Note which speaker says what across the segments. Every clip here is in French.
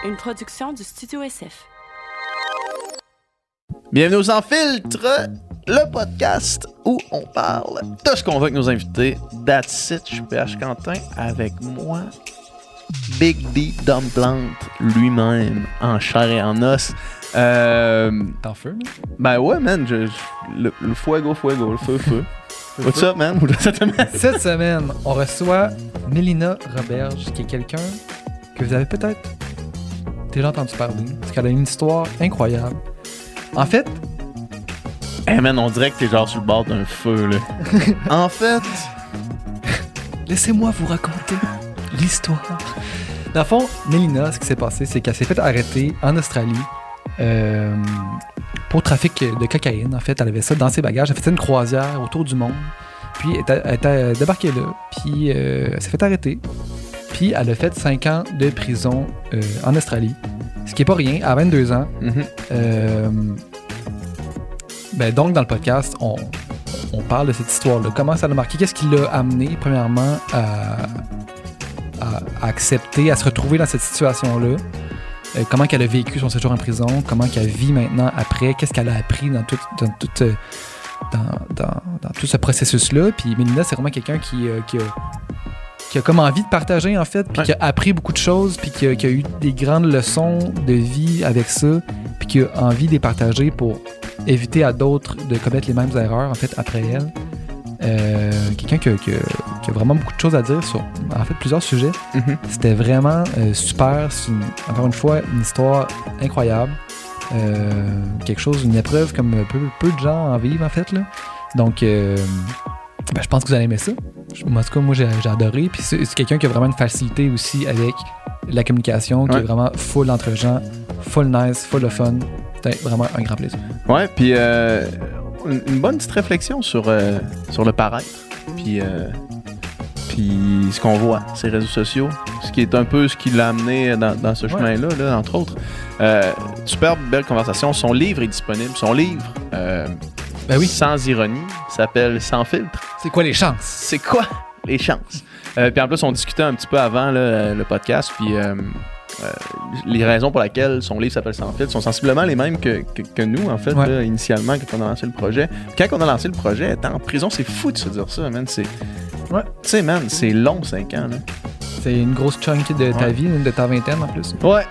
Speaker 1: une production du Studio SF.
Speaker 2: Bienvenue aux Sans Filtre, le podcast où on parle de ce qu'on veut avec nos invités. That's it, je suis PH Quentin, avec moi, Big D Dumplant, lui-même, en chair et en os.
Speaker 3: T'en feu, man?
Speaker 2: Ben ouais, man, le fuego, le feu. What's up, man?
Speaker 3: Cette semaine, on reçoit Mélina Roberge, qui est quelqu'un que vous avez peut-être déjà entendu parler, parce qu'elle a une histoire incroyable. En fait...
Speaker 2: Hey man, on dirait que t'es genre sur le bord d'un feu, là. En fait...
Speaker 3: Laissez-moi vous raconter l'histoire. Dans le fond, Mélina, ce qui s'est passé, c'est qu'elle s'est fait arrêter en Australie pour trafic de cocaïne. En fait, elle avait ça dans ses bagages. Elle faisait une croisière autour du monde. Puis, elle était débarquée là. Puis, elle s'est fait arrêter. Puis, elle a fait 5 ans de prison en Australie. Ce qui est pas rien, à 22 ans. Donc, dans le podcast, on parle de cette histoire-là. Comment ça l'a marqué? Qu'est-ce qui l'a amené, premièrement, à accepter, à se retrouver dans cette situation-là? Comment qu'elle a vécu son séjour en prison? Comment qu'elle vit maintenant après? Qu'est-ce qu'elle a appris dans tout ce processus-là? Puis Mélina, c'est vraiment quelqu'un qui a comme envie de partager, en fait, puis qui a appris beaucoup de choses, puis qui a eu des grandes leçons de vie avec ça, puis qui a envie de les partager pour éviter à d'autres de commettre les mêmes erreurs, en fait, après elle. Quelqu'un qui a vraiment beaucoup de choses à dire sur, en fait, plusieurs sujets. C'était vraiment super. C'est encore une fois une histoire incroyable. Quelque chose, une épreuve comme peu de gens en vivent, en fait, là. Donc, je pense que vous allez aimer ça. En tout cas, moi, j'ai adoré. Puis c'est quelqu'un qui a vraiment une facilité aussi avec la communication, qui est vraiment full entre gens, full nice, full de fun. C'était vraiment un grand plaisir.
Speaker 2: Ouais, puis une bonne petite réflexion sur le paraître, puis ce qu'on voit, ces réseaux sociaux, ce qui est un peu ce qui l'a amené dans ce chemin-là, là, entre autres. Superbe, belle conversation. Son livre est disponible. Son livre, sans ironie, s'appelle Sans filtre.
Speaker 3: C'est quoi les chances?
Speaker 2: C'est quoi les chances? Puis en plus, on discutait un petit peu avant là, le podcast, puis les raisons pour lesquelles son livre s'appelle Sans filtre sont sensiblement les mêmes que nous, en fait, là, initialement, quand on a lancé le projet. Quand on a lancé le projet, être en prison, c'est fou de se dire ça, man. Tu sais, man, c'est long, 5 ans, là.
Speaker 3: C'est une grosse chunk de ta vie, de ta vingtaine, en plus.
Speaker 2: Ouais.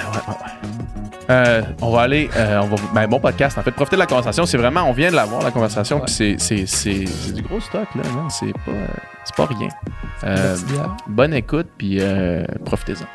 Speaker 2: On va aller... bon podcast, en fait. Profitez de la conversation. C'est vraiment... On vient de l'avoir, la conversation, puis c'est du gros stock, là, man. C'est pas rien. Bonne écoute, puis profitez-en.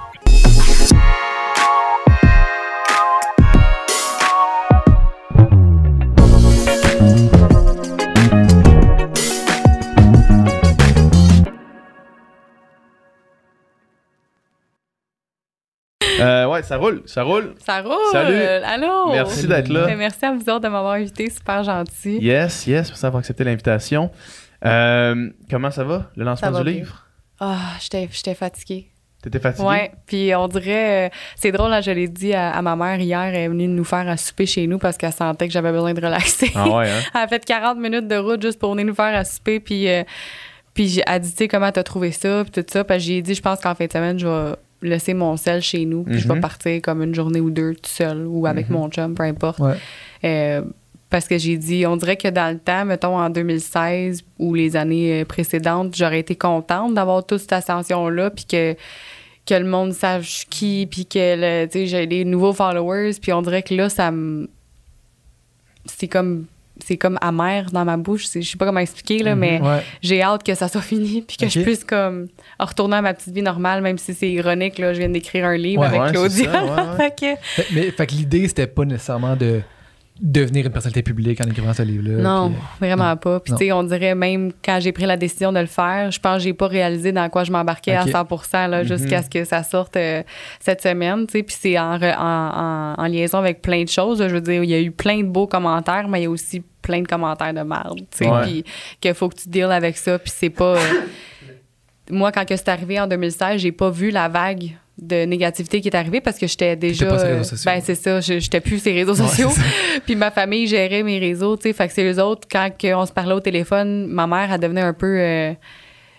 Speaker 2: Ça roule. Salut.
Speaker 4: Allô.
Speaker 2: Merci d'être là.
Speaker 4: Merci à vous autres de m'avoir invité, super gentil.
Speaker 2: Yes, merci d'avoir accepté l'invitation. Comment ça va, le lancement du livre?
Speaker 4: J'étais fatiguée.
Speaker 2: T'étais fatiguée?
Speaker 4: Ouais, puis on dirait... c'est drôle, là, je l'ai dit à ma mère hier, elle est venue nous faire à souper chez nous parce qu'elle sentait que j'avais besoin de relaxer.
Speaker 2: Ah ouais, hein?
Speaker 4: Elle a fait 40 minutes de route juste pour venir nous faire à souper, puis elle dit, tu sais, comment t'as trouvé ça, puis tout ça. Puis j'ai dit, je pense qu'en fin de semaine, je vais laisser mon sel chez nous, puis je vais partir comme une journée ou deux tout seul ou avec mon chum, peu importe. Parce que j'ai dit, on dirait que dans le temps, mettons en 2016 ou les années précédentes, j'aurais été contente d'avoir toute cette ascension-là, puis que le monde sache qui, puis que j'ai des nouveaux followers, puis on dirait que là, c'est comme amer dans ma bouche. Je sais pas comment expliquer, là, mais j'ai hâte que ça soit fini puis que je puisse comme retourner à ma petite vie normale, même si c'est ironique. Là, je viens d'écrire un livre avec Claudia.
Speaker 3: Fait que l'idée, c'était pas nécessairement de devenir une personnalité publique en écrivant ce livre-là.
Speaker 4: Non, vraiment pas. Puis tu sais, on dirait même quand j'ai pris la décision de le faire, je pense que j'ai pas réalisé dans quoi je m'embarquais à 100% là, jusqu'à ce que ça sorte cette semaine. Puis c'est en liaison avec plein de choses. Là. Je veux dire, il y a eu plein de beaux commentaires, mais il y a aussi plein de commentaires de merde. Puis qu'il faut que tu deals avec ça. Puis c'est pas... Moi, quand c'est arrivé en 2016, j'ai pas vu la vague de négativité qui est arrivée parce que j'étais déjà...
Speaker 3: Pas sur les réseaux sociaux.
Speaker 4: Ben, c'est ça. J'étais plus sur les réseaux sociaux. Puis ma famille gérait mes réseaux, tu sais. Fait que c'est eux autres, quand on se parlait au téléphone, ma mère, elle devenait un peu...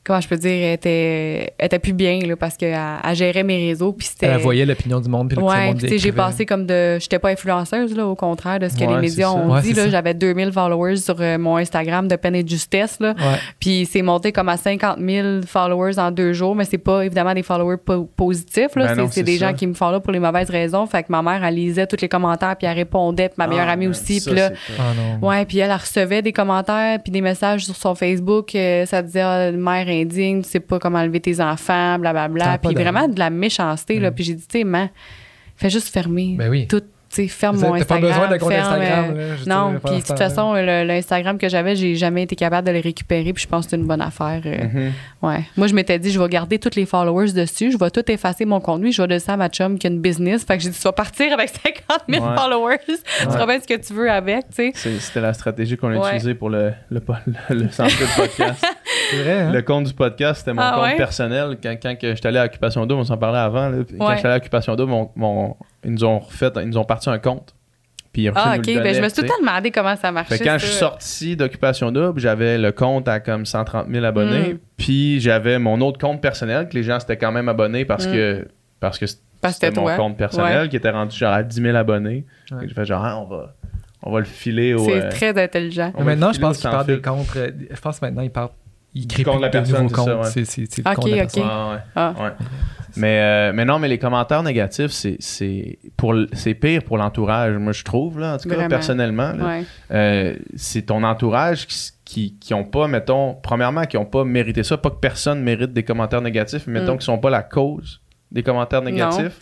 Speaker 4: comment je peux dire, elle était plus bien là, parce qu'elle gérait mes réseaux. Puis c'était...
Speaker 3: Elle voyait l'opinion du monde. Puis le monde
Speaker 4: puis j'ai passé comme de... J'étais pas influenceuse, là, au contraire de ce que les médias ont dit. Là, j'avais 2000 followers sur mon Instagram de peine et de justesse. Là. Puis c'est monté comme à 50 000 followers en 2 jours, mais c'est pas évidemment des followers positifs. Là. C'est des gens qui me follow pour les mauvaises raisons. Fait que ma mère, elle lisait tous les commentaires puis elle répondait. Puis ma meilleure amie aussi. Puis là, puis elle recevait des commentaires puis des messages sur son Facebook. Ça disait mère indigne, tu sais pas comment élever tes enfants, blablabla. Puis vraiment de la méchanceté. Là. Puis j'ai dit, tu sais, fais juste fermer tout. Tu sais, ferme mon Instagram.
Speaker 3: T'as pas besoin d'un compte Instagram.
Speaker 4: Non, puis de toute façon, l'Instagram que j'avais, j'ai jamais été capable de le récupérer. Puis je pense que c'est une bonne affaire. Ouais. Moi, je m'étais dit, je vais garder tous les followers dessus. Je vais tout effacer mon contenu. Je vais donner ça à ma chum qui a une business. Fait que j'ai dit, tu vas partir avec 50 000 followers. Tu feras bien ce que tu veux avec, tu sais.
Speaker 2: C'était la stratégie qu'on a utilisée pour le centre de podcast.
Speaker 3: C'est vrai, hein?
Speaker 2: Le compte du podcast, c'était mon compte personnel. Quand j'étais allé à Occupation Double, on s'en parlait avant. Là. Quand j'étais allé à Occupation Double, ils nous ont parti un compte. Puis
Speaker 4: OK. Ben, je me suis tout le temps demandé comment ça marchait.
Speaker 2: Quand je suis sorti d'Occupation Double, j'avais le compte à comme 130 000 abonnés. Puis j'avais mon autre compte personnel que les gens s'étaient quand même abonnés parce que c'était mon compte personnel qui était rendu genre à 10 000 abonnés. J'ai fait genre, on va le filer au...
Speaker 4: C'est très intelligent.
Speaker 3: Maintenant, je pense qu'il parle des comptes... Je pense que maintenant, il crée plus de nouveaux comptes. C'est le compte de la personne.
Speaker 2: Ouais. Mais les commentaires négatifs, c'est pire pour l'entourage, moi je trouve, là, en tout cas, personnellement. Là. C'est ton entourage qui ont pas, mettons, premièrement, qui ont pas mérité ça. Pas que personne mérite des commentaires négatifs, mais mettons qu'ils sont pas la cause des commentaires négatifs.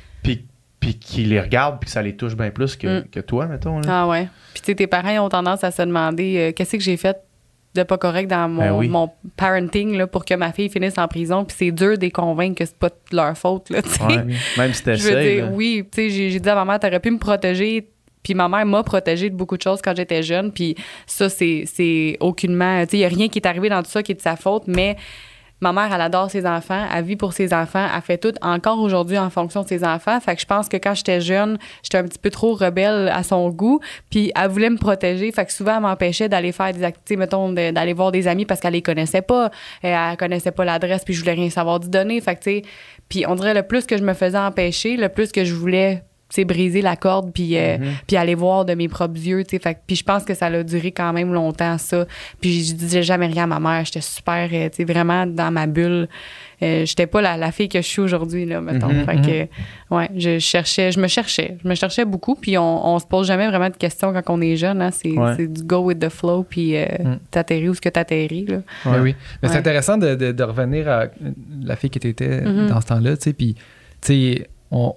Speaker 2: Puis qui les regardent, puis que ça les touche bien plus que toi, mettons. Là.
Speaker 4: Ah ouais. Puis tu sais, tes parents ils ont tendance à se demander qu'est-ce que j'ai fait de pas correct dans mon parenting là, pour que ma fille finisse en prison. Puis c'est dur de les convaincre que c'est pas de leur faute. Là,
Speaker 2: même si t'essayes.
Speaker 4: Je veux dire, oui. Tu sais, j'ai dit à ma mère, t'aurais pu me protéger. Puis ma mère m'a protégée de beaucoup de choses quand j'étais jeune. Puis ça, c'est aucunement... Tu sais, il n'y a rien qui est arrivé dans tout ça qui est de sa faute, mais... Ma mère, elle adore ses enfants, elle vit pour ses enfants, elle fait tout encore aujourd'hui en fonction de ses enfants. Fait que je pense que quand j'étais jeune, j'étais un petit peu trop rebelle à son goût, puis elle voulait me protéger. Fait que souvent, elle m'empêchait d'aller faire des activités, mettons, d'aller voir des amis parce qu'elle les connaissait pas. Elle connaissait pas l'adresse, puis je voulais rien savoir du donner. Fait que, tu sais, puis on dirait le plus que je me faisais empêcher, le plus que je voulais... briser la corde puis aller voir de mes propres yeux, tu sais. Puis je pense que ça a duré quand même longtemps, ça. Puis je disais jamais rien à ma mère. J'étais super, tu sais, vraiment dans ma bulle. J'étais pas la fille que je suis aujourd'hui, là, mettons. Fait que, ouais, je me cherchais beaucoup. Puis on se pose jamais vraiment de questions quand on est jeune, hein. C'est du go with the flow, puis t'atterris où ce que t'atterris, là.
Speaker 3: Oui. Mais c'est intéressant de revenir à la fille que t'étais dans ce temps-là, tu sais. Puis, tu sais,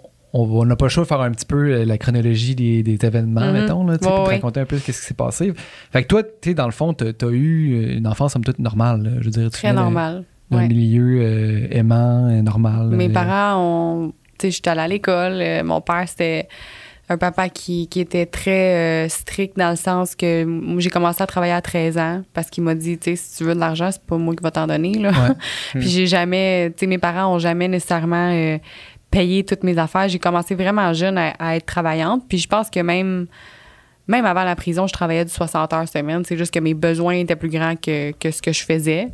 Speaker 3: on n'a pas le choix de faire un petit peu la chronologie des événements, mettons, là, pour te raconter un peu ce qui s'est passé. Fait que toi, tu sais, dans le fond, t'as eu une enfance somme toute normale. Là, je veux dire,
Speaker 4: très normale.
Speaker 3: Un milieu aimant, normal.
Speaker 4: Mes parents, tu sais, j'étais allée à l'école. Mon père, c'était un papa qui était très strict dans le sens que j'ai commencé à travailler à 13 ans parce qu'il m'a dit, tu sais, si tu veux de l'argent, c'est pas moi qui va t'en donner, là. Puis j'ai jamais, tu sais, mes parents ont jamais nécessairement... payer toutes mes affaires. J'ai commencé vraiment jeune à être travaillante. Puis je pense que même avant la prison, je travaillais du 60 heures semaine. C'est juste que mes besoins étaient plus grands que ce que je faisais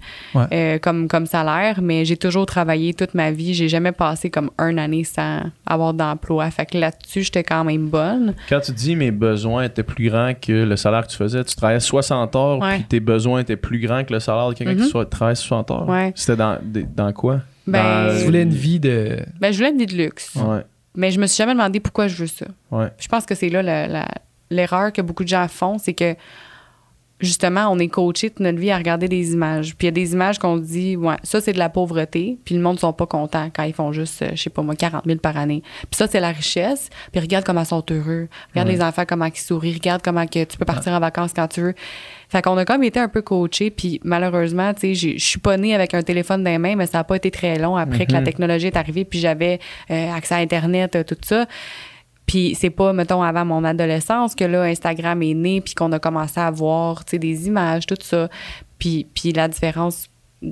Speaker 4: comme salaire. Mais j'ai toujours travaillé toute ma vie. J'ai jamais passé comme une année sans avoir d'emploi. Fait que là-dessus, j'étais quand même bonne.
Speaker 2: Quand tu dis mes besoins étaient plus grands que le salaire que tu faisais, tu travaillais 60 heures puis tes besoins étaient plus grands que le salaire de quelqu'un qui travaille 60 heures.
Speaker 4: Ouais.
Speaker 2: C'était dans quoi?
Speaker 3: Tu voulais une vie de...
Speaker 4: je voulais une vie de luxe.
Speaker 2: Ouais.
Speaker 4: Mais je me suis jamais demandé pourquoi je veux ça.
Speaker 2: Ouais.
Speaker 4: Je pense que c'est là l'erreur que beaucoup de gens font, c'est que justement, on est coaché toute notre vie à regarder des images. Puis il y a des images qu'on se dit, ça, c'est de la pauvreté. Puis le monde ne sont pas contents quand ils font juste, je sais pas moi, 40 000 par année. Puis ça, c'est la richesse. Puis regarde comment ils sont heureux. Regarde les enfants, comment ils sourient. Regarde comment que tu peux partir en vacances quand tu veux. Fait qu'on a comme été un peu coachés. Puis malheureusement, tu sais, je suis pas née avec un téléphone dans les mains, mais ça n'a pas été très long après que la technologie est arrivée. Puis j'avais accès à Internet, tout ça. Puis c'est pas, mettons, avant mon adolescence que là, Instagram est né puis qu'on a commencé à voir, tu sais, des images, tout ça. Puis la différence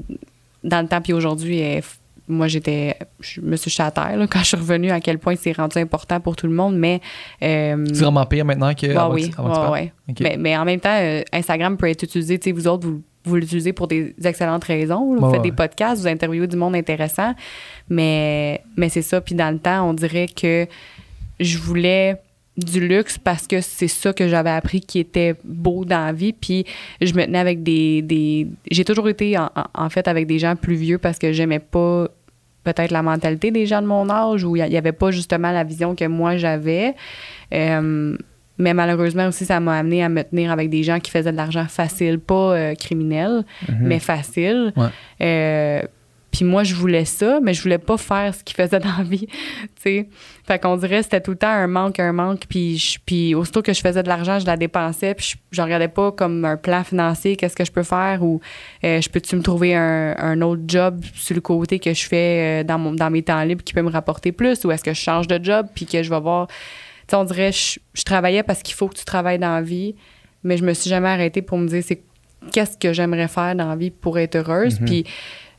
Speaker 4: dans le temps puis aujourd'hui, moi, je me suis jetée à terre là, quand je suis revenue à quel point c'est rendu important pour tout le monde, mais...
Speaker 3: c'est vraiment pire maintenant que...
Speaker 4: Oui. Okay. Mais en même temps, Instagram peut être utilisé, tu sais, vous autres, vous vous l'utilisez pour des excellentes raisons. Là. Vous faites des podcasts, vous interviewez du monde intéressant. Mais c'est ça. Puis dans le temps, on dirait que je voulais du luxe parce que c'est ça que j'avais appris qui était beau dans la vie. Puis je me tenais avec j'ai toujours été en fait avec des gens plus vieux parce que j'aimais pas peut-être la mentalité des gens de mon âge où il y avait pas justement la vision que moi j'avais. Mais malheureusement aussi, ça m'a amené à me tenir avec des gens qui faisaient de l'argent facile, pas criminel, mais facile.
Speaker 3: Ouais.
Speaker 4: Puis moi, je voulais ça, mais je voulais pas faire ce qu'ils faisaient dans la vie, tu sais. Fait qu'on dirait que c'était tout le temps un manque. Puis aussitôt que je faisais de l'argent, je la dépensais, puis je regardais pas comme un plan financier, qu'est-ce que je peux faire, ou je peux-tu me trouver un autre job sur le côté que je fais dans mes temps libres qui peut me rapporter plus, ou est-ce que je change de job, puis que je vais voir... Tu sais, on dirait je travaillais parce qu'il faut que tu travailles dans la vie, mais je me suis jamais arrêtée pour me dire qu'est-ce que j'aimerais faire dans la vie pour être heureuse. Puis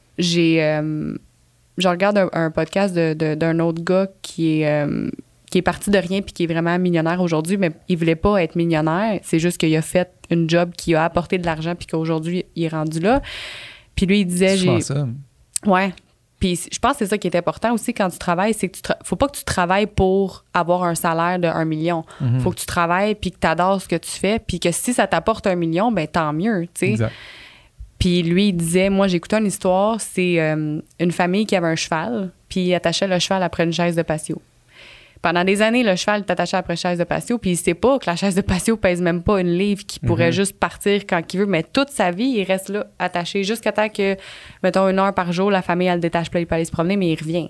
Speaker 4: je regarde un podcast d'un autre gars qui est parti de rien puis qui est vraiment millionnaire aujourd'hui, mais il voulait pas être millionnaire. C'est juste qu'il a fait une job qui a apporté de l'argent puis qu'aujourd'hui, il est rendu là. Puis lui, il disait...
Speaker 3: ça.
Speaker 4: Ouais. Puis je pense que c'est ça qui est important aussi quand tu travailles, c'est que faut pas que tu travailles pour avoir un salaire de 1 million. Faut que tu travailles puis que tu adores ce que tu fais puis que si ça t'apporte 1 million, ben tant mieux, tu sais.
Speaker 3: Exact.
Speaker 4: Puis lui, il disait, moi, j'écoutais une histoire, c'est une famille qui avait un cheval, puis il attachait le cheval après une chaise de patio. Pendant des années, le cheval est attaché après une chaise de patio, puis il sait pas que la chaise de patio pèse même pas une livre, qu'il pourrait juste partir quand il veut, mais toute sa vie, il reste là, attaché, jusqu'à temps que, mettons, 1 heure par jour, la famille, elle le détache, puis il peut aller se promener, mais il revient.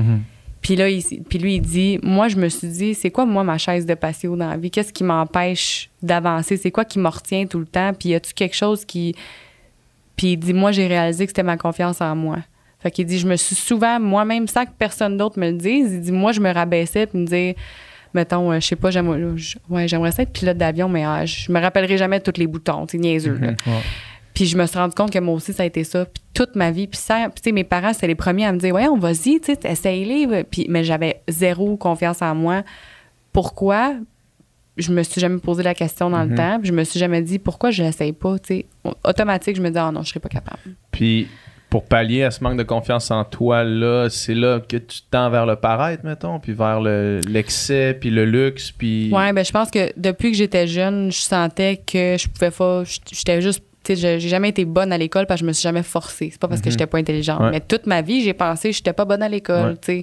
Speaker 4: Puis là, puis lui, il dit, moi, je me suis dit, c'est quoi, moi, ma chaise de patio dans la vie? Qu'est-ce qui m'empêche d'avancer? C'est quoi qui me retient tout le temps? Puis y a-tu quelque chose qui... Puis il dit, moi, j'ai réalisé que c'était ma confiance en moi. Fait qu'il dit, je me suis souvent, moi-même, sans que personne d'autre me le dise, il dit, moi, je me rabaissais puis me dire, mettons, je sais pas, j'aimerais ça être pilote d'avion, mais je me rappellerai jamais de tous les boutons, c'est niaiseux. Là. Puis je me suis rendu compte que moi aussi, ça a été ça. Puis toute ma vie, puis tu sais, mes parents, c'était les premiers à me dire, ouais, on vas-y, tu sais, essaye-les. Mais j'avais zéro confiance en moi. Pourquoi? Je me suis jamais posé la question dans le temps. Puis je me suis jamais dit pourquoi je l'essaye pas. T'sais. Automatique, je me dis non, je serais pas capable.
Speaker 2: Puis pour pallier à ce manque de confiance en toi, là, c'est là que tu tends vers le paraître, mettons, puis vers l'excès, puis le luxe, puis... Ouais,
Speaker 4: ben je pense que depuis que j'étais jeune, je sentais que je pouvais pas... J'étais juste... Tu sais, j'ai jamais été bonne à l'école parce que je me suis jamais forcée. C'est pas parce que j'étais pas intelligente. Ouais. Mais toute ma vie, j'ai pensé que j'étais pas bonne à l'école, tu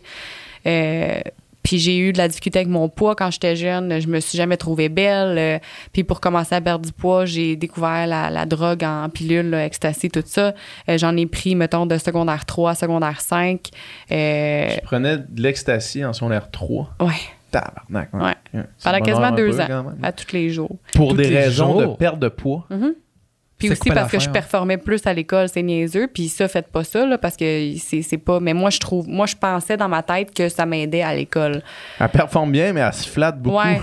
Speaker 4: sais. Puis j'ai eu de la difficulté avec mon poids quand j'étais jeune. Je me suis jamais trouvée belle. Puis pour commencer à perdre du poids, j'ai découvert la drogue en pilule, là, ecstasy, tout ça. J'en ai pris, mettons, de secondaire 3 à secondaire 5.
Speaker 2: Tu prenais de l'ecstasy en secondaire 3?
Speaker 4: Ouais.
Speaker 2: Tabarnak.
Speaker 4: Ouais. Pendant quasiment 2 ans, à tous les jours.
Speaker 2: Pour des raisons de perte de poids?
Speaker 4: Puis aussi parce que je performais plus à l'école, c'est niaiseux. Puis ça, faites pas ça, là, parce que c'est pas... Mais moi, je pensais dans ma tête que ça m'aidait à l'école.
Speaker 2: Elle performe bien, mais elle se flatte beaucoup.
Speaker 4: Ouais.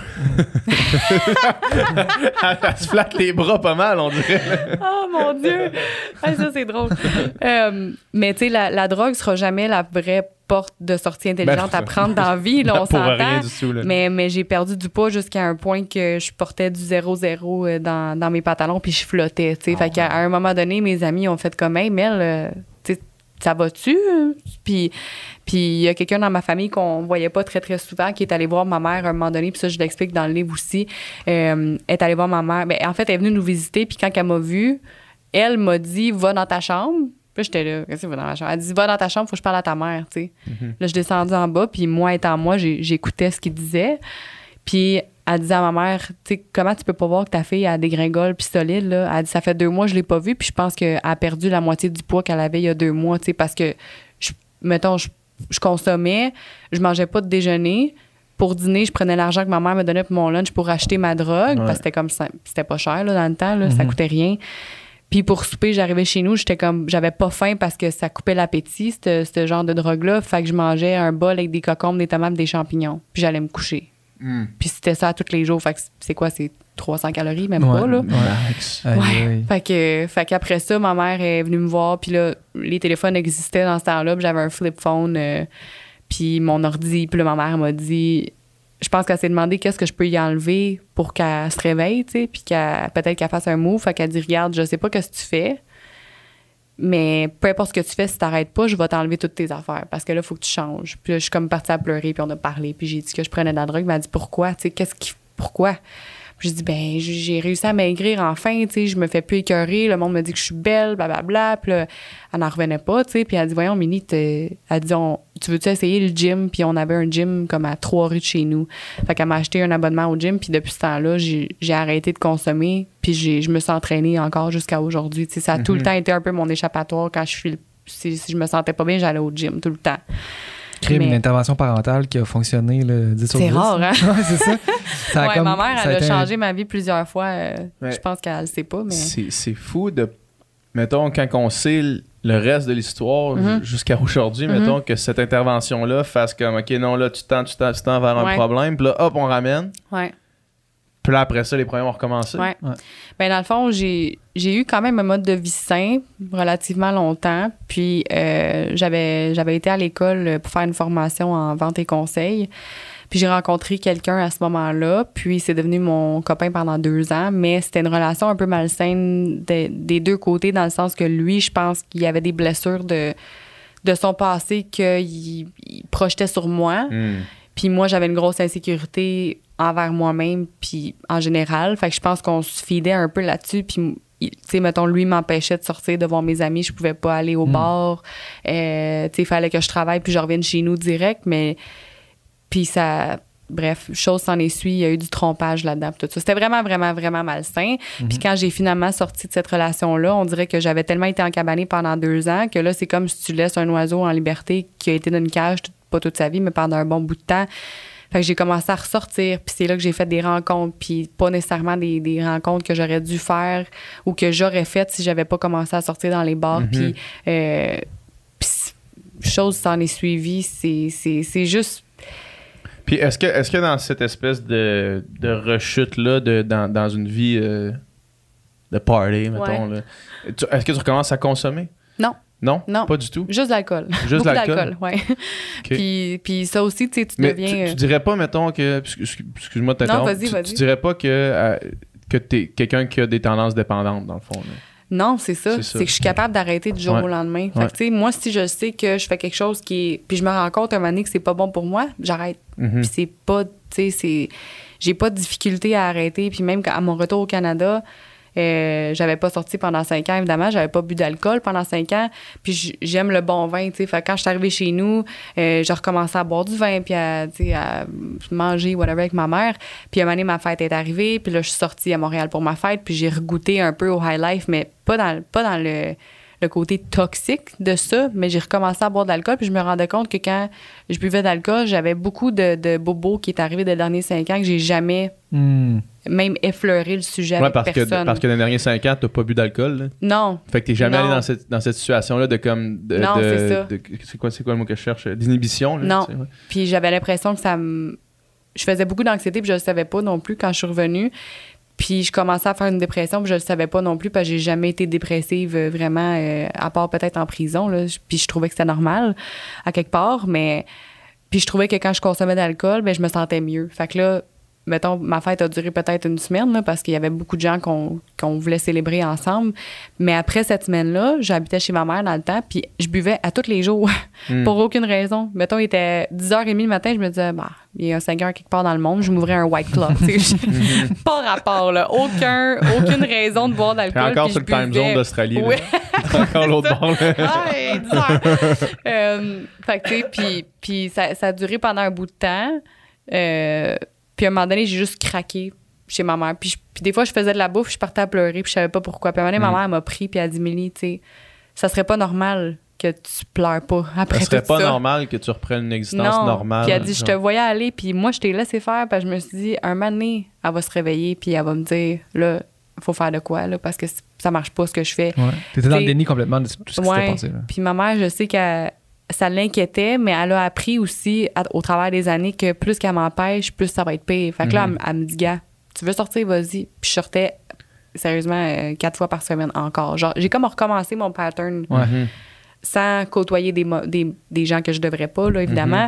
Speaker 2: Elle se flatte les bras pas mal, on dirait.
Speaker 4: Oh, mon Dieu! Ah, ça, c'est drôle. Mais tu sais, la drogue sera jamais la vraie porte de sortie intelligente à prendre dans la vie, là, on s'entend. Rien du tout, là. Mais j'ai perdu du poids jusqu'à un point que je portais du 0-0 dans mes pantalons puis je flottais, tu sais. Fait qu'à un moment donné, mes amis ont fait comme, hey, Mel, tu sais, ça va-tu? Puis il y a quelqu'un dans ma famille qu'on voyait pas très, très souvent qui est allé voir ma mère à un moment donné, puis ça, je l'explique dans le livre aussi. Est allée voir ma mère. Ben, en fait, elle est venue nous visiter, puis quand elle m'a vue, elle m'a dit, va dans ta chambre. Puis j'étais là, qu'est-ce que va dans la chambre? Elle dit, va dans ta chambre, faut que je parle à ta mère, tu sais. Là, je descendis en bas, puis moi étant moi, j'écoutais ce qu'il disait. Puis elle disait à ma mère, tu sais, comment tu peux pas voir que ta fille a dégringole puis solide, là? Elle dit, ça fait 2 mois, je l'ai pas vue, puis je pense qu'elle a perdu la moitié du poids qu'elle avait il y a 2 mois, tu sais, parce que, je consommais, je mangeais pas de déjeuner. Pour dîner, je prenais l'argent que ma mère me donnait pour mon lunch pour acheter ma drogue, parce que c'était comme ça, c'était pas cher, là, dans le temps, là, ça coûtait rien. Puis pour souper, j'arrivais chez nous, j'avais pas faim parce que ça coupait l'appétit, ce genre de drogue-là. Fait que je mangeais un bol avec des concombres, des tomates, des champignons. Puis j'allais me coucher. Puis c'était ça tous les jours. Fait que c'est quoi, c'est 300 calories, même pas, là. Fait qu'après ça, ma mère est venue me voir. Puis là, les téléphones existaient dans ce temps-là. Puis j'avais un flip phone. Puis mon ordi. Puis là, ma mère m'a dit... Je pense qu'elle s'est demandé qu'est-ce que je peux y enlever pour qu'elle se réveille, tu sais, puis peut-être qu'elle fasse un move. Fait qu'elle dit, regarde, je sais pas qu'est-ce que tu fais, Mais peu importe ce que tu fais, si t'arrêtes pas, je vais t'enlever toutes tes affaires parce que là, il faut que tu changes. Puis là, je suis comme partie à pleurer, puis on a parlé, puis j'ai dit que je prenais de la drogue. Il m'a dit pourquoi, tu sais, pourquoi? Puis j'ai dit, ben, j'ai réussi à maigrir enfin, tu sais, je me fais plus écœurer, le monde me dit que je suis belle, blablabla. Puis là, elle n'en revenait pas, tu sais. Puis elle dit, voyons, Mini, elle dit, tu veux-tu essayer le gym? Puis on avait un gym comme à 3 rues de chez nous. Fait qu'elle m'a acheté un abonnement au gym, puis depuis ce temps-là, j'ai arrêté de consommer, puis je me suis entraînée encore jusqu'à aujourd'hui. Tu sais, ça a tout le temps été un peu mon échappatoire quand si je me sentais pas bien, j'allais au gym tout le temps.
Speaker 3: Crime, une intervention parentale qui a fonctionné le 10 sur 10.
Speaker 4: C'est rare, hein?
Speaker 3: Ouais, c'est ça.
Speaker 4: Ma mère, elle a changé ma vie plusieurs fois. Je pense qu'elle ne sait pas, mais...
Speaker 2: C'est fou de... Mettons, quand on sait le reste de l'histoire jusqu'à aujourd'hui, mettons que cette intervention-là fasse comme, OK, non, là, tu tends vers un problème, puis là, hop, on ramène.
Speaker 4: Ouais.
Speaker 2: Puis là, après ça, les problèmes ont recommencé.
Speaker 4: Ouais. Ben, dans le fond, j'ai eu quand même un mode de vie sain relativement longtemps. Puis, j'avais été à l'école pour faire une formation en vente et conseil. Puis, j'ai rencontré quelqu'un à ce moment-là. Puis, c'est devenu mon copain pendant 2 ans. Mais c'était une relation un peu malsaine des deux côtés, dans le sens que lui, je pense qu'il y avait des blessures de son passé qu'il projetait sur moi. Puis, moi, j'avais une grosse insécurité envers moi-même, puis en général. Fait que je pense qu'on se fidait un peu là-dessus. Puis, tu sais, mettons, lui m'empêchait de sortir, de voir mes amis. Je pouvais pas aller au bar. Tu sais, il fallait que je travaille, puis je revienne chez nous direct. Mais, puis ça... Bref, chose s'en est suivie. Il y a eu du trompage là-dedans, tout ça. C'était vraiment, vraiment, vraiment malsain. Puis quand j'ai finalement sorti de cette relation-là, on dirait que j'avais tellement été encabanée pendant 2 ans que là, c'est comme si tu laisses un oiseau en liberté qui a été dans une cage, pas toute sa vie, mais pendant un bon bout de temps. Fait que j'ai commencé à ressortir, puis c'est là que j'ai fait des rencontres, puis pas nécessairement des rencontres que j'aurais dû faire ou que j'aurais faites si j'avais pas commencé à sortir dans les bars. Puis chose s'en est suivie, c'est juste...
Speaker 2: Puis est-ce que dans cette espèce de rechute-là, dans une vie de party, mettons, là, est-ce que tu recommences à consommer?
Speaker 4: Non.
Speaker 2: Non?
Speaker 4: Non.
Speaker 2: Pas du tout?
Speaker 4: Juste de l'alcool.
Speaker 2: Juste de l'alcool?
Speaker 4: Oui. Okay. Puis ça aussi, tu sais, tu deviens...
Speaker 2: Tu dirais pas, mettons, que... Excuse-moi de t'interrompre.
Speaker 4: Non, vas-y.
Speaker 2: Tu dirais pas que t'es quelqu'un qui a des tendances dépendantes, dans le fond, là.
Speaker 4: Non, c'est ça. C'est que je suis capable d'arrêter du jour au lendemain. Fait que, tu sais, moi, si je sais que je fais quelque chose qui est... Puis je me rends compte un moment donné que c'est pas bon pour moi, j'arrête. Puis c'est pas... Tu sais, j'ai pas de difficulté à arrêter. Puis même à mon retour au Canada... j'avais pas sorti pendant 5 ans, évidemment. J'avais pas bu d'alcool pendant 5 ans. Puis j'aime le bon vin, tu sais. Fait que quand je suis arrivée chez nous, j'ai recommencé à boire du vin puis à manger, whatever, avec ma mère. Puis à un moment donné, ma fête est arrivée. Puis là, je suis sortie à Montréal pour ma fête. Puis j'ai regoûté un peu au high life, mais pas dans le côté toxique de ça. Mais j'ai recommencé à boire de l'alcool. Puis je me rendais compte que quand je buvais d'alcool, j'avais beaucoup de bobos qui est arrivé des derniers 5 ans que j'ai jamais... même effleurer le sujet avec personne.
Speaker 2: Parce que dans les derniers 5 ans, t'as pas bu d'alcool, là?
Speaker 4: Non.
Speaker 2: Fait que t'es jamais allé dans cette situation-là de comme...
Speaker 4: Non, c'est ça.
Speaker 2: C'est quoi le mot que je cherche? D'inhibition, là?
Speaker 4: Non. Puis j'avais l'impression que je faisais beaucoup d'anxiété, puis je le savais pas non plus quand je suis revenue. Puis je commençais à faire une dépression, puis je le savais pas non plus, parce que j'ai jamais été dépressive vraiment, à part peut-être en prison, là. Puis je trouvais que c'était normal, à quelque part, mais... Puis je trouvais que quand je consommais d'alcool, ben je me sentais mieux. Fait que là, mettons, ma fête a duré peut-être une semaine, là, parce qu'il y avait beaucoup de gens qu'on voulait célébrer ensemble. Mais après cette semaine-là, j'habitais chez ma mère dans le temps, puis je buvais à tous les jours, pour aucune raison. Mettons, il était 10h30 le matin, je me disais, bah, il y a un 5 heures quelque part dans le monde, je m'ouvrais un White Claw. Pas rapport, là. Aucune raison de boire de l'alcool.
Speaker 2: T'es encore sur le time zone d'Australie.
Speaker 4: Oui.
Speaker 2: T'es encore l'autre bord, là.
Speaker 4: Ouais, 10 heures. Fait que, tu sais, puis ça a duré pendant un bout de temps. Puis à un moment donné, j'ai juste craqué chez ma mère. Puis des fois, je faisais de la bouffe, je partais à pleurer, puis je savais pas pourquoi. Puis à un moment donné, ma mère m'a pris, puis elle a dit, Mélie, tu sais, ça serait pas normal que tu pleures pas après tout ça.
Speaker 2: Ça serait pas normal que tu reprennes une existence normale.
Speaker 4: Puis elle a dit, je te voyais aller, puis moi, je t'ai laissé faire, puis je me suis dit, un moment donné, elle va se réveiller, puis elle va me dire, là, faut faire de quoi, là, parce que ça marche pas ce que je fais.
Speaker 3: Ouais. T'étais dans le déni complètement de tout ce qui s'était passé. Là.
Speaker 4: Puis ma mère, je sais que ça l'inquiétait, mais elle a appris aussi au travers des années que plus qu'elle m'empêche, plus ça va être pire. Fait que là, elle me dit, gars, tu veux sortir, vas-y. Puis je sortais, sérieusement, 4 fois par semaine encore. Genre, j'ai comme recommencé mon pattern sans côtoyer des gens que je devrais pas, là, évidemment.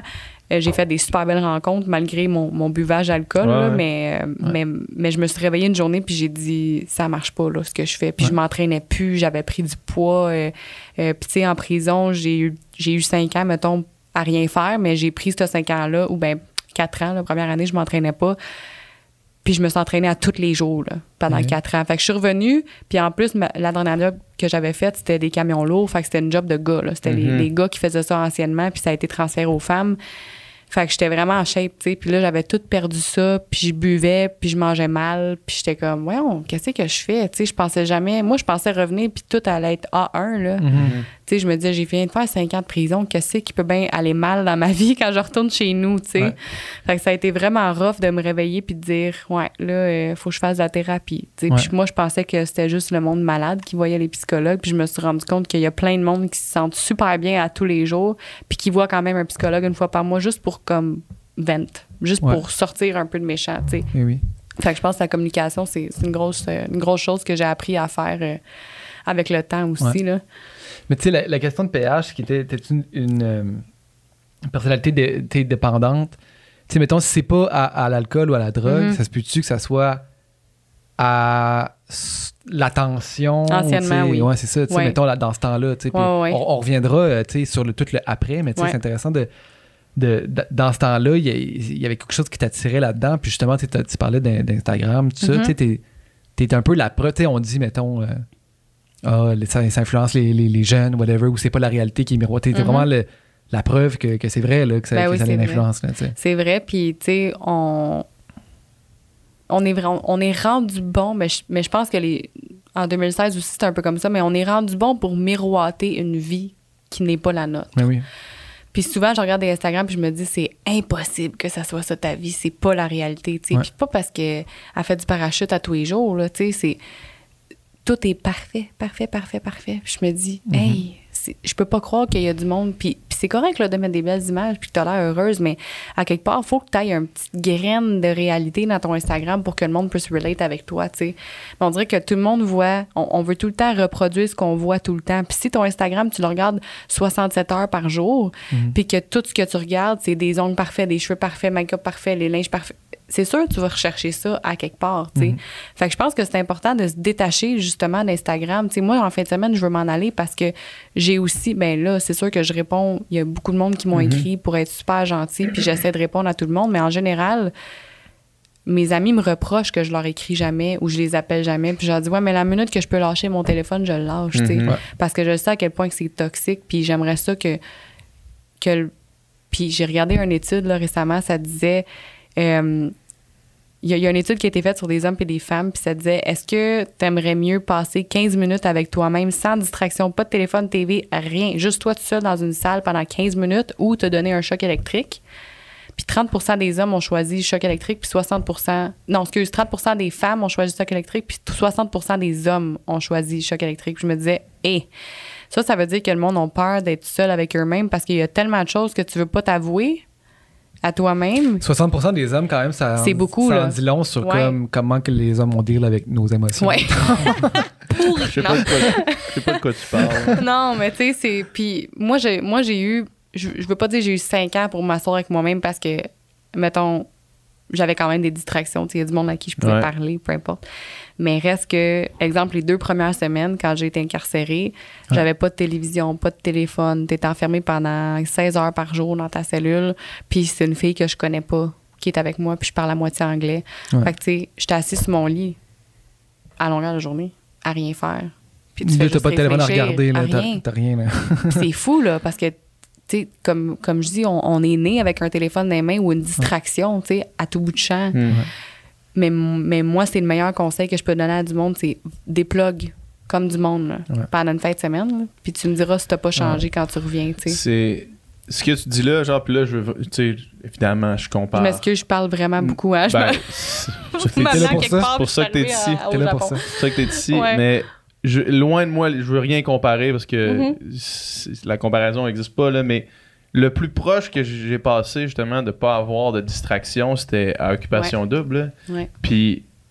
Speaker 4: J'ai fait des super belles rencontres malgré mon buvage d'alcool, là, mais je me suis réveillée une journée puis j'ai dit ça marche pas là, ce que je fais. Puis je m'entraînais plus, j'avais pris du poids. Puis tu sais, en prison, j'ai eu 5 ans, mettons, à rien faire, mais j'ai pris ces 5 ans-là, ou bien 4 ans, la première année, je m'entraînais pas. Puis je me suis entraînée à tous les jours là, pendant 4 ans. Fait que je suis revenue, puis en plus, la dernière job que j'avais faite, c'était des camions lourds. Fait que c'était une job de gars. Là. C'était les gars qui faisaient ça anciennement, puis ça a été transféré aux femmes. Fait que j'étais vraiment en shape, tu sais. Puis là, j'avais tout perdu ça, puis je buvais, puis je mangeais mal, puis j'étais comme, voyons, qu'est-ce que je fais? Tu sais, je pensais jamais... Moi, je pensais revenir, puis tout allait être A1, là. Tu sais, je me disais, j'ai fini de faire 5 ans de prison, qu'est-ce qui peut bien aller mal dans ma vie quand je retourne chez nous, tu sais? Fait que ça a été vraiment rough de me réveiller puis de dire, ouais, là, faut que je fasse de la thérapie, tu sais. Puis moi, je pensais que c'était juste le monde malade qui voyait les psychologues, puis je me suis rendu compte qu'il y a plein de monde qui se sentent super bien à tous les jours, puis qui voient quand même un psychologue une fois par mois juste pour comme vent, juste pour sortir un peu de méchant, tu sais.
Speaker 3: Oui.
Speaker 4: Fait que je pense que la communication, c'est une grosse chose que j'ai appris à faire avec le temps aussi, là.
Speaker 3: Mais tu sais, la question de PH, qui était une personnalité dépendante, tu sais, mettons, si c'est pas à l'alcool ou à la drogue, ça se peut-tu que ça soit à l'attention?
Speaker 4: Anciennement, oui.
Speaker 3: Ouais, c'est ça, tu sais, mettons, là, dans ce temps-là, tu sais, on reviendra, tu sais, sur tout le après, mais tu sais, c'est intéressant dans ce temps-là, il y avait quelque chose qui t'attirait là-dedans, puis justement, tu parlais d'Instagram, tout ça, tu sais, t'es un peu la preuve, tu sais, on dit, mettons... ça influence les jeunes, whatever, ou c'est pas la réalité qui est miroir. T'es vraiment la preuve que c'est vrai, là, que ça a une influence. Là,
Speaker 4: c'est vrai, puis tu sais, on est rendu bon, mais je pense que en 2016 aussi, c'était un peu comme ça, mais on est rendu bon pour miroiter une vie qui n'est pas la nôtre.
Speaker 3: Mais oui.
Speaker 4: Puis souvent, je regarde Instagram puis je me dis, c'est impossible que ça soit ça ta vie, c'est pas la réalité, tu sais. Puis pas parce qu'elle fait du parachute à tous les jours, là, tu sais, c'est... Tout est parfait. Puis je me dis, hey, je peux pas croire qu'il y a du monde. Puis c'est correct là, de mettre des belles images puis que tu as l'air heureuse, mais à quelque part, il faut que tu aies une petite graine de réalité dans ton Instagram pour que le monde puisse relate avec toi, tu sais. On dirait que tout le monde voit, on veut tout le temps reproduire ce qu'on voit tout le temps. Puis si ton Instagram, tu le regardes 67 heures par jour, puis que tout ce que tu regardes, c'est des ongles parfaits, des cheveux parfaits, make-up parfait, les linges parfaits, c'est sûr que tu vas rechercher ça à quelque part, tu sais. Fait que je pense que c'est important de se détacher justement d'Instagram. Tu sais, moi, en fin de semaine, je veux m'en aller parce que j'ai aussi, ben là, c'est sûr que je réponds, il y a beaucoup de monde qui m'ont écrit pour être super gentil, puis j'essaie de répondre à tout le monde, mais en général, mes amis me reprochent que je leur écris jamais ou je les appelle jamais, puis je leur dis, ouais, mais la minute que je peux lâcher mon téléphone, je le lâche, tu sais, parce que je sais à quel point que c'est toxique, puis j'aimerais ça que puis j'ai regardé une étude là, récemment, ça disait... Il y a une étude qui a été faite sur des hommes et des femmes, puis ça disait, est-ce que tu aimerais mieux passer 15 minutes avec toi-même, sans distraction, pas de téléphone, TV, rien, juste toi tout seul dans une salle pendant 15 minutes, ou te donner un choc électrique? Puis 30% des hommes ont choisi le choc électrique, puis 30% des femmes ont choisi le choc électrique, puis 60% des hommes ont choisi le choc électrique. Puis je me disais, ça veut dire que le monde a peur d'être seul avec eux-mêmes parce qu'il y a tellement de choses que tu veux pas t'avouer à toi-même.
Speaker 3: 60% des hommes, quand même,
Speaker 4: c'est beaucoup,
Speaker 3: ça en dit long sur comment que les hommes ont deal avec nos émotions.
Speaker 4: Ouais.
Speaker 2: Je sais pas de quoi tu parles.
Speaker 4: Non, mais tu sais, c'est... Puis moi, j'ai eu... Je veux pas dire que j'ai eu 5 ans pour m'asseoir avec moi-même parce que, mettons, j'avais quand même des distractions. Il y a du monde à qui je pouvais parler, peu importe. Mais reste que, exemple, les 2 premières semaines, quand j'ai été incarcérée, j'avais pas de télévision, pas de téléphone. T'étais enfermée pendant 16 heures par jour dans ta cellule. Puis c'est une fille que je connais pas qui est avec moi, puis je parle à moitié anglais. Fait que, tu sais, j'étais assise sur mon lit à longueur de journée, à rien faire. Puis tu fais juste
Speaker 3: t'as pas de téléphone à regarder, là. T'as rien, là.
Speaker 4: C'est fou, là, parce que tu sais, comme je dis, on est né avec un téléphone dans les mains ou une distraction, tu sais, à tout bout de champ. Mais moi, c'est le meilleur conseil que je peux donner à du monde, c'est des plugs comme du monde là, pendant une fin de semaine. Là. Puis tu me diras si t'as pas changé quand tu reviens, tu sais.
Speaker 2: C'est ce que tu dis là, genre, puis là, tu sais, évidemment, je compare.
Speaker 4: Je m'excuse, je parle vraiment beaucoup. Hein,
Speaker 2: c'est pour ça que t'es ici. C'est pour ça que t'es ici, mais... loin de moi, je veux rien comparer parce que la comparaison n'existe pas, là, mais le plus proche que j'ai passé justement de pas avoir de distraction, c'était à Occupation Double. Puis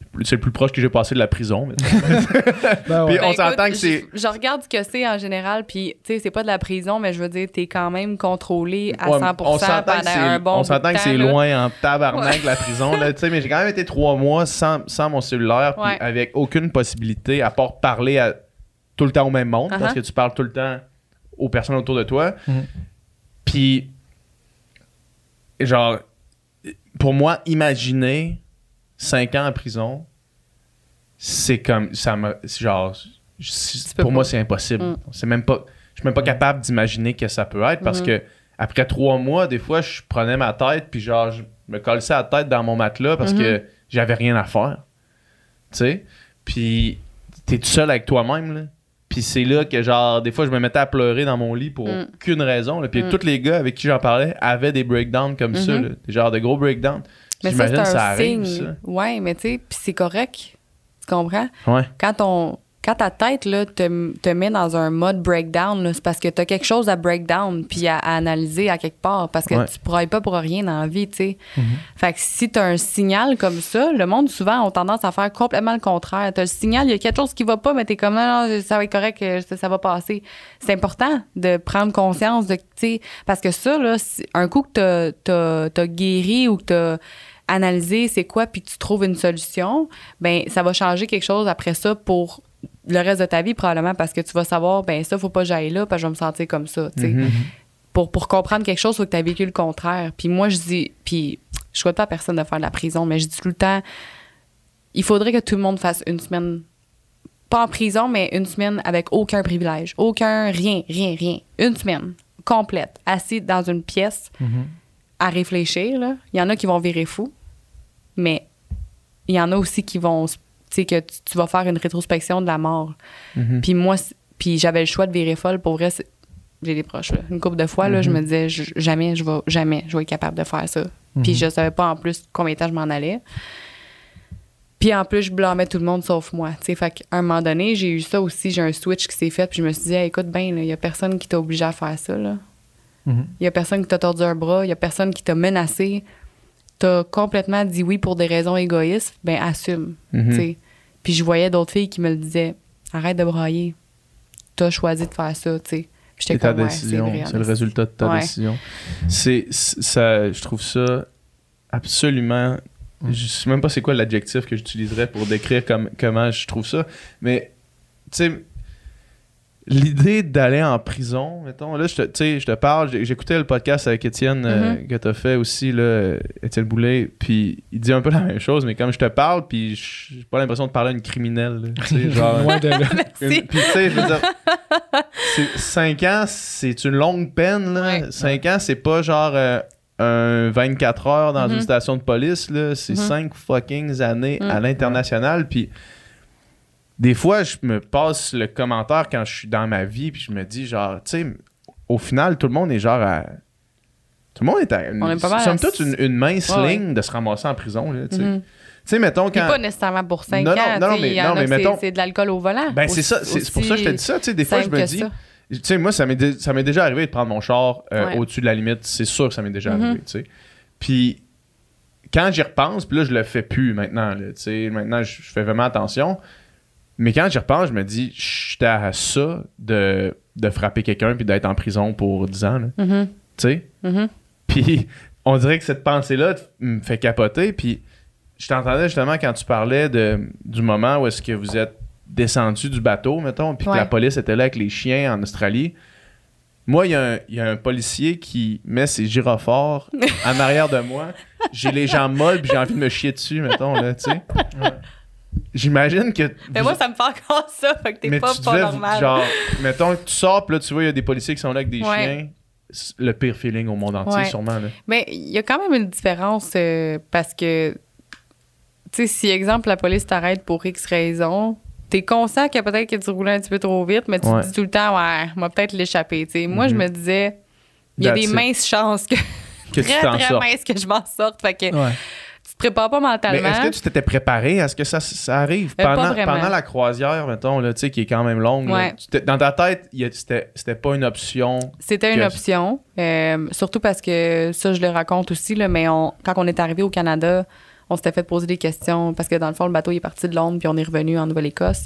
Speaker 2: c'est le plus proche que j'ai passé de la prison.
Speaker 3: Ben ouais.
Speaker 2: Puis on s'entend que c'est...
Speaker 4: Je regarde ce que c'est en général, puis tu sais, c'est pas de la prison, mais je veux dire, t'es quand même contrôlé à 100% pendant un bon
Speaker 2: On s'entend
Speaker 4: bout de
Speaker 2: que c'est
Speaker 4: temps, là.
Speaker 2: loin en tabarnak de la prison, là, tu sais, mais j'ai quand même été 3 mois sans mon cellulaire, puis avec aucune possibilité, à part parler tout le temps au même monde, parce que tu parles tout le temps aux personnes autour de toi. Puis, genre, pour moi, imaginer 5 ans en prison, c'est comme, pour moi, c'est impossible. Je suis même pas capable d'imaginer que ça peut être, parce que après 3 mois, des fois, je prenais ma tête, puis genre, je me collais la tête dans mon matelas parce que j'avais rien à faire. Tu sais? Puis, t'es tout seul avec toi-même, là. Puis c'est là que, genre, des fois, je me mettais à pleurer dans mon lit pour aucune raison. Là. Puis tous les gars avec qui j'en parlais avaient des breakdowns comme ça, là. Des genres de gros breakdowns.
Speaker 4: Mais
Speaker 2: j'imagine
Speaker 4: ça, c'est
Speaker 2: ça
Speaker 4: un
Speaker 2: arrive,
Speaker 4: signe.
Speaker 2: ça.
Speaker 4: Ouais, mais tu sais, puis c'est correct. Tu comprends?
Speaker 2: Ouais.
Speaker 4: Quand ta tête là, te met dans un mode breakdown, là, c'est parce que tu as quelque chose à breakdown puis à analyser à quelque part. Parce que tu ne pas pour rien dans la vie, tu sais. Fait que si tu as un signal comme ça, le monde, souvent, a tendance à faire complètement le contraire. Tu as le signal, il y a quelque chose qui va pas, mais tu es comme, non, ça va être correct, ça va passer. C'est important de prendre conscience de, tu sais, parce que ça, là, un coup que tu as guéri ou que tu as analysé c'est quoi puis que tu trouves une solution, ben ça va changer quelque chose après ça pour le reste de ta vie, probablement, parce que tu vas savoir, ben ça, faut pas que j'aille là, parce que je vais me sentir comme ça, tu sais. Pour comprendre quelque chose, il faut que tu aies vécu le contraire. Puis moi, je dis, puis je souhaite pas à personne de faire de la prison, mais je dis tout le temps, il faudrait que tout le monde fasse une semaine, pas en prison, mais une semaine avec aucun privilège, rien. Une semaine complète, assis dans une pièce à réfléchir, là. Il y en a qui vont virer fou, mais il y en a aussi qui vont... Tu sais, que tu vas faire une rétrospection de la mort. Puis moi, j'avais le choix de virer folle. Pour vrai, j'ai des proches. Là. Une couple de fois, là, je me disais, jamais je vais être capable de faire ça. Puis je savais pas en plus combien de temps je m'en allais. Puis en plus, je blâmais tout le monde sauf moi. Tu sais, fait qu'à un moment donné, j'ai eu ça aussi. J'ai un switch qui s'est fait. Puis je me suis dit, hey, écoute bien, il y a personne qui t'a obligé à faire ça. Il y a personne qui t'a tordu un bras. Il y a personne qui t'a menacé. T'as complètement dit oui pour des raisons égoïstes, ben assume. T'sais. Puis je voyais d'autres filles qui me le disaient, arrête de brailler, t'as choisi de faire ça, tu sais.
Speaker 2: C'est ta décision, c'est le résultat de ta décision. Je trouve ça absolument... Je sais même pas c'est quoi l'adjectif que j'utiliserais pour décrire comment je trouve ça, mais tu sais... L'idée d'aller en prison, mettons, là, je te parle, j'écoutais le podcast avec Étienne que t'as fait aussi, là, Étienne Boulay, puis il dit un peu la même chose, mais comme je te parle, puis j'ai pas l'impression de parler à une criminelle, tu sais, genre...
Speaker 3: Loin de là.
Speaker 2: Puis tu sais, je veux dire, 5 ans, c'est une longue peine, là. 5 ans, c'est pas genre un 24 heures dans une station de police, là, c'est 5 fucking années à l'international, puis... Des fois, je me passe le commentaire quand je suis dans ma vie, puis je me dis, genre, tu sais, au final, tout le monde est genre à... Tout le monde est à... Somme toute une mince ligne de se ramasser en prison, là, tu sais. Tu sais, mettons quand...
Speaker 4: pas nécessairement pour 5 ans, mais mettons... c'est de l'alcool au volant.
Speaker 2: Ben, c'est ça, c'est pour ça que je te dis ça, tu sais, des fois, je me dis... Tu sais, moi, ça m'est déjà arrivé de prendre mon char au-dessus de la limite, c'est sûr que ça m'est déjà arrivé, tu sais. Puis, quand j'y repense, puis là, je le fais plus maintenant, là, tu sais, maintenant, je fais vraiment attention... Mais quand j'y repense, je me dis, j'étais à ça de frapper quelqu'un puis d'être en prison pour 10 ans. Tu sais? Puis on dirait que cette pensée-là me fait capoter. Puis je t'entendais justement quand tu parlais du moment où est-ce que vous êtes descendu du bateau, mettons, puis que la police était là avec les chiens en Australie. Moi, il y a un policier qui met ses gyrophares en arrière de moi. J'ai les jambes molles puis j'ai envie de me chier dessus, mettons, là, tu sais. J'imagine que...
Speaker 4: Mais moi, ça me fait encore ça, fait que t'es pas normal.
Speaker 2: Genre, mettons que tu sors, puis là, tu vois, il y a des policiers qui sont là avec des chiens. Le pire feeling au monde entier, sûrement. Là.
Speaker 4: Mais il y a quand même une différence parce que, tu sais, si, exemple, la police t'arrête pour X raison, t'es conscient que peut-être que tu roulais un petit peu trop vite, mais tu te dis tout le temps, ouais, on va peut-être l'échapper. Tu sais, moi, je me disais, il y a des minces chances que très, très minces que je m'en sorte. Fait que... Tu te prépares pas mentalement.
Speaker 2: Mais est-ce que tu t'étais préparé à ce que ça arrive? Pendant la croisière, mettons, là, tu sais, qui est quand même longue. Là, dans ta tête, c'était pas une option.
Speaker 4: C'était une option. Surtout parce que, ça, je le raconte aussi, là, mais quand on est arrivé au Canada, on s'était fait poser des questions parce que dans le fond, le bateau il est parti de Londres puis on est revenu en Nouvelle-Écosse.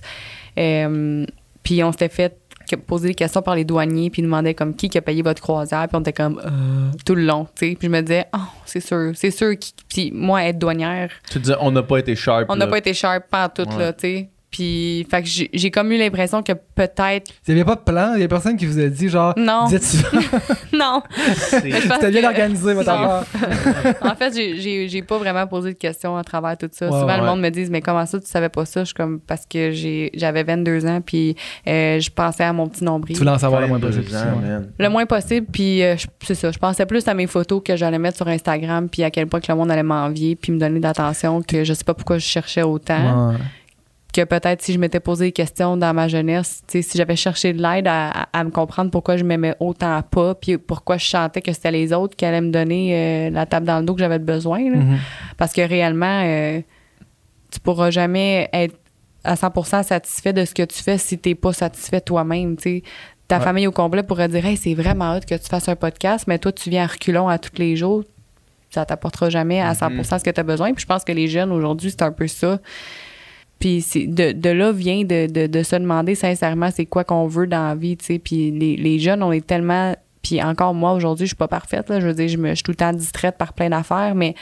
Speaker 4: Puis on s'était fait poser des questions par les douaniers puis ils nous demandaient comme qui a payé votre croisière puis on était comme tout le long, tu sais. Puis je me disais, c'est sûr. Puis moi, être douanière...
Speaker 2: Tu te disais, on n'a pas été sharp.
Speaker 4: On n'a pas été sharp pantoute, là, tu sais. Puis, fait que j'ai comme eu l'impression que peut-être...
Speaker 3: Il n'y avait pas de plan? Il y a personne qui vous a dit, genre...
Speaker 4: Non. Non.
Speaker 3: C'était bien organisé, votre affaire.
Speaker 4: En fait, j'ai pas vraiment posé de questions à travers tout ça. Souvent, le monde me dit, mais comment ça, tu savais pas ça? Je suis comme, parce que j'avais 22 ans, puis je pensais à mon petit nombril.
Speaker 3: Tu voulais en savoir le moins possible.
Speaker 4: Le moins possible, puis c'est ça. Je pensais plus à mes photos que j'allais mettre sur Instagram, puis à quel point que le monde allait m'envier, puis me donner de l'attention, que je sais pas pourquoi je cherchais autant. Ouais. Que peut-être si je m'étais posé des questions dans ma jeunesse, si j'avais cherché de l'aide à me comprendre pourquoi je m'aimais autant pas, puis pourquoi je chantais que c'était les autres qui allaient me donner la tape dans le dos que j'avais besoin. Là. Mm-hmm. Parce que réellement, tu pourras jamais être à 100% satisfait de ce que tu fais si t'es pas satisfait toi-même. T'sais. Ta famille au complet pourrait dire « Hey, c'est vraiment hot que tu fasses un podcast, mais toi, tu viens à reculons à tous les jours. » Ça t'apportera jamais à 100% ce que tu as besoin. Puis je pense que les jeunes, aujourd'hui, c'est un peu ça. Puis de là vient de se demander sincèrement c'est quoi qu'on veut dans la vie, tu sais. Puis les jeunes, on est tellement... Puis encore moi, aujourd'hui, je suis pas parfaite, là. Je veux dire, je suis tout le temps distraite par plein d'affaires, mais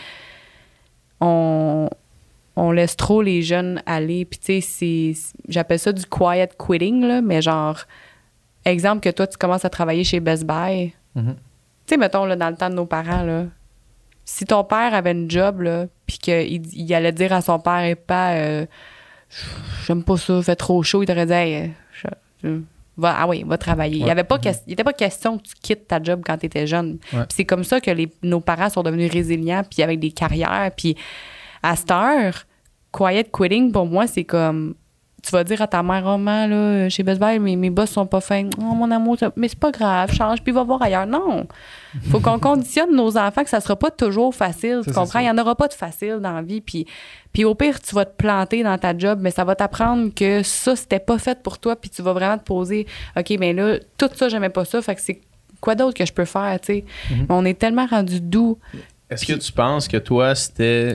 Speaker 4: on laisse trop les jeunes aller. Puis tu sais, j'appelle ça du quiet quitting, là, mais genre, exemple que toi, tu commences à travailler chez Best Buy. Mm-hmm. Tu sais, mettons, là, dans le temps de nos parents, là, si ton père avait une job, là, puis qu'il allait dire à son père et pas... j'aime pas ça, fait trop chaud, il t'aurait dit hey, va travailler. Il n'était pas question que tu quittes ta job quand tu étais jeune. Ouais. Puis c'est comme ça que nos parents sont devenus résilients, puis avec des carrières. Puis à cette heure, quiet quitting, pour moi, c'est comme tu vas dire à ta mère, oh man, là, chez Best Buy, mes boss sont pas fins. Oh mon amour, mais c'est pas grave, change, puis va voir ailleurs. Non. Faut qu'on conditionne nos enfants que ça sera pas toujours facile. Tu comprends? Il y en aura pas de facile dans la vie. Puis au pire, tu vas te planter dans ta job, mais ça va t'apprendre que ça, c'était pas fait pour toi, puis tu vas vraiment te poser, OK, mais là, tout ça, j'aimais pas ça, fait que c'est quoi d'autre que je peux faire, tu sais? Mm-hmm. On est tellement rendu doux.
Speaker 2: Est-ce que tu penses que toi, c'était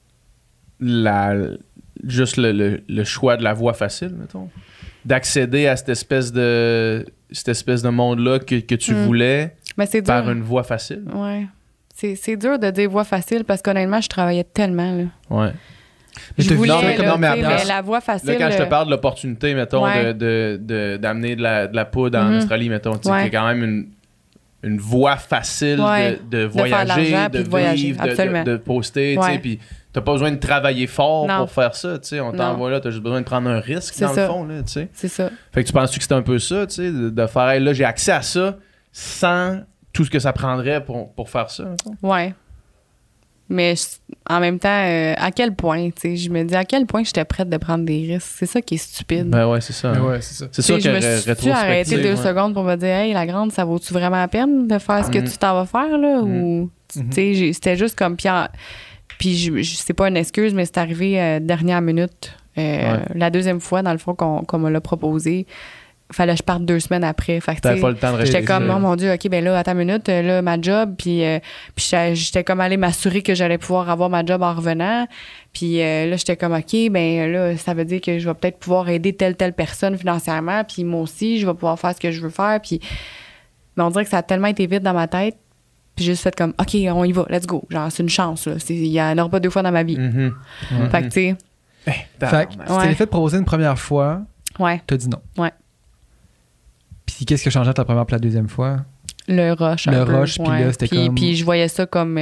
Speaker 2: juste le choix de la voie facile, mettons? D'accéder à cette espèce de monde-là que tu voulais par une voie facile?
Speaker 4: Ouais. C'est dur de dire voie facile parce qu'honnêtement, je travaillais tellement, là.
Speaker 2: Ouais.
Speaker 4: Je voulais, mais la voie facile...
Speaker 2: Là, quand je te parle de l'opportunité, mettons, d'amener de la poudre en Australie, mettons, tu sais, qu'il y a quand même une voie facile de voyager, de vivre, de poster, tu sais, puis t'as pas besoin de travailler fort pour faire ça, tu sais, on t'envoie là, t'as juste besoin de prendre un risque le fond, là, tu sais.
Speaker 4: C'est ça.
Speaker 2: Fait que tu penses-tu que c'était un peu ça, tu sais, de faire, hey, là, j'ai accès à ça sans tout ce que ça prendrait pour faire ça?
Speaker 4: Ouais. Mais en même temps, à quel point, tu sais, je me dis à quel point j'étais prête de prendre des risques. C'est ça qui est stupide.
Speaker 2: Ben ouais, c'est ça.
Speaker 3: Ouais, c'est ça.
Speaker 2: C'est sûr que
Speaker 4: je me suis arrêté 2 secondes pour me dire, hey, la grande, ça vaut-tu vraiment la peine de faire ce que tu t'en vas faire, là? Ou, tu sais, c'était juste comme. Puis c'est pas une excuse, mais c'est arrivé dernière minute. La deuxième fois, dans le fond, qu'on me l'a proposé. Fallait que je parte 2 semaines après. Fait que,
Speaker 2: t'avais pas le temps de rester.
Speaker 4: J'étais comme, oh mon Dieu, OK, ben là, attends une minute, là, ma job, puis j'étais comme allée m'assurer que j'allais pouvoir avoir ma job en revenant. Puis là, j'étais comme, OK, ben là, ça veut dire que je vais peut-être pouvoir aider telle personne financièrement, puis moi aussi, je vais pouvoir faire ce que je veux faire. Puis, mais on dirait que ça a tellement été vite dans ma tête. Puis j'ai juste fait comme, OK, on y va, let's go. Genre, c'est une chance, là. Il y en aura pas 2 fois dans ma vie. Fait que, tu sais.
Speaker 3: Fait que tu t'es fait proposer une première fois.
Speaker 4: Ouais.
Speaker 3: T'as dit non.
Speaker 4: Ouais.
Speaker 3: Puis qu'est-ce qui a changé entre la première et la deuxième fois?
Speaker 4: Le rush.
Speaker 3: Le rush, puis là, c'était comme...
Speaker 4: Puis je voyais ça comme...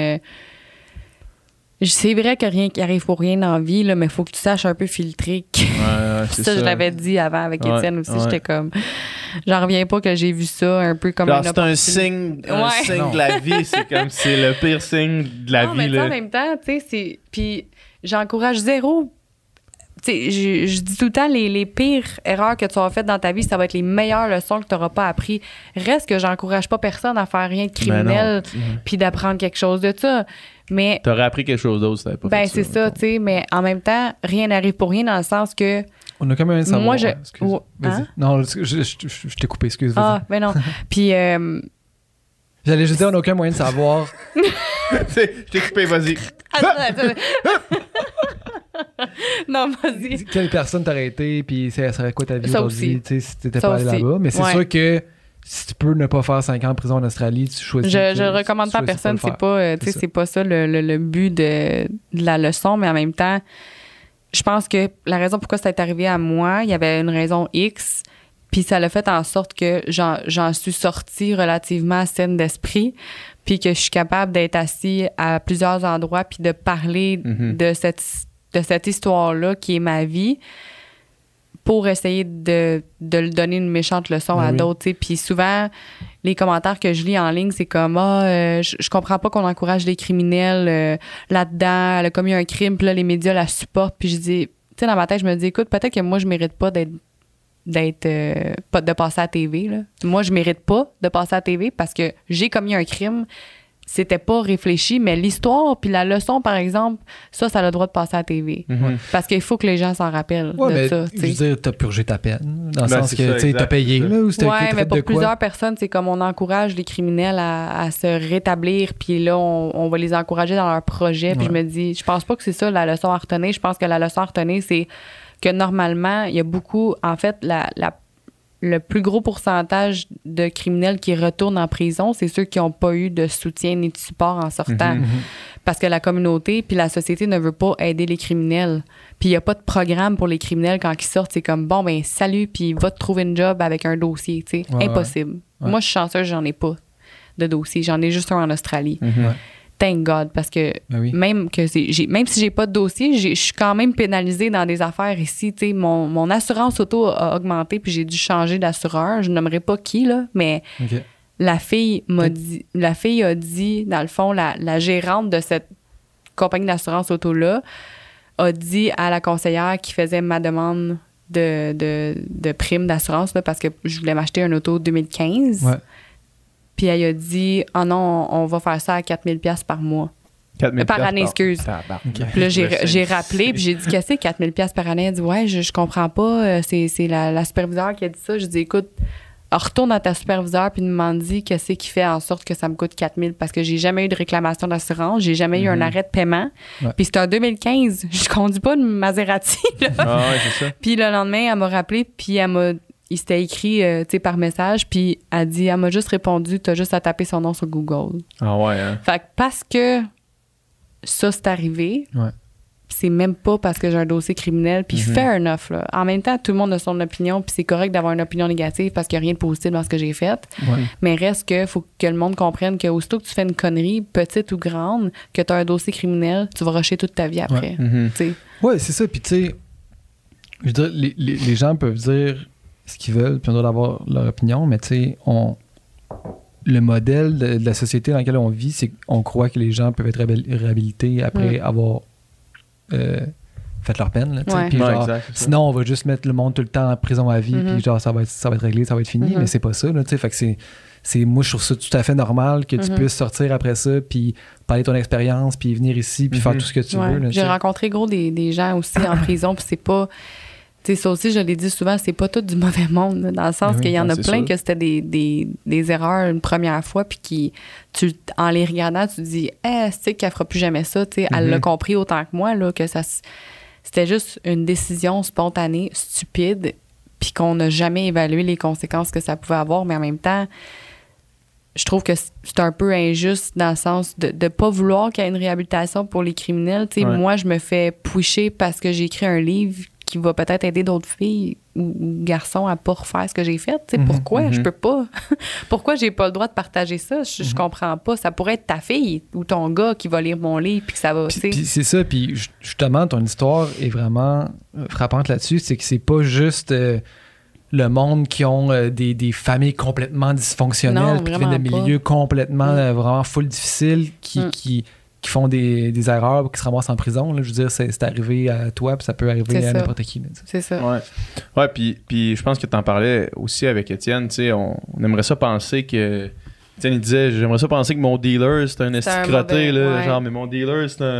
Speaker 4: c'est vrai que rien qui arrive pour rien dans la vie, là, mais il faut que tu saches un peu filtrer.
Speaker 2: C'est
Speaker 4: ça, je l'avais dit avant avec Étienne aussi. J'étais comme... J'en reviens pas que j'ai vu ça un peu comme...
Speaker 2: Alors, c'est un signe de la vie. C'est comme c'est le pire signe de la vie.
Speaker 4: Mais
Speaker 2: là.
Speaker 4: En même temps, tu sais, c'est... Puis j'encourage zéro... Tu sais, je dis tout le temps, les pires erreurs que tu auras faites dans ta vie, ça va être les meilleures leçons que tu n'auras pas appris. Reste que j'encourage pas personne à faire rien de criminel puis d'apprendre quelque chose de ça. Mais
Speaker 2: t'aurais appris quelque chose d'autre si t'avais pas fait ça.
Speaker 4: C'est ça, tu sais, mais en même temps, rien n'arrive pour rien dans le sens que...
Speaker 3: On a quand même un savoir.
Speaker 4: Moi,
Speaker 3: vas-y. Non, je t'ai coupé, excuse.
Speaker 4: Ah, ben non. Puis...
Speaker 3: J'allais juste dire, on n'a aucun moyen de savoir.
Speaker 2: Je t'ai coupé, vas-y.
Speaker 4: Attends. Non, vas-y.
Speaker 3: Quelle personne t'aurait été, puis ça serait quoi ta vie
Speaker 4: Ça
Speaker 3: aujourd'hui, tu sais, si t'étais
Speaker 4: Ça
Speaker 3: pas allé
Speaker 4: aussi.
Speaker 3: là-bas. Mais c'est
Speaker 4: Ouais.
Speaker 3: sûr que si tu peux ne pas faire 5 ans en prison en Australie, tu choisis.
Speaker 4: Je le recommande pas à personne, c'est pas, tu sais, c'est pas ça le but de la leçon, mais en même temps, je pense que la raison pourquoi ça est arrivé à moi, il y avait une raison X, puis ça l'a fait en sorte que j'en suis sortie relativement saine d'esprit, puis que je suis capable d'être assis à plusieurs endroits puis de parler de cette histoire-là qui est ma vie pour essayer de le donner une méchante leçon à d'autres, tu sais. Puis souvent, les commentaires que je lis en ligne, c'est comme je comprends pas qu'on encourage les criminels là-dedans, elle a commis un crime, puis là, les médias la supportent. Puis je dis, tu sais, dans ma tête, je me dis, écoute, peut-être que moi, je mérite pas de passer à la TV, là. Moi, je mérite pas de passer à la TV parce que j'ai commis un crime. C'était pas réfléchi, mais l'histoire puis la leçon, par exemple, ça a le droit de passer à la TV. Parce qu'il faut que les gens s'en rappellent de ça.
Speaker 3: Je veux dire, t'as purgé ta peine, dans le
Speaker 2: Ben,
Speaker 3: sens
Speaker 2: c'est
Speaker 3: que
Speaker 2: ça,
Speaker 3: t'as payé, là, ou c'était
Speaker 4: Ouais, mais
Speaker 3: fait
Speaker 4: pour
Speaker 3: de quoi?
Speaker 4: plusieurs personnes, c'est comme on encourage les criminels à se rétablir, puis là, on va les encourager dans leur projet. Puis je me dis, je pense pas que c'est ça la leçon à retenir. Je pense que la leçon à retenir, c'est que normalement, il y a beaucoup, en fait, le plus gros pourcentage de criminels qui retournent en prison, c'est ceux qui n'ont pas eu de soutien ni de support en sortant. Parce que la communauté puis la société ne veut pas aider les criminels. Puis il n'y a pas de programme pour les criminels quand ils sortent. C'est comme, bon, ben salut, puis va te trouver une job avec un dossier. Tu sais, impossible.
Speaker 3: Ouais.
Speaker 4: Moi, je suis chanceuse, j'en ai pas de dossier. J'en ai juste un en Australie. Thank God, parce que même si j'ai pas de dossier, je suis quand même pénalisée dans des affaires ici. Tu sais, mon assurance auto a augmenté, puis j'ai dû changer d'assureur. Je nommerai pas qui, là, mais la fille a dit, dans le fond, la gérante de cette compagnie d'assurance auto-là a dit à la conseillère qui faisait ma demande de prime d'assurance, là, parce que je voulais m'acheter un auto 2015.
Speaker 3: Ouais.
Speaker 4: Puis elle a dit, « Ah non, on va faire ça à 4 000 $ par mois. »
Speaker 2: 4 000
Speaker 4: Par année, excuse. Puis là, j'ai rappelé, puis j'ai dit, « Qu'est-ce que c'est 4 000 $ par année? » Elle dit, « Ouais, je comprends pas. C'est la superviseure qui a dit ça. » Je dis, « Écoute, retourne à ta superviseure puis demande-y qu'est-ce qui fait en sorte que ça me coûte 4 000 parce que j'ai jamais eu de réclamation d'assurance, j'ai jamais eu un arrêt de paiement. Puis c'était en 2015. Je conduis pas de Maserati, là.
Speaker 2: Ah ouais, c'est ça.
Speaker 4: Puis le lendemain, elle m'a rappelé, puis il s'était écrit tu sais, par message, puis elle m'a juste répondu, t'as juste à taper son nom sur Google.
Speaker 2: Ah ouais, hein.
Speaker 4: Fait que parce que ça, c'est arrivé, c'est même pas parce que j'ai un dossier criminel, puis fair enough, là. En même temps, tout le monde a son opinion, puis c'est correct d'avoir une opinion négative parce qu'il n'y a rien de positif dans ce que j'ai fait. Mais reste que faut que le monde comprenne que aussitôt que tu fais une connerie, petite ou grande, que tu as un dossier criminel, tu vas rusher toute ta vie après.
Speaker 3: Ouais, c'est ça. Puis tu sais, je veux dire, les gens peuvent dire ce qu'ils veulent, puis on doit avoir leur opinion, mais tu sais, le modèle de la société dans laquelle on vit, c'est qu'on croit que les gens peuvent être réhabilités après avoir fait leur peine. Là, puis genre, sinon, on va juste mettre le monde tout le temps en prison à vie, puis genre, ça va être réglé, ça va être fini, mais c'est pas ça. Là, fait que moi, je trouve ça tout à fait normal que tu puisses sortir après ça, puis parler de ton expérience, puis venir ici, puis faire tout ce que tu veux. Là,
Speaker 4: j'ai rencontré des gens aussi en prison, puis c'est pas... Tu sais, ça aussi, je l'ai dit souvent, c'est pas tout du mauvais monde, là, dans le sens qu'il y en a plein que c'était des erreurs une première fois, puis en les regardant, tu te dis, c'est qu'elle fera plus jamais ça, tu sais, elle l'a compris autant que moi, là, que c'était juste une décision spontanée, stupide, puis qu'on n'a jamais évalué les conséquences que ça pouvait avoir, mais en même temps, je trouve que c'est un peu injuste dans le sens de ne pas vouloir qu'il y ait une réhabilitation pour les criminels. Tu sais, moi, je me fais pusher parce que j'ai écrit un livre qui va peut-être aider d'autres filles ou garçons à pas refaire ce que j'ai fait. Tu sais, pourquoi? Je peux pas. Pourquoi j'ai pas le droit de partager ça? Je comprends pas. Ça pourrait être ta fille ou ton gars qui va lire mon livre puis que ça va...
Speaker 3: Puis c'est ça. Puis justement, ton histoire est vraiment frappante là-dessus. C'est que c'est pas juste... le monde qui ont des familles complètement dysfonctionnelles, puis qui viennent de milieux complètement vraiment full difficiles, qui font des erreurs, qui se ramassent en prison. Là. Je veux dire, c'est arrivé à toi, puis ça peut arriver à n'importe qui.
Speaker 4: C'est ça.
Speaker 2: Ouais, puis je pense que tu en parlais aussi avec Étienne. Tu sais, on aimerait ça penser que... Étienne, il disait, j'aimerais ça penser que mon dealer, c'est un escroté, là. Genre, mais mon dealer, c'est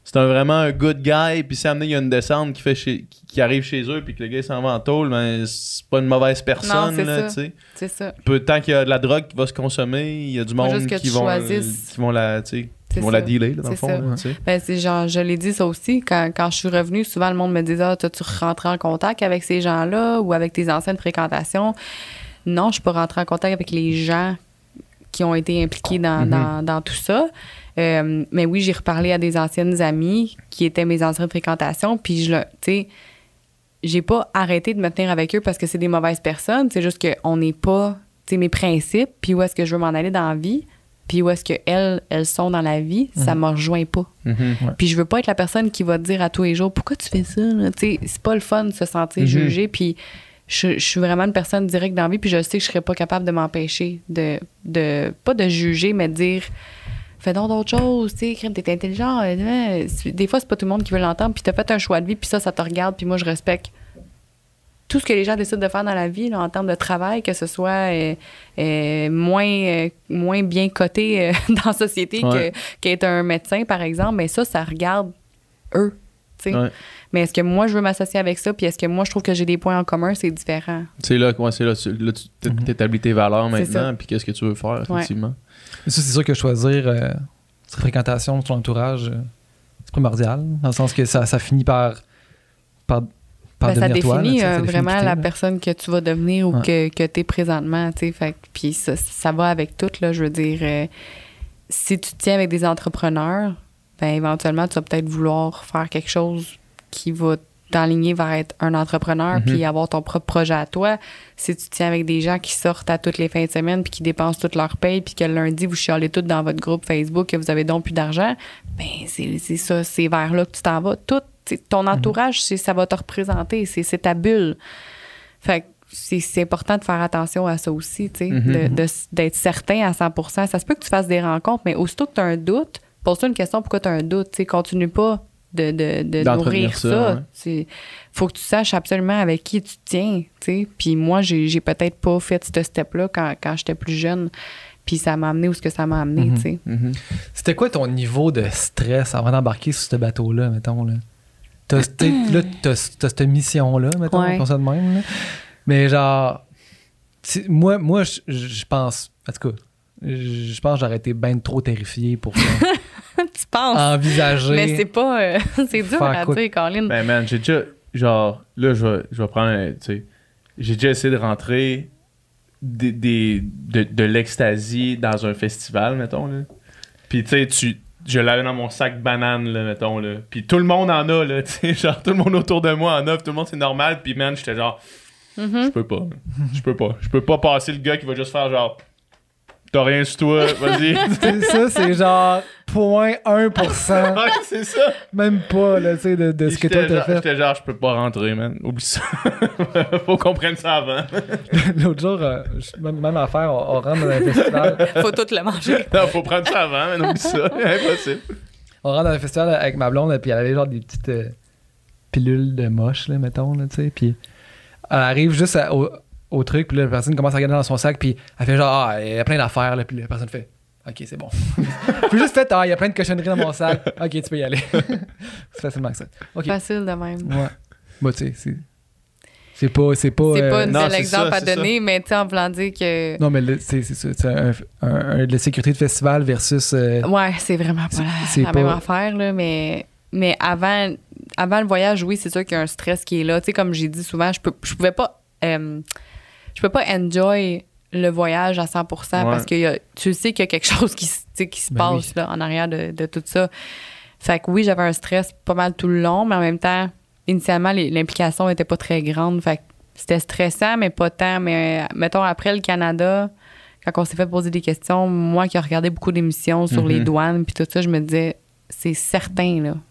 Speaker 2: vraiment un good guy, puis si amené il y a une descente qui arrive chez eux, puis que le gars s'en va en tôle, ben c'est pas une mauvaise personne,
Speaker 4: non,
Speaker 2: là, tu sais.
Speaker 4: C'est ça.
Speaker 2: Peu de temps qu'il y a de la drogue qui va se consommer, il y a du monde qui vont la, tu sais, qui vont la dealer, là, dans le fond. Là,
Speaker 4: ben, c'est genre, je l'ai dit ça aussi, quand je suis revenue, souvent le monde me disait « Ah, t'as-tu rentré en contact avec ces gens-là ou avec tes anciennes fréquentations? » Non, je suis pas rentrée en contact avec les gens qui ont été impliqués dans tout ça. Mais oui, j'ai reparlé à des anciennes amies qui étaient mes anciennes fréquentations, puis tu sais, j'ai pas arrêté de me tenir avec eux parce que c'est des mauvaises personnes, c'est juste qu'on n'est pas, tu sais, mes principes, puis où est-ce que je veux m'en aller dans la vie, puis où est-ce qu'elles sont dans la vie, ça me rejoint pas. Puis je veux pas être la personne qui va te dire à tous les jours « Pourquoi tu fais ça? » Tu sais, c'est pas le fun de se sentir jugé, puis je suis vraiment une personne directe dans la vie, puis je sais que je serais pas capable de m'empêcher pas de juger, mais de dire fais donc d'autres choses, tu sais, t'es intelligent. Des fois, c'est pas tout le monde qui veut l'entendre, puis t'as fait un choix de vie, puis ça te regarde, puis moi, je respecte tout ce que les gens décident de faire dans la vie, là, en termes de travail, que ce soit moins bien coté dans la société qu'être un médecin, par exemple, mais ça regarde eux, tu sais. Mais est-ce que moi, je veux m'associer avec ça, puis est-ce que moi, je trouve que j'ai des points en commun, c'est différent.
Speaker 2: C'est là tu établis tes valeurs maintenant, puis qu'est-ce que tu veux faire, effectivement.
Speaker 3: Et ça, c'est sûr que choisir sa fréquentation, son entourage, c'est primordial, dans le sens que ça finit par
Speaker 4: ça définit
Speaker 3: toi,
Speaker 4: vraiment la personne que tu vas devenir ou que tu es présentement. Puis ça va avec tout. Là, je veux dire, si tu te tiens avec des entrepreneurs, ben éventuellement, tu vas peut-être vouloir faire quelque chose qui va t'enligner vers être un entrepreneur puis avoir ton propre projet à toi. Si tu te tiens avec des gens qui sortent à toutes les fins de semaine puis qui dépensent toute leur paye puis que le lundi, vous chialez toutes dans votre groupe Facebook que vous avez donc plus d'argent, ben c'est ça, c'est vers là que tu t'en vas. Tout ton entourage, ça va te représenter. C'est ta bulle. Fait que c'est important de faire attention à ça aussi, tu sais, d'être certain à 100%. Ça se peut que tu fasses des rencontres, mais aussitôt que tu as un doute, pose-toi une question, pourquoi tu as un doute? Tu sais, continue pas de nourrir ça. Il faut que tu saches absolument avec qui tu te tiens, tu sais. Puis moi, j'ai peut-être pas fait ce step-là quand j'étais plus jeune. Puis ça m'a amené où ce que ça m'a amené, tu sais.
Speaker 3: C'était quoi ton niveau de stress avant d'embarquer sur ce bateau-là, mettons, là? T'as cette mission-là, mettons, comme ça de même. Là. Mais genre, moi je pense, en tout cas, je pense que j'aurais été bien trop terrifié pour ça.
Speaker 4: Tu penses?
Speaker 3: Envisager.
Speaker 4: Mais c'est pas... c'est dur à dire, Colin.
Speaker 2: Ben man, j'ai déjà... Genre, là, je vais prendre... Tu sais, j'ai déjà essayé de rentrer de l'ecstasy dans un festival, mettons, là. Puis tu sais, je l'avais dans mon sac banane, là, mettons, là. Puis tout le monde en a, là, tu sais, genre, tout le monde autour de moi en a, puis tout le monde, c'est normal. Puis, man, j'étais genre, je peux pas. Je peux pas passer le gars qui va juste faire genre, t'as rien sur toi, vas-y.
Speaker 3: Ça, c'est genre 0.1%.
Speaker 2: Ouais, c'est ça.
Speaker 3: Même pas, là, tu sais, de ce que toi t'as fait.
Speaker 2: J'étais genre, je peux pas rentrer, man. Oublie ça. Faut qu'on prenne ça avant.
Speaker 3: L'autre jour, même affaire, on rentre dans un festival.
Speaker 4: Faut tout le manger.
Speaker 2: Non, faut prendre ça avant, man. Oublie ça. Impossible.
Speaker 3: On rentre dans un festival avec ma blonde, puis elle avait genre des petites pilules de moche, là, mettons, là, tu sais. Puis elle arrive juste au truc, puis là, la personne commence à regarder dans son sac, puis elle fait genre, il y a plein d'affaires, là, puis la personne fait, OK, c'est bon. Puis juste fait, il y a plein de cochonneries dans mon sac, OK, tu peux y aller. C'est facilement que ça. Okay.
Speaker 4: Facile de même.
Speaker 3: Ouais. Bah, tu sais, c'est pas
Speaker 4: un exemple à donner, mais tu sais, en voulant dire que...
Speaker 3: Non, mais c'est ça. C'est la sécurité de festival versus...
Speaker 4: Ouais, c'est vraiment pas la même affaire, là, mais avant le voyage, oui, c'est sûr qu'il y a un stress qui est là. Tu sais, comme j'ai dit souvent, je pouvais pas... je peux pas enjoy le voyage à 100% parce que tu sais qu'il y a quelque chose qui se passe là, en arrière de tout ça. Fait que oui, j'avais un stress pas mal tout le long, mais en même temps, initialement, l'implication était pas très grande. Fait que c'était stressant, mais pas tant. Mais mettons, après le Canada, quand on s'est fait poser des questions, moi qui ai regardé beaucoup d'émissions sur les douanes puis tout ça, je me disais, c'est certain, là,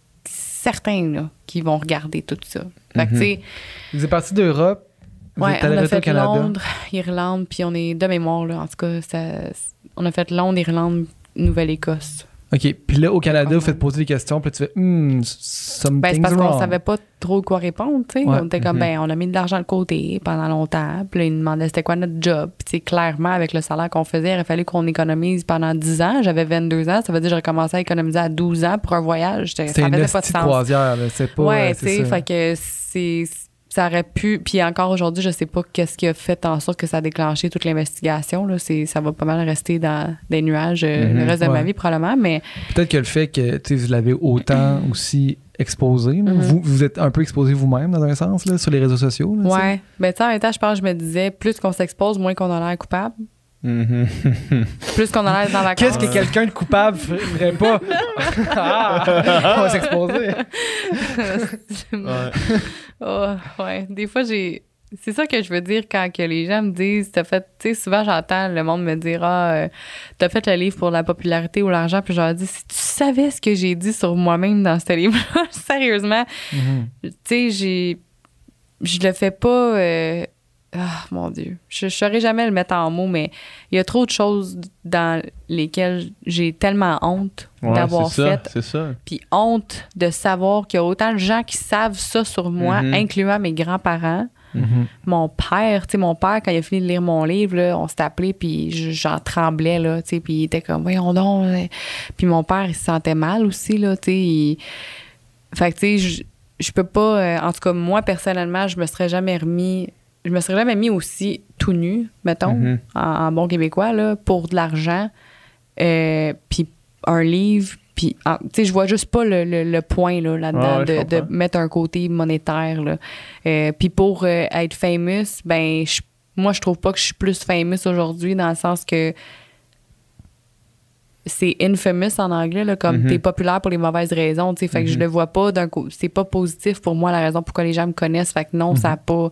Speaker 4: qui vont regarder tout ça. Fait que, tu sais...
Speaker 3: Vous êtes parti d'Europe.
Speaker 4: Oui, on a fait Londres, Irlande, puis on est de mémoire, là, en tout cas, on a fait Londres, Irlande, Nouvelle-Écosse.
Speaker 3: OK. Puis là, au Canada, vous faites poser des questions, puis là, tu fais something's
Speaker 4: Ben, c'est parce
Speaker 3: wrong.
Speaker 4: qu'on savait pas trop quoi répondre, tu sais.
Speaker 3: Ouais.
Speaker 4: On était comme, on a mis de l'argent de côté pendant longtemps. Puis là, ils nous demandaient c'était quoi notre job. Puis, tu sais, clairement, avec le salaire qu'on faisait, il aurait fallu qu'on économise pendant 10 ans. J'avais 22 ans. Ça veut dire que j'ai recommencé à économiser à 12 ans pour un voyage. Ça
Speaker 3: C'est une
Speaker 4: faisait pas de
Speaker 3: hostie
Speaker 4: sens.
Speaker 3: croisière, là. C'est pas...
Speaker 4: Ouais, tu
Speaker 3: c'est
Speaker 4: sais,
Speaker 3: ça.
Speaker 4: fait que ça aurait pu. Puis encore aujourd'hui, je sais pas qu'est-ce qui a fait en sorte que ça a déclenché toute l'investigation. Là. Ça va pas mal rester dans des nuages le reste de ma vie, probablement. Mais
Speaker 3: Peut-être que le fait que tu sais, vous l'avez autant aussi exposé, là. Vous êtes un peu exposé vous-même, dans un sens, là, sur les réseaux sociaux. Là,
Speaker 4: ouais. Ben, tu sais, en même temps, je pense que je me disais, plus qu'on s'expose, moins qu'on a l'air coupable. Plus qu'on a l'air dans la
Speaker 3: Qu'est-ce que quelqu'un de coupable ferait pas? On va s'exposer.
Speaker 4: Ouais. Des fois, c'est ça que je veux dire quand que les gens me disent, tu sais, souvent j'entends le monde me dire, t'as fait le livre pour la popularité ou l'argent, puis je leur dis, si tu savais ce que j'ai dit sur moi-même dans ce livre-là, sérieusement, tu sais, je le fais pas. Mon Dieu. Je saurais jamais le mettre en mots, mais il y a trop de choses dans lesquelles j'ai tellement honte d'avoir fait.
Speaker 2: C'est ça.
Speaker 4: Puis honte de savoir qu'il y a autant de gens qui savent ça sur moi, incluant mes grands-parents. Mon père, tu sais, quand il a fini de lire mon livre, là, on s'est appelé, puis j'en tremblais, là, tu sais, puis il était comme, voyons donc. Puis mon père, il se sentait mal aussi, là, tu sais. Fait que, tu sais, je peux pas, en tout cas, moi, personnellement, je me serais jamais mis aussi tout nu, mettons, en bon québécois, là, pour de l'argent, puis un livre, puis, tu sais, je vois juste pas le point là-dedans de mettre un côté monétaire, là. Puis pour être famous, ben, moi, je trouve pas que je suis plus famous aujourd'hui, dans le sens que c'est infamous en anglais, là, comme t'es populaire pour les mauvaises raisons, tu sais, fait que je le vois pas c'est pas positif pour moi, la raison pourquoi les gens me connaissent, fait que non, ça a pas...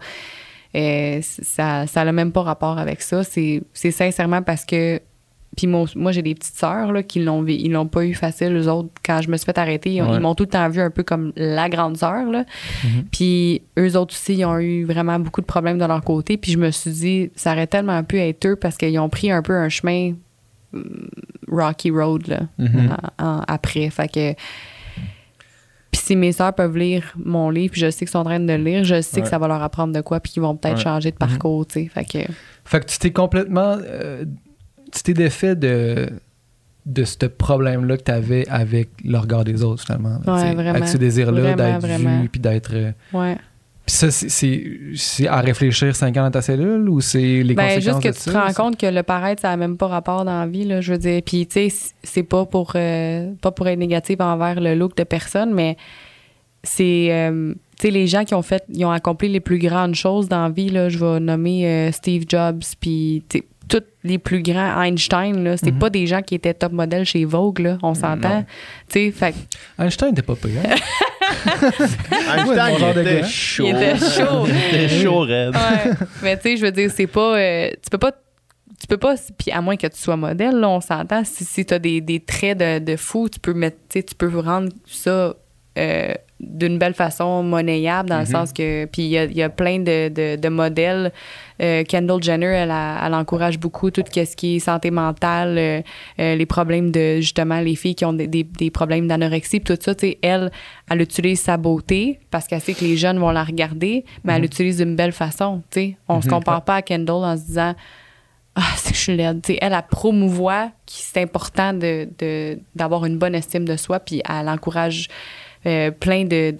Speaker 4: ça n'a même pas rapport avec ça. C'est sincèrement parce que... Puis moi, j'ai des petites sœurs là, qui ils l'ont pas eu facile, eux autres. Quand je me suis fait arrêter, ils m'ont tout le temps vu un peu comme la grande sœur. Là. Puis eux autres aussi, ils ont eu vraiment beaucoup de problèmes de leur côté. Puis je me suis dit, ça aurait tellement pu être eux parce qu'ils ont pris un peu un chemin rocky road là, après. Fait que... Puis si mes sœurs peuvent lire mon livre, puis je sais qu'ils sont en train de le lire, je sais que ça va leur apprendre de quoi, puis qu'ils vont peut-être changer de parcours, tu sais.
Speaker 3: Fait que tu t'es complètement... tu t'es défait de ce problème-là que tu avais avec le regard des autres, finalement.
Speaker 4: Ouais, vraiment.
Speaker 3: Avec ce désir-là d'être
Speaker 4: vraiment.
Speaker 3: vu, puis d'être...
Speaker 4: Ouais.
Speaker 3: Puis ça, c'est à réfléchir 5 ans dans ta cellule, ou c'est les conséquences
Speaker 4: juste que
Speaker 3: de
Speaker 4: tu
Speaker 3: ça?
Speaker 4: te rends compte que le paraître, ça n'a même pas rapport dans la vie, là, je veux dire. Puis, tu sais, c'est pas pour être négatif envers le look de personne, mais c'est... tu sais, les gens ils ont accompli les plus grandes choses dans la vie, là, je vais nommer Steve Jobs, puis tous les plus grands, Einstein, là, c'est pas des gens qui étaient top modèle chez Vogue, là, on s'entend. Tu sais, fait
Speaker 3: Einstein n'était pas payant.
Speaker 2: Einstein, il était chaud.
Speaker 4: Il était chaud.
Speaker 2: Il était chaud, raide.
Speaker 4: Ouais. Mais tu sais, je veux dire, c'est pas... tu peux pas, puis à moins que tu sois modèle, là, on s'entend, si tu as des traits de fou, tu peux rendre ça d'une belle façon monnayable, dans le sens que... Puis il y a plein de modèles. Kendall Jenner, elle encourage beaucoup tout ce qui est santé mentale, les problèmes de, justement, les filles qui ont des problèmes d'anorexie, tout ça, tu sais, elle utilise sa beauté parce qu'elle sait que les jeunes vont la regarder, mais elle l'utilise d'une belle façon, tu sais. On se compare pas à Kendall en se disant... c'est que je suis laide. T'sais, elle promouvoit que c'est important d'avoir une bonne estime de soi, puis elle encourage plein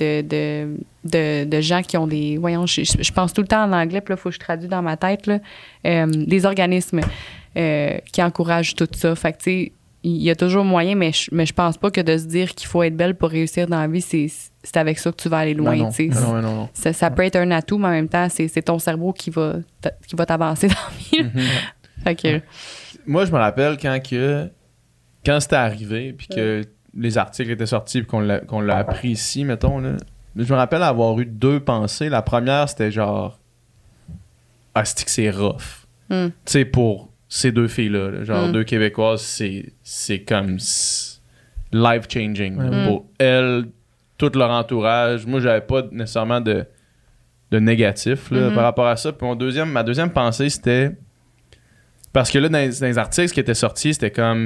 Speaker 4: de gens qui ont des... Voyons, je pense tout le temps en anglais, puis là, il faut que je traduise dans ma tête, là, des organismes qui encouragent tout ça. Fait que, tu sais, il y a toujours moyen, mais je pense pas que de se dire qu'il faut être belle pour réussir dans la vie, c'est avec ça que tu vas aller loin.
Speaker 2: Non.
Speaker 4: Ça peut être un atout, mais en même temps, c'est ton cerveau qui va t'avancer dans la vie. Fait que...
Speaker 2: Moi, je me rappelle quand c'était arrivé, puis que les articles étaient sortis, puis qu'on l'a appris ici, mettons, là, je me rappelle avoir eu 2 pensées. La première, c'était genre... c'est que c'est rough. Tu sais, pour ces 2 filles-là, là, genre 2 Québécoises, c'est comme life-changing. Pour elles, tout leur entourage. Moi, j'avais pas nécessairement de négatif là, par rapport à ça. Puis ma deuxième pensée, c'était... Parce que là, dans les articles qui étaient sortis, c'était comme...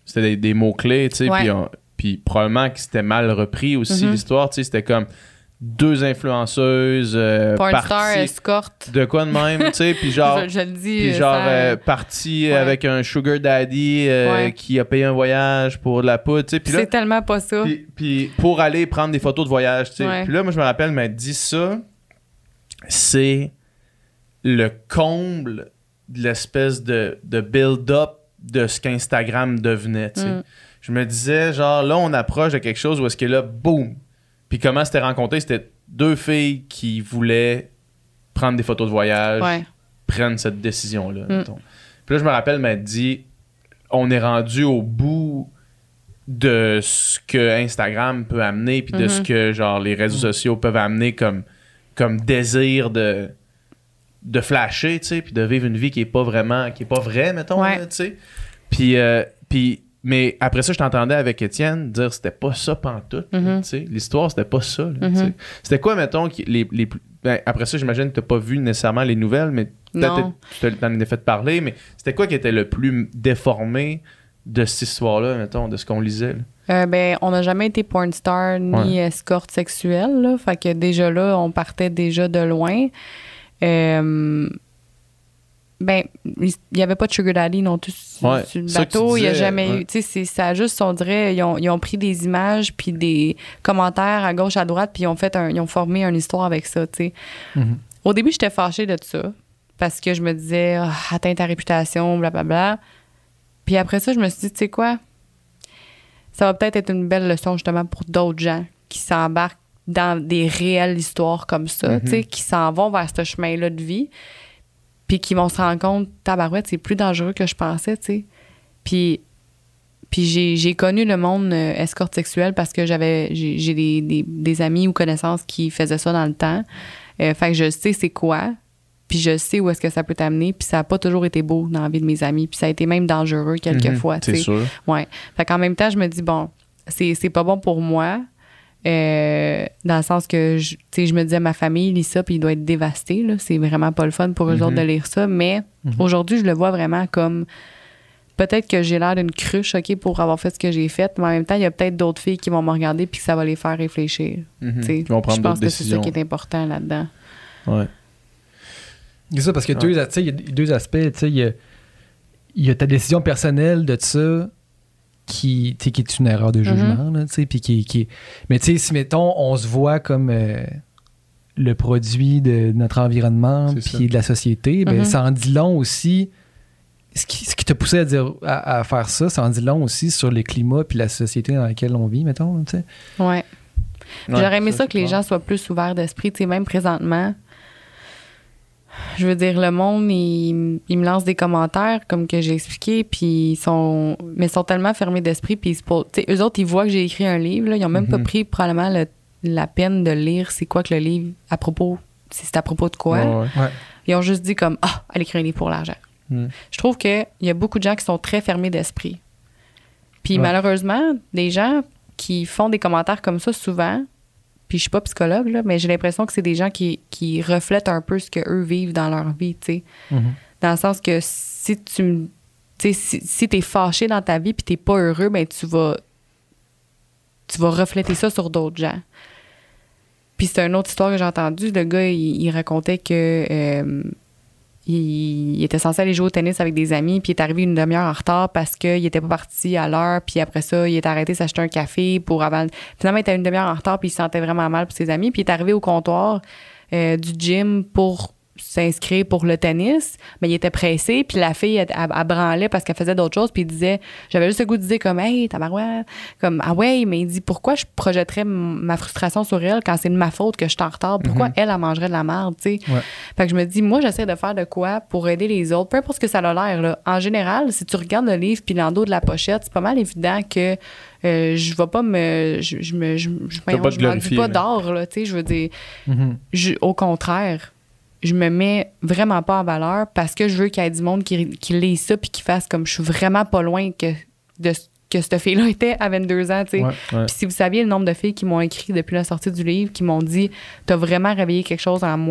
Speaker 2: c'était des mots-clés, tu sais, puis probablement que c'était mal repris aussi, l'histoire, tu sais, c'était comme 2 influenceuses
Speaker 4: Porn star, escorte.
Speaker 2: De quoi de même, tu sais, puis genre...
Speaker 4: je le dis.
Speaker 2: Puis genre, parti avec un sugar daddy qui a payé un voyage pour de la poudre, tu sais.
Speaker 4: C'est tellement pas ça.
Speaker 2: Puis pour aller prendre des photos de voyage, tu sais. Puis là, moi, je me rappelle, elle m'a dit ça, c'est le comble de l'espèce de build-up de ce qu'Instagram devenait, tu sais. Je me disais, genre, là, on approche de quelque chose où est-ce que là, boum! Puis comment c'était rencontré? C'était 2 filles qui voulaient prendre des photos de voyage, prennent cette décision-là, mettons. Puis là, je me rappelle, elle m'a dit, on est rendu au bout de ce que Instagram peut amener, puis de ce que, genre, les réseaux sociaux peuvent amener comme désir de flasher, tu sais, puis de vivre une vie qui est pas vraie, mettons, tu sais. Puis mais après ça, je t'entendais avec Étienne dire c'était pas ça pantoute, tu sais. L'histoire, c'était pas ça, là, tu sais. C'était quoi, mettons, après ça, j'imagine que t'as pas vu nécessairement les nouvelles, mais peut-être tu t'en as fait parler, mais c'était quoi qui était le plus déformé de cette histoire-là, mettons, de ce qu'on lisait, là?
Speaker 4: On n'a jamais été porn star ni escorte sexuelle, là. Fait que déjà là, on partait déjà de loin. Il n'y avait pas de sugar daddy non plus sur le bateau. Il n'y a jamais eu. Tu sais, ça a juste, on dirait, ils ont pris des images puis des commentaires à gauche, à droite, puis ils ont formé une histoire avec ça, tu sais. Au début, j'étais fâchée de ça parce que je me disais, atteins ta réputation, blablabla. Puis après ça, je me suis dit, tu sais quoi? Ça va peut-être être une belle leçon justement pour d'autres gens qui s'embarquent dans des réelles histoires comme ça, tu sais, qui s'en vont vers ce chemin-là de vie. Puis qui vont se rendre compte, tabarouette, c'est plus dangereux que je pensais, tu sais. Puis j'ai connu le monde escorte sexuelle parce que j'ai des amis ou connaissances qui faisaient ça dans le temps. Fait que je sais c'est quoi, puis je sais où est-ce que ça peut t'amener, puis ça n'a pas toujours été beau dans la vie de mes amis, puis ça a été même dangereux quelquefois, tu sais.
Speaker 2: C'est sûr.
Speaker 4: Ouais. Fait qu'en même temps, je me dis, bon, c'est pas bon pour moi, dans le sens que je me disais ma famille lit ça puis il doit être dévasté là. C'est vraiment pas le fun pour eux autres de lire ça, mais aujourd'hui je le vois vraiment comme peut-être que j'ai l'air d'une cruche pour avoir fait ce que j'ai fait, mais en même temps il y a peut-être d'autres filles qui vont me regarder puis que ça va les faire réfléchir.
Speaker 2: Qui vont prendre
Speaker 4: je pense
Speaker 2: d'autres
Speaker 4: que c'est ça
Speaker 2: décisions.
Speaker 4: qui est important là-dedans.
Speaker 3: C'est ça, parce que il y a 2 aspects. Il y a ta décision personnelle de ça qui est une erreur de jugement, là, puis mais tu sais, si, mettons, on se voit comme le produit de notre environnement puis de la société, ben ça en dit long aussi. Ce qui t'a poussé à faire ça en dit long aussi sur le climat puis la société dans laquelle on vit, mettons, tu sais.
Speaker 4: Ouais. J'aurais aimé ça que les gens soient plus ouverts d'esprit, tu sais, même présentement. Je veux dire, le monde, il me lance des commentaires, comme que j'ai expliqué, puis ils sont tellement fermés d'esprit, puis eux autres, ils voient que j'ai écrit un livre, là, ils ont même pas pris probablement la peine de lire c'est quoi que le livre, c'est à propos de quoi. Ils ont juste dit comme, elle écrit un livre pour l'argent. Je trouve qu'il y a beaucoup de gens qui sont très fermés d'esprit. Puis malheureusement, des gens qui font des commentaires comme ça souvent, puis je suis pas psychologue, là, mais j'ai l'impression que c'est des gens qui reflètent un peu ce qu'eux vivent dans leur vie, tu sais. Dans le sens que si si t'es fâché dans ta vie puis t'es pas heureux, ben tu vas refléter ça sur d'autres gens. Puis c'est une autre histoire que j'ai entendue. Le gars, il racontait que il était censé aller jouer au tennis avec des amis, puis il est arrivé une demi-heure en retard parce qu'il était pas parti à l'heure, puis après ça, il est arrêté s'acheter un café pour avant. Finalement, il était une demi-heure en retard, puis il se sentait vraiment mal pour ses amis, puis il est arrivé au comptoir du gym pour s'inscrire pour le tennis, mais il était pressé, puis la fille, elle branlait parce qu'elle faisait d'autres choses, puis il disait, j'avais juste le goût de dire comme, hey, tabarouette, comme, ah ouais, mais il dit, pourquoi je projetterais ma frustration sur elle quand c'est de ma faute que je suis en retard? Pourquoi elle mangerait de la merde, tu sais? Fait que je me dis, moi, j'essaie de faire de quoi pour aider les autres, peu importe ce que ça a l'air, là. En général, si tu regardes le livre puis l'endos de la pochette, c'est pas mal évident que je vais pas je m'en dis pas d'or, là, tu sais, je veux dire, au contraire, je me mets vraiment pas en valeur parce que je veux qu'il y ait du monde qui lise ça puis qui fasse comme je suis vraiment pas loin que cette fille-là était à 22 ans, tu sais. Puis si vous saviez le nombre de filles qui m'ont écrit depuis la sortie du livre, qui m'ont dit « T'as vraiment réveillé quelque chose en moi. »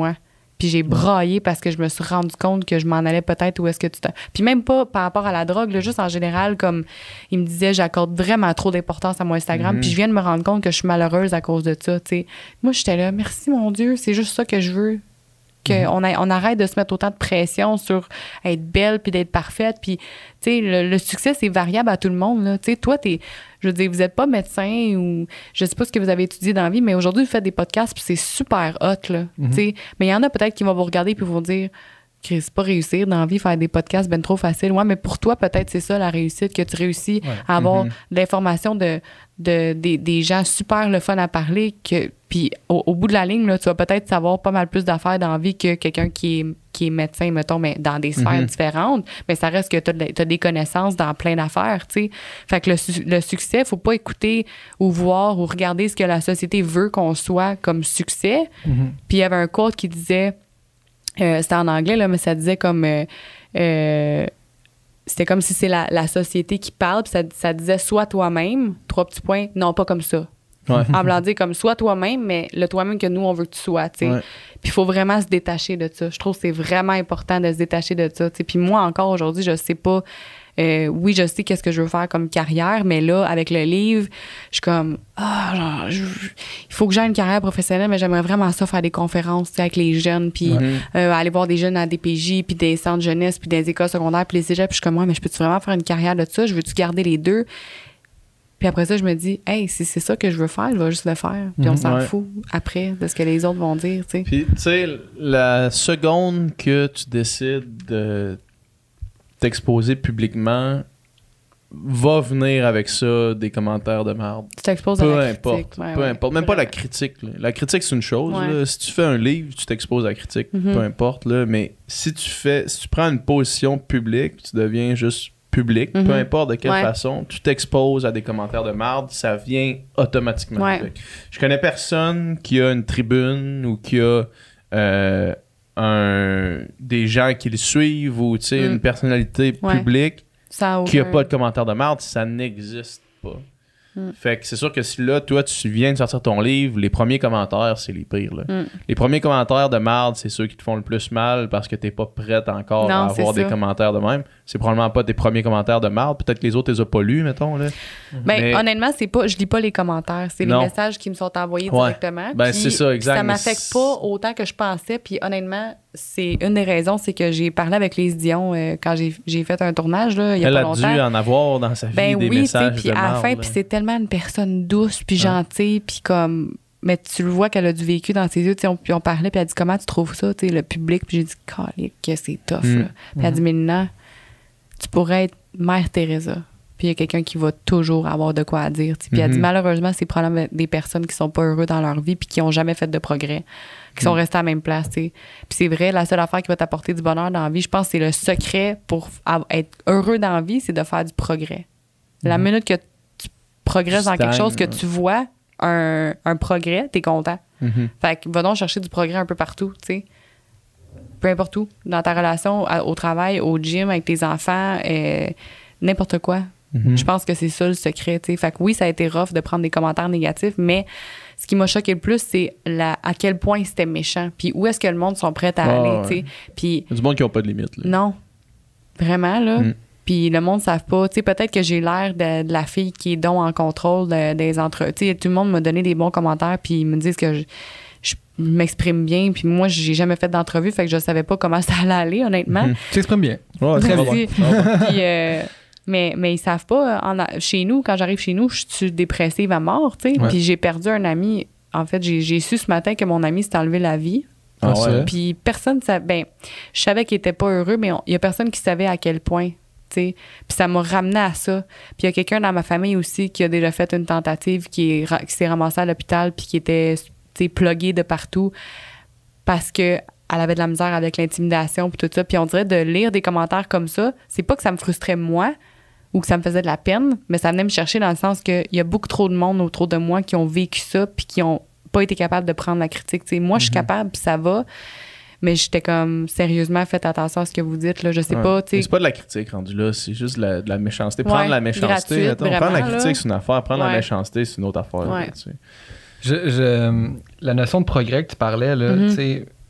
Speaker 4: Puis j'ai braillé parce que je me suis rendu compte que je m'en allais peut-être où est-ce que tu t'en... Puis même pas par rapport à la drogue, là, juste en général, comme il me disait, j'accorde vraiment trop d'importance à mon Instagram. Puis je viens de me rendre compte que je suis malheureuse à cause de ça, tu sais. Moi, j'étais là, merci mon Dieu, c'est juste ça que je veux. Qu'on on arrête de se mettre autant de pression sur être belle puis d'être parfaite. Puis, tu sais, le succès, c'est variable à tout le monde, là. Tu sais, toi, je veux dire, vous n'êtes pas médecin ou je sais pas ce que vous avez étudié dans la vie, mais aujourd'hui, vous faites des podcasts puis c'est super hot, là. Tu sais, mais il y en a peut-être qui vont vous regarder puis vont dire... C'est pas réussir dans la vie, faire des podcasts ben trop facile. Ouais, mais pour toi, peut-être c'est ça la réussite, que tu réussis à avoir de l'information des gens super le fun à parler. Puis au bout de la ligne, là, tu vas peut-être savoir pas mal plus d'affaires dans la vie que quelqu'un qui est médecin, mettons, mais dans des sphères différentes. Mais ça reste que t'as des connaissances dans plein d'affaires, tu sais. Fait que le succès, faut pas écouter ou voir ou regarder ce que la société veut qu'on soit comme succès. Puis il y avait un quote qui disait... c'était en anglais, là, mais ça disait comme... c'était comme si c'est la société qui parle, puis ça disait « Sois toi-même », 3 petits points, non, pas comme ça.
Speaker 2: Ouais.
Speaker 4: En blanc dire comme « Sois toi-même », mais le toi-même que nous, on veut que tu sois, tu sais.
Speaker 2: Ouais.
Speaker 4: Puis il faut vraiment se détacher de ça. Je trouve que c'est vraiment important de se détacher de ça, tu sais. Puis moi, encore aujourd'hui, je sais pas... oui, je sais qu'est-ce que je veux faire comme carrière, mais là, avec le livre, je suis comme, il faut que j'aie une carrière professionnelle, mais j'aimerais vraiment ça, faire des conférences, tu sais, avec les jeunes, puis aller voir des jeunes à DPJ, puis des centres jeunesse, puis des écoles secondaires, puis les cégeps, puis je suis comme, mais je peux-tu vraiment faire une carrière de ça? Je veux-tu garder les deux? Puis après ça, je me dis, hey, si c'est ça que je veux faire, je vais juste le faire. Puis on s'en fout après de ce que les autres vont dire, tu sais.
Speaker 2: Puis, tu sais, la seconde que tu décides de t'exposer publiquement, va venir avec ça des commentaires de merde.
Speaker 4: Tu t'exposes à la critique.
Speaker 2: Peu importe. Même pas la critique. Là. La critique, c'est une chose. Là. Si tu fais un livre, tu t'exposes à la critique. Peu importe. Là. Mais si tu prends une position publique, tu deviens juste public, peu importe de quelle façon, tu t'exposes à des commentaires de merde, ça vient automatiquement avec. Je connais personne qui a une tribune ou qui a... des gens qui le suivent ou une personnalité publique qui a pas de commentaires de merde, ça n'existe pas. Fait que c'est sûr que si là, toi, tu viens de sortir ton livre, les premiers commentaires, c'est les pires. Là. Les premiers commentaires de merde, c'est ceux qui te font le plus mal parce que t'es pas prête encore à avoir des commentaires de même. C'est probablement pas tes premiers commentaires de merde. Peut-être que les autres, tu les as pas lus, mettons. Là.
Speaker 4: Mais honnêtement, je lis pas les commentaires. C'est les messages qui me sont envoyés directement.
Speaker 2: Ben, c'est ça, exact.
Speaker 4: Ça m'affecte pas autant que je pensais. Puis honnêtement, c'est une des raisons, c'est que j'ai parlé avec Lise Dion quand j'ai fait un tournage là, il y a pas longtemps. Elle a
Speaker 2: dû en avoir dans sa vie des messages
Speaker 4: puis à la fin, puis c'est tellement une personne douce puis gentille, puis comme... Mais tu le vois qu'elle a du vécu dans ses yeux, puis on parlait, puis elle dit « Comment tu trouves ça, le public? » Puis j'ai dit « Calique, que c'est tough. Là. » Puis elle dit « Maintenant, tu pourrais être Mère Teresa. » Puis il y a quelqu'un qui va toujours avoir de quoi à dire. Puis elle dit « Malheureusement, c'est probablement des personnes qui sont pas heureux dans leur vie puis qui ont jamais fait de progrès, qui sont restés à la même place. » Puis c'est vrai, la seule affaire qui va t'apporter du bonheur dans la vie, je pense que c'est le secret pour être heureux dans la vie, c'est de faire du progrès. La minute que tu progresses dans quelque chose, que tu vois un progrès, t'es content. Fait que va donc chercher du progrès un peu partout, tu sais. Peu importe où. Dans ta relation, au travail, au gym, avec tes enfants, n'importe quoi. Je pense que c'est ça le secret, tu sais. Fait que oui, ça a été rough de prendre des commentaires négatifs, mais ce qui m'a choqué le plus, c'est à quel point c'était méchant. Puis où est-ce que le monde sont prêts à aller, tu sais. Puis...
Speaker 2: Il y a du monde qui n'a pas de limite, là.
Speaker 4: Non. Vraiment, là. Puis le monde ne savent pas. Tu sais, peut-être que j'ai l'air de la fille qui est donc en contrôle des entretiens. Tu sais, tout le monde m'a donné des bons commentaires, puis ils me disent que je m'exprime bien. Puis moi, j'ai jamais fait d'entrevue, fait que je savais pas comment ça allait aller, honnêtement.
Speaker 3: Tu t'exprimes bien.
Speaker 2: Ouais, très bien.
Speaker 4: Puis, mais ils savent pas. Chez nous, quand j'arrive chez nous, je suis dépressive à mort, tu sais. Puis j'ai perdu un ami. En fait, j'ai su ce matin que mon ami s'est enlevé la vie. Puis personne ne savait. Ben, je savais qu'il était pas heureux, mais il y a personne qui savait à quel point. Puis ça m'a ramené à ça. Puis il y a quelqu'un dans ma famille aussi qui a déjà fait une tentative, qui s'est ramassé à l'hôpital puis qui était plugué de partout parce que elle avait de la misère avec l'intimidation puis tout ça. Puis on dirait de lire des commentaires comme ça, c'est pas que ça me frustrait moi ou que ça me faisait de la peine, mais ça venait me chercher dans le sens qu'il y a beaucoup trop de monde autour de moi qui ont vécu ça puis qui ont pas été capables de prendre la critique. Moi, je suis capable puis ça va. Mais j'étais comme, sérieusement, faites attention à ce que vous dites. Là, je sais pas.
Speaker 2: C'est pas de la critique rendu là, c'est juste de la méchanceté. Prendre la méchanceté, prendre la critique, c'est une affaire. Prendre la méchanceté, c'est une autre affaire.
Speaker 3: La notion de progrès que tu parlais, là, tu sais,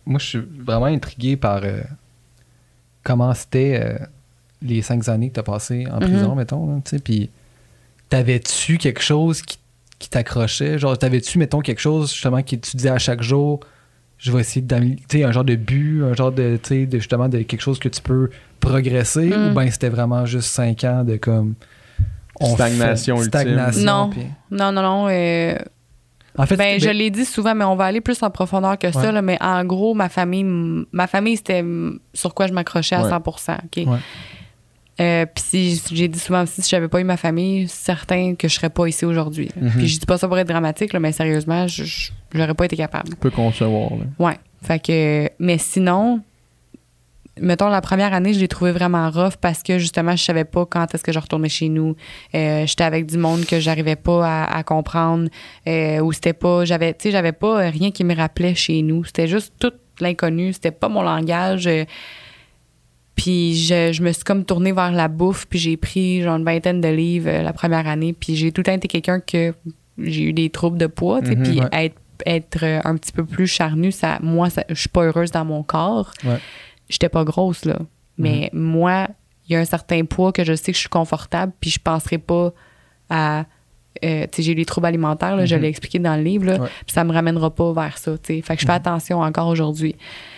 Speaker 3: moi, je suis vraiment intrigué par comment c'était les 5 années que tu as passées en prison, mettons. Tu sais, puis t'avais-tu quelque chose qui t'accrochait? Genre, t'avais-tu, mettons, quelque chose, justement, que tu disais à chaque jour, je vais essayer d'améliorer, un genre de but, un genre de, tu sais, justement, de quelque chose que tu peux progresser, ou bien c'était vraiment juste 5 ans de comme...
Speaker 2: Stagnation ultime.
Speaker 4: Non.
Speaker 3: Puis...
Speaker 4: Non.
Speaker 3: En fait,
Speaker 4: je l'ai dit souvent, mais on va aller plus en profondeur que ça. Là, mais en gros, ma famille, c'était sur quoi je m'accrochais à 100%. OK? Puis j'ai dit souvent aussi, si j'avais pas eu ma famille, certain que je serais pas ici aujourd'hui. Puis je dis pas ça pour être dramatique, là, mais sérieusement, j'aurais pas été capable.
Speaker 2: Tu peux concevoir. Là.
Speaker 4: Ouais. Fait que, mais sinon, mettons, la première année, je l'ai trouvé vraiment rough parce que justement, je savais pas quand est-ce que je retournais chez nous. J'étais avec du monde que j'arrivais pas à comprendre. Ou c'était pas, j'avais pas rien qui me rappelait chez nous. C'était juste tout l'inconnu. C'était pas mon langage. Puis je me suis comme tournée vers la bouffe, puis j'ai pris genre une 20aine de livres la première année. Puis j'ai tout le temps été quelqu'un que j'ai eu des troubles de poids, tu sais. Puis être un petit peu plus charnue, je suis pas heureuse dans mon corps. Ouais. J'étais pas grosse, là. Mais moi, il y a un certain poids que je sais que je suis confortable, puis je penserais pas à... tu sais, j'ai eu des troubles alimentaires, là, je l'ai expliqué dans le livre, là, puis ça me ramènera pas vers ça, tu sais. Fait que je fais attention encore aujourd'hui.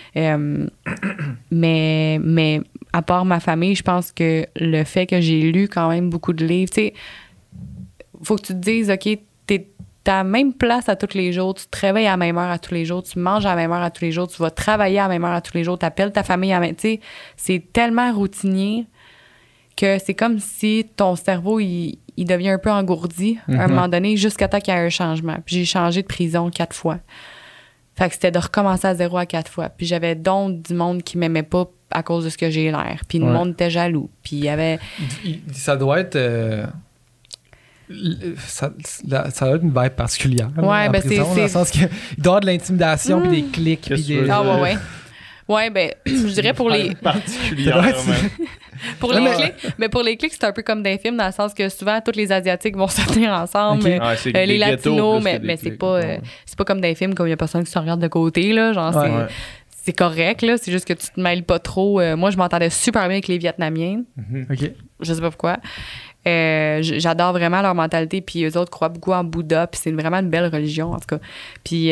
Speaker 4: Mais à part ma famille, je pense que le fait que j'ai lu quand même beaucoup de livres, tu sais, faut que tu te dises, OK, t'es à la même place à tous les jours, tu te réveilles à la même heure à tous les jours, tu manges à la même heure à tous les jours, tu vas travailler à la même heure à tous les jours, tu appelles ta famille à la même... Tu sais, c'est tellement routinier que c'est comme si ton cerveau, il devient un peu engourdi à un moment donné, jusqu'à temps qu'il y ait un changement. Puis j'ai changé de prison 4 fois. Fait que c'était de recommencer à 0 à 4 fois. Puis j'avais donc du monde qui m'aimait pas à cause de ce que j'ai l'air. Puis le monde était jaloux. Puis il y avait...
Speaker 3: Ça doit être... ça doit être une vibe particulière.
Speaker 4: Ouais, ben
Speaker 3: prison,
Speaker 4: c'est...
Speaker 3: Dans le sens qu'il doit y avoir de l'intimidation puis des clics. Puis des...
Speaker 4: Ah ouais. Ouais, ben, je dirais pour les...
Speaker 2: particulière,
Speaker 4: pour les clics, mais pour les clics, c'est un peu comme dans les films, dans le sens que souvent, tous les Asiatiques vont se tenir ensemble. Okay. Les Latinos, mais c'est pas comme dans les films, comme il y a personne qui se regarde de côté, là. Genre, c'est correct, là. C'est juste que tu te mêles pas trop. Moi, je m'entendais super bien avec les Vietnamiens.
Speaker 3: OK.
Speaker 4: Je sais pas pourquoi. J'adore vraiment leur mentalité, puis eux autres croient beaucoup en Bouddha, puis c'est vraiment une belle religion, en tout cas. Puis...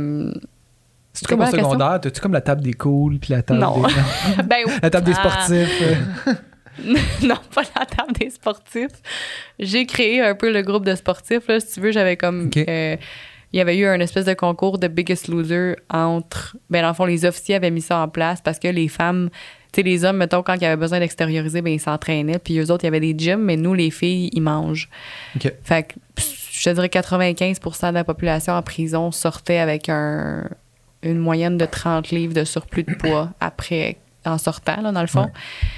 Speaker 3: c'est comme au secondaire, t'as-tu comme la table des cools puis la table des...
Speaker 4: ben,
Speaker 3: la table des sportifs.
Speaker 4: Non, pas la table des sportifs. J'ai créé un peu le groupe de sportifs, là, si tu veux. J'avais comme... il y avait eu un espèce de concours de Biggest Loser entre... Ben, dans le fond, les officiers avaient mis ça en place parce que les femmes... Tu sais, les hommes, mettons, quand il y avait besoin d'extérioriser, ben ils s'entraînaient. Puis eux autres, il y avait des gyms, mais nous, les filles, ils mangent. Fait que, je te dirais 95% de la population en prison sortait avec une moyenne de 30 livres de surplus de poids après, en sortant, là, dans le fond.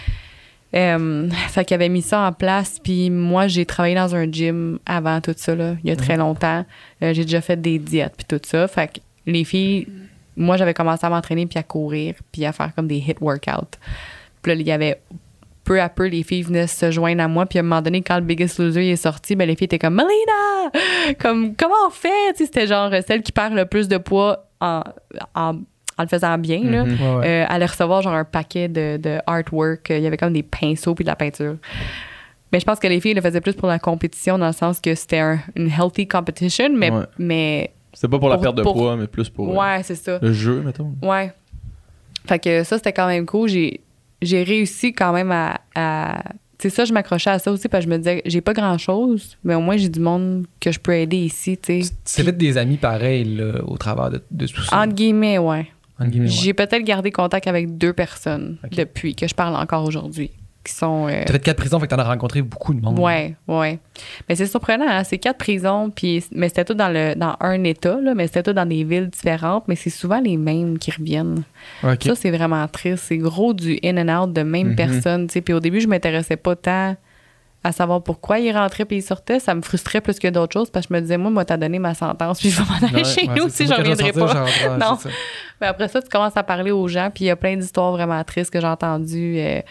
Speaker 4: Fait qu'il avait mis ça en place. Puis moi, j'ai travaillé dans un gym avant tout ça, là, il y a très longtemps. J'ai déjà fait des diètes puis tout ça. Fait que les filles, moi, j'avais commencé à m'entraîner puis à courir puis à faire comme des hit workouts. Puis là, il y avait... peu à peu, les filles venaient se joindre à moi. Puis à un moment donné, quand le Biggest Loser est sorti, ben les filles étaient comme « Melina! » Comme « Comment on fait? » Tu sais, c'était genre celle qui perd le plus de poids en le faisant bien, là. Allait recevoir genre un paquet de artwork. Il y avait comme des pinceaux puis de la peinture. Mais je pense que les filles le faisaient plus pour la compétition, dans le sens que c'était une healthy competition, mais
Speaker 2: c'était pas pour la perte de poids, mais plus pour
Speaker 4: c'est ça.
Speaker 2: Le jeu, mettons.
Speaker 4: Ouais. Fait que ça, c'était quand même cool. J'ai réussi quand même à tu sais, ça, je m'accrochais à ça aussi parce que je me disais, j'ai pas grand-chose, mais au moins, j'ai du monde que je peux aider ici, tu sais.
Speaker 3: Tu t'es fait des amis pareils, là, au travers de tout ça?
Speaker 4: Entre guillemets, ouais. J'ai peut-être gardé contact avec 2 personnes depuis, que je parle encore aujourd'hui, qui sont...
Speaker 3: T'as fait 4 prisons, fait que t'en as rencontré beaucoup de monde.
Speaker 4: Ouais. Mais c'est surprenant, hein? C'est 4 prisons, mais c'était tout dans un État, là, mais c'était tout dans des villes différentes, mais c'est souvent les mêmes qui reviennent. Ça, c'est vraiment triste. C'est gros du in and out de même personne, tu sais. Puis au début, je m'intéressais pas tant à savoir pourquoi il rentrait puis il sortait. Ça me frustrait plus que d'autres choses parce que je me disais, moi t'as donné ma sentence puis je vais m'en aller chez nous si je reviendrai pas. Non. Mais après ça, tu commences à parler aux gens puis il y a plein d'histoires vraiment tristes que j'ai entendues. Puis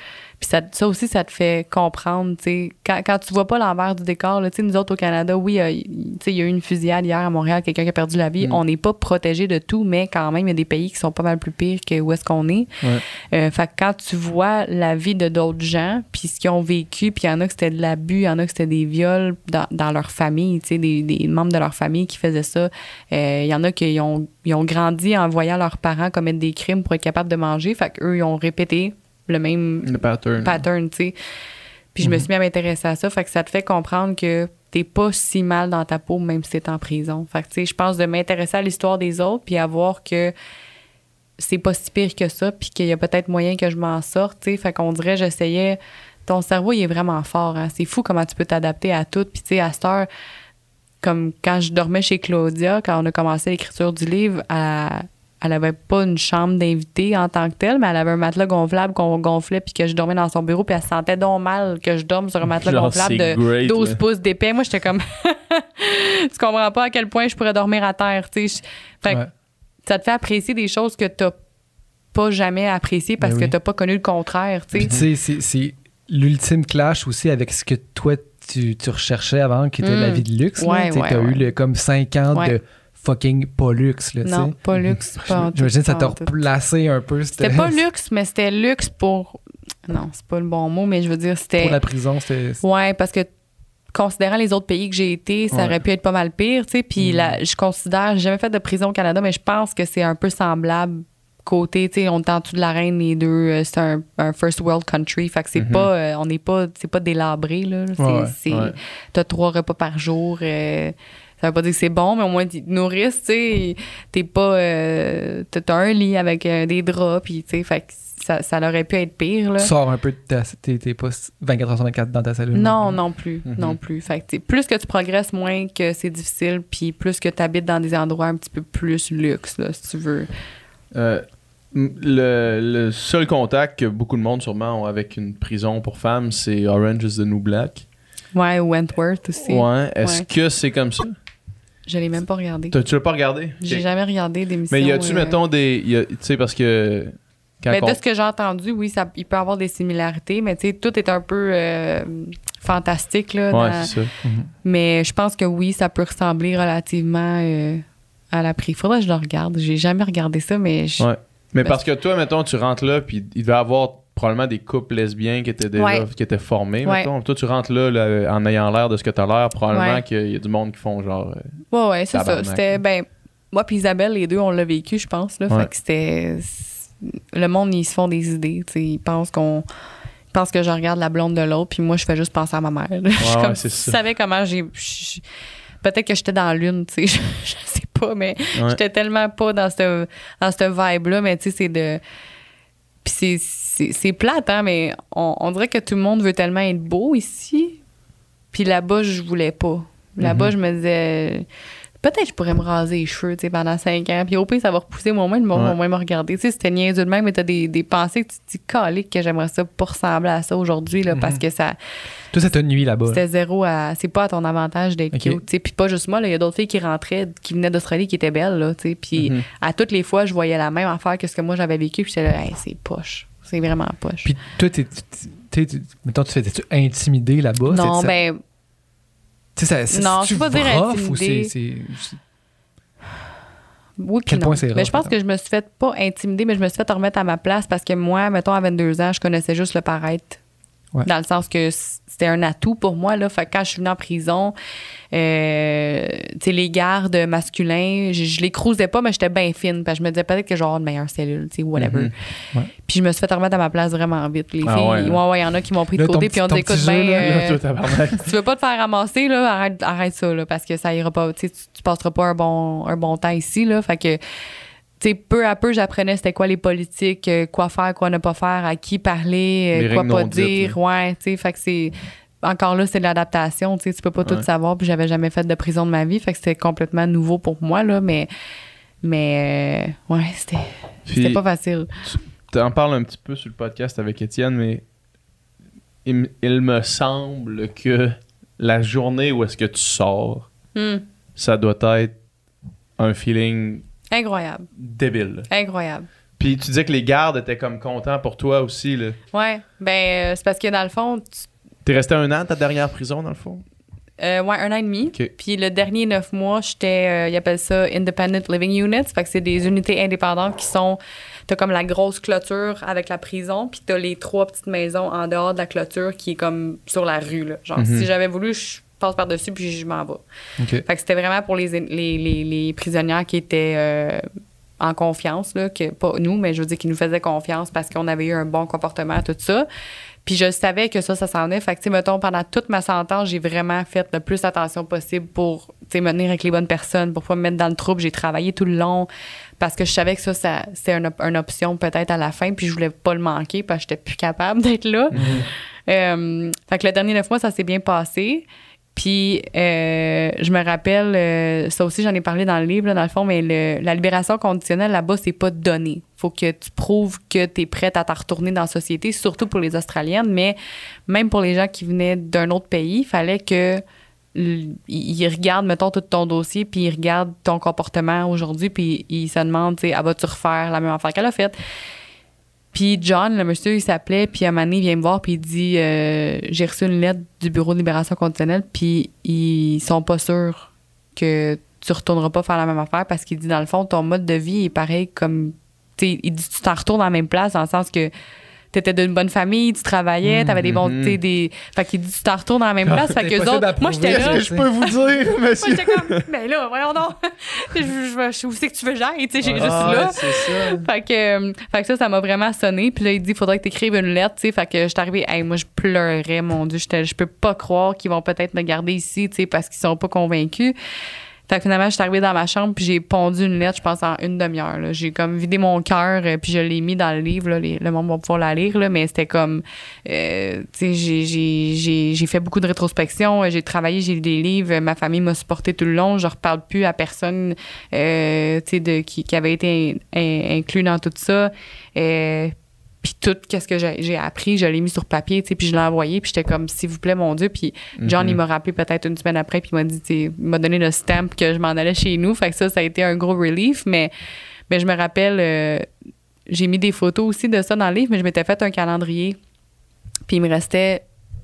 Speaker 4: Puis ça aussi, ça te fait comprendre, tu sais, quand tu vois pas l'envers du décor, là, tu sais, nous autres au Canada, oui, tu sais, il y a eu une fusillade hier à Montréal, quelqu'un qui a perdu la vie. On n'est pas protégé de tout, mais quand même, il y a des pays qui sont pas mal plus pires que où est-ce qu'on est. Fait que quand tu vois la vie de d'autres gens, puis ce qu'ils ont vécu, puis il y en a que c'était de l'abus, il y en a que c'était des viols dans leur famille, tu sais, des membres de leur famille qui faisaient ça. Il y en a qui ont grandi en voyant leurs parents commettre des crimes pour être capables de manger. Fait qu'eux, ils ont répété le pattern, tu sais. Puis je me suis mis à m'intéresser à ça. Fait que ça te fait comprendre que t'es pas si mal dans ta peau, même si t'es en prison. Fait que, tu sais, je pense de m'intéresser à l'histoire des autres, puis à voir que c'est pas si pire que ça, puis qu'il y a peut-être moyen que je m'en sorte, tu sais. Fait qu'on dirait, j'essayais... Ton cerveau, il est vraiment fort, hein. C'est fou comment tu peux t'adapter à tout. Puis, tu sais, à cette heure, comme quand je dormais chez Claudia, quand on a commencé l'écriture du livre, elle avait pas une chambre d'invité en tant que telle, mais elle avait un matelas gonflable qu'on gonflait puis que je dormais dans son bureau, puis elle se sentait donc mal que je dorme sur un matelas gonflable de 12 pouces d'épais. Moi, j'étais comme... Tu comprends pas à quel point je pourrais dormir à terre, tu sais. Fait que ça te fait apprécier des choses que t'as pas jamais appréciées parce que t'as pas connu le contraire, tu sais.
Speaker 3: Puis tu sais, c'est l'ultime clash aussi avec ce que toi, tu recherchais avant, qui était la vie de luxe. T'as eu comme 5 ans de... fucking pas luxe, là, tu sais.
Speaker 4: Non, pas luxe.
Speaker 3: J'imagine que ça t'a replacé un peu.
Speaker 4: C'était pas luxe, mais c'était luxe pour... Non, c'est pas le bon mot, mais je veux dire, c'était...
Speaker 3: Pour la prison, c'était...
Speaker 4: Ouais, parce que considérant les autres pays que j'ai été, ça aurait pu être pas mal pire, tu sais. Puis je considère... J'ai jamais fait de prison au Canada, mais je pense que c'est un peu semblable côté, tu sais, on est en dessous de la reine, les deux, c'est un first world country, fait que c'est pas... on n'est pas... C'est pas délabré, là. T'as 3 repas par jour... Ça veut pas dire que c'est bon, mais au moins, ils te nourrissent, tu sais. T'es pas... t'as un lit avec des draps, puis, tu sais, fait que ça aurait pu être pire, là.
Speaker 3: Tu sors un peu de ta... T'es pas 24h/24 dans ta cellule.
Speaker 4: Non plus. Non plus. Fait que, plus que tu progresses, moins que c'est difficile, puis plus que tu habites dans des endroits un petit peu plus luxe, là, si tu veux.
Speaker 2: Le seul contact que beaucoup de monde, sûrement, ont avec une prison pour femmes, c'est Orange is the New Black.
Speaker 4: Ouais, Wentworth aussi.
Speaker 2: Ouais. Est-ce que c'est comme ça?
Speaker 4: Je l'ai même pas regardé.
Speaker 2: Tu l'as pas regardé?
Speaker 4: J'ai jamais regardé d'émission.
Speaker 2: Mais y a-tu, mettons, tu sais, parce que...
Speaker 4: De ce que j'ai entendu, oui, il peut y avoir des similarités, mais tu sais, tout est un peu fantastique, là.
Speaker 2: Ouais, c'est ça.
Speaker 4: Mais je pense que oui, ça peut ressembler relativement à la prix. Faudrait que je le regarde. J'ai jamais regardé ça, mais...
Speaker 2: Ouais. Mais parce que toi, mettons, tu rentres là, puis il devait y avoir probablement des couples lesbiens qui étaient déjà qui étaient formés, mettons. Toi, tu rentres là, en ayant l'air de ce que tu as l'air, probablement qu'il y a du monde qui font genre...
Speaker 4: ouais, c'est ça. C'était... moi puis Isabelle, les deux, on l'a vécu, je pense, là. Fait que c'était... Le monde, ils se font des idées, tu sais. Ils pensent que je regarde la blonde de l'autre, puis moi, je fais juste penser à ma mère. Je savais comment peut-être que j'étais dans la lune, tu sais. Je sais pas, mais j'étais tellement pas dans cette vibe-là, mais tu sais, c'est de... Puis c'est plate, hein, mais on dirait que tout le monde veut tellement être beau ici. Puis là-bas, je voulais pas. Là-bas, je me disais... Peut-être que je pourrais me raser les cheveux, tu sais, pendant 5 ans. Puis au pire, ça va repousser, moi, au moins, le monde va au moins me regarder. Tu sais, c'était niaiseux de même, mais t'as des pensées que tu te dis, calique, que j'aimerais ça pour ressembler à ça aujourd'hui, là, parce que ça...
Speaker 3: Toi, ça t'a nuit là-bas.
Speaker 4: C'était zéro à... C'est pas à ton avantage d'être cute, tu sais. Puis pas juste moi, il y a d'autres filles qui rentraient, qui venaient d'Australie, qui étaient belles, là, tu sais. Puis à toutes les fois, je voyais la même affaire que ce que moi, j'avais vécu. Puis j'étais là, hey, c'est poche. C'est vraiment poche.
Speaker 3: Puis toi, mettons, t'es-tu intimidé là-bas?
Speaker 4: Non, ben...
Speaker 3: non, je peux pas dire intimidé.
Speaker 4: Oui, quel point c'est rough, mais je pense que je me suis fait pas intimider, mais je me suis fait remettre à ma place parce que moi, mettons, à 22 ans, je connaissais juste le paraître. Dans le sens que c'était un atout pour moi, là. Fait que quand je suis venue en prison, tu sais, les gardes masculins, je les cruisais pas, mais j'étais bien fine. Parce que je me disais peut-être que j'aurais une meilleure cellule, tu sais, whatever. Puis je me suis fait remettre à ma place vraiment vite. Les filles, il y en a qui m'ont pris de côté, puis on dit, écoute, tu veux pas te faire ramasser, là, arrête ça, là, parce que ça ira pas, tu sais, tu passeras pas un bon temps ici, là. Fait que, tu sais, peu à peu, j'apprenais c'était quoi les politiques, quoi faire, quoi ne pas faire, à qui parler, quoi pas dire. Tu sais, fait que c'est... Encore là, c'est de l'adaptation, tu sais, tu peux pas tout savoir, puis j'avais jamais fait de prison de ma vie, fait que c'était complètement nouveau pour moi, là, mais c'était pas facile.
Speaker 2: Tu en parles un petit peu sur le podcast avec Étienne, mais il me semble que la journée où est-ce que tu sors, ça doit être un feeling...
Speaker 4: Incroyable.
Speaker 2: Débile.
Speaker 4: Incroyable.
Speaker 2: Puis tu disais que les gardes étaient comme contents pour toi aussi, là.
Speaker 4: Ouais, c'est parce que dans le fond...
Speaker 2: T'es resté 1 an ta dernière prison, dans le fond?
Speaker 4: Ouais, 1 an et demi.
Speaker 2: Okay.
Speaker 4: Puis le dernier 9 mois, j'étais, ils appellent ça Independent Living Units. Fait que c'est des unités indépendantes qui sont... T'as comme la grosse clôture avec la prison, puis t'as les 3 petites maisons en dehors de la clôture qui est comme sur la rue, là. Genre, si j'avais voulu, je passe par-dessus, puis je m'en vais.
Speaker 3: Okay.
Speaker 4: Fait que c'était vraiment pour les prisonnières qui étaient en confiance, là, que, pas nous, mais je veux dire qui nous faisaient confiance parce qu'on avait eu un bon comportement, tout ça. Puis je savais que ça s'en venait. Fait que, tu sais, mettons, pendant toute ma sentence, j'ai vraiment fait le plus attention possible pour, tu sais, me tenir avec les bonnes personnes, pour pas me mettre dans le trouble. J'ai travaillé tout le long parce que je savais que ça c'était une option peut-être à la fin, puis je voulais pas le manquer parce que j'étais plus capable d'être là. Fait que le dernier 9 mois, ça s'est bien passé. Puis, je me rappelle, ça aussi, j'en ai parlé dans le livre, là, dans le fond, mais la libération conditionnelle, là-bas, c'est pas donné. Faut que tu prouves que tu es prête à t'en retourner dans la société, surtout pour les Australiennes, mais même pour les gens qui venaient d'un autre pays, il fallait que ils regardent, mettons, tout ton dossier, puis ils regardent ton comportement aujourd'hui, puis ils se demandent, tu sais, vas-tu refaire la même affaire qu'elle a faite? Puis John, le monsieur, il s'appelait, puis à un moment donné, il vient me voir, puis il dit j'ai reçu une lettre du Bureau de libération conditionnelle, puis ils sont pas sûrs que tu retourneras pas faire la même affaire parce qu'il dit, dans le fond, ton mode de vie est pareil comme... Tu sais, il dit tu t'en retournes dans la même place dans le sens que t'étais d'une bonne famille, tu travaillais, t'avais des bons... Fait qu'il dit tu t'en retournes dans la même place. Fait que autres... Moi, j'étais là...
Speaker 2: Qu'est-ce que je peux vous dire, monsieur?
Speaker 4: Moi, j'étais comme... Mais là, voyons donc. Où c'est que tu veux que j'aille? Tu sais, j'ai juste là.
Speaker 2: C'est ça.
Speaker 4: Fait que ça m'a vraiment sonné. Puis là, il dit, il faudrait que tu écrives une lettre, tu sais. Fait que je suis arrivée, moi, je pleurais, mon Dieu. Je peux pas croire qu'ils vont peut-être me garder ici, tu sais, parce qu'ils sont pas convaincus. Fait que finalement, je suis arrivée dans ma chambre, puis j'ai pondu une lettre, je pense, en 1 demi-heure, là. J'ai comme vidé mon cœur, puis je l'ai mis dans le livre, là. Le monde va pouvoir la lire, là, mais c'était comme... tu sais, j'ai fait beaucoup de rétrospection, j'ai travaillé, j'ai lu des livres, ma famille m'a supporté tout le long, je reparle plus à personne, tu sais, qui avait été inclus dans tout ça. Puis tout, qu'est-ce que j'ai appris, je l'ai mis sur papier, tu sais, puis je l'ai envoyé, puis j'étais comme, s'il vous plaît, mon Dieu. Puis John, il m'a rappelé peut-être 1 semaine après, puis il m'a dit, tu sais, il m'a donné le stamp que je m'en allais chez nous. Fait que ça a été un gros relief. Mais je me rappelle, j'ai mis des photos aussi de ça dans le livre, mais je m'étais fait un calendrier. Puis il me restait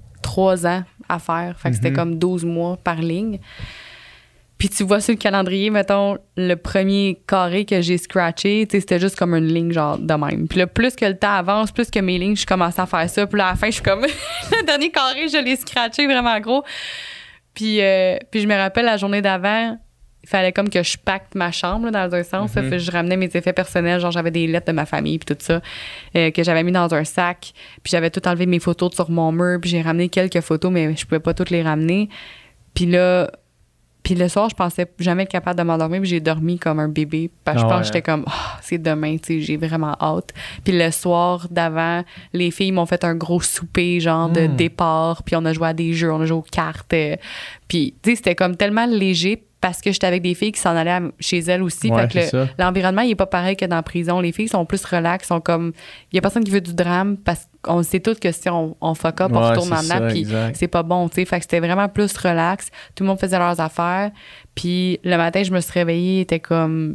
Speaker 4: 3 ans à faire. Fait que c'était comme 12 mois par ligne. Puis tu vois sur le calendrier, mettons, le premier carré que j'ai scratché, tu sais, c'était juste comme une ligne genre de même. Puis là, plus que le temps avance, plus que mes lignes, je commence à faire ça. Puis là, à la fin, je suis comme... le dernier carré, je l'ai scratché vraiment gros. Puis je me rappelle, la journée d'avant, il fallait comme que je pacte ma chambre, là, dans un sens. Fait que je ramenais mes effets personnels, genre j'avais des lettres de ma famille puis tout ça, que j'avais mis dans un sac. Puis j'avais tout enlevé mes photos sur mon mur. Puis j'ai ramené quelques photos, mais je pouvais pas toutes les ramener. Puis là... Puis le soir, je pensais jamais être capable de m'endormir, puis j'ai dormi comme un bébé. Parce que je pense que j'étais comme, c'est demain, tu sais, j'ai vraiment hâte. Puis le soir d'avant, les filles m'ont fait un gros souper, genre de départ, puis on a joué à des jeux, on a joué aux cartes. Puis, tu sais, c'était comme tellement léger parce que j'étais avec des filles qui s'en allaient chez elles aussi.
Speaker 2: Ouais,
Speaker 4: fait que l'environnement, il est pas pareil que dans la prison. Les filles sont plus relax, sont comme... Il y a personne qui veut du drame parce qu'on sait toutes que si on fuck up, on retourne en dedans, puis c'est pas bon, tu sais. Fait que c'était vraiment plus relax. Tout le monde faisait leurs affaires. Puis le matin, je me suis réveillée, il était comme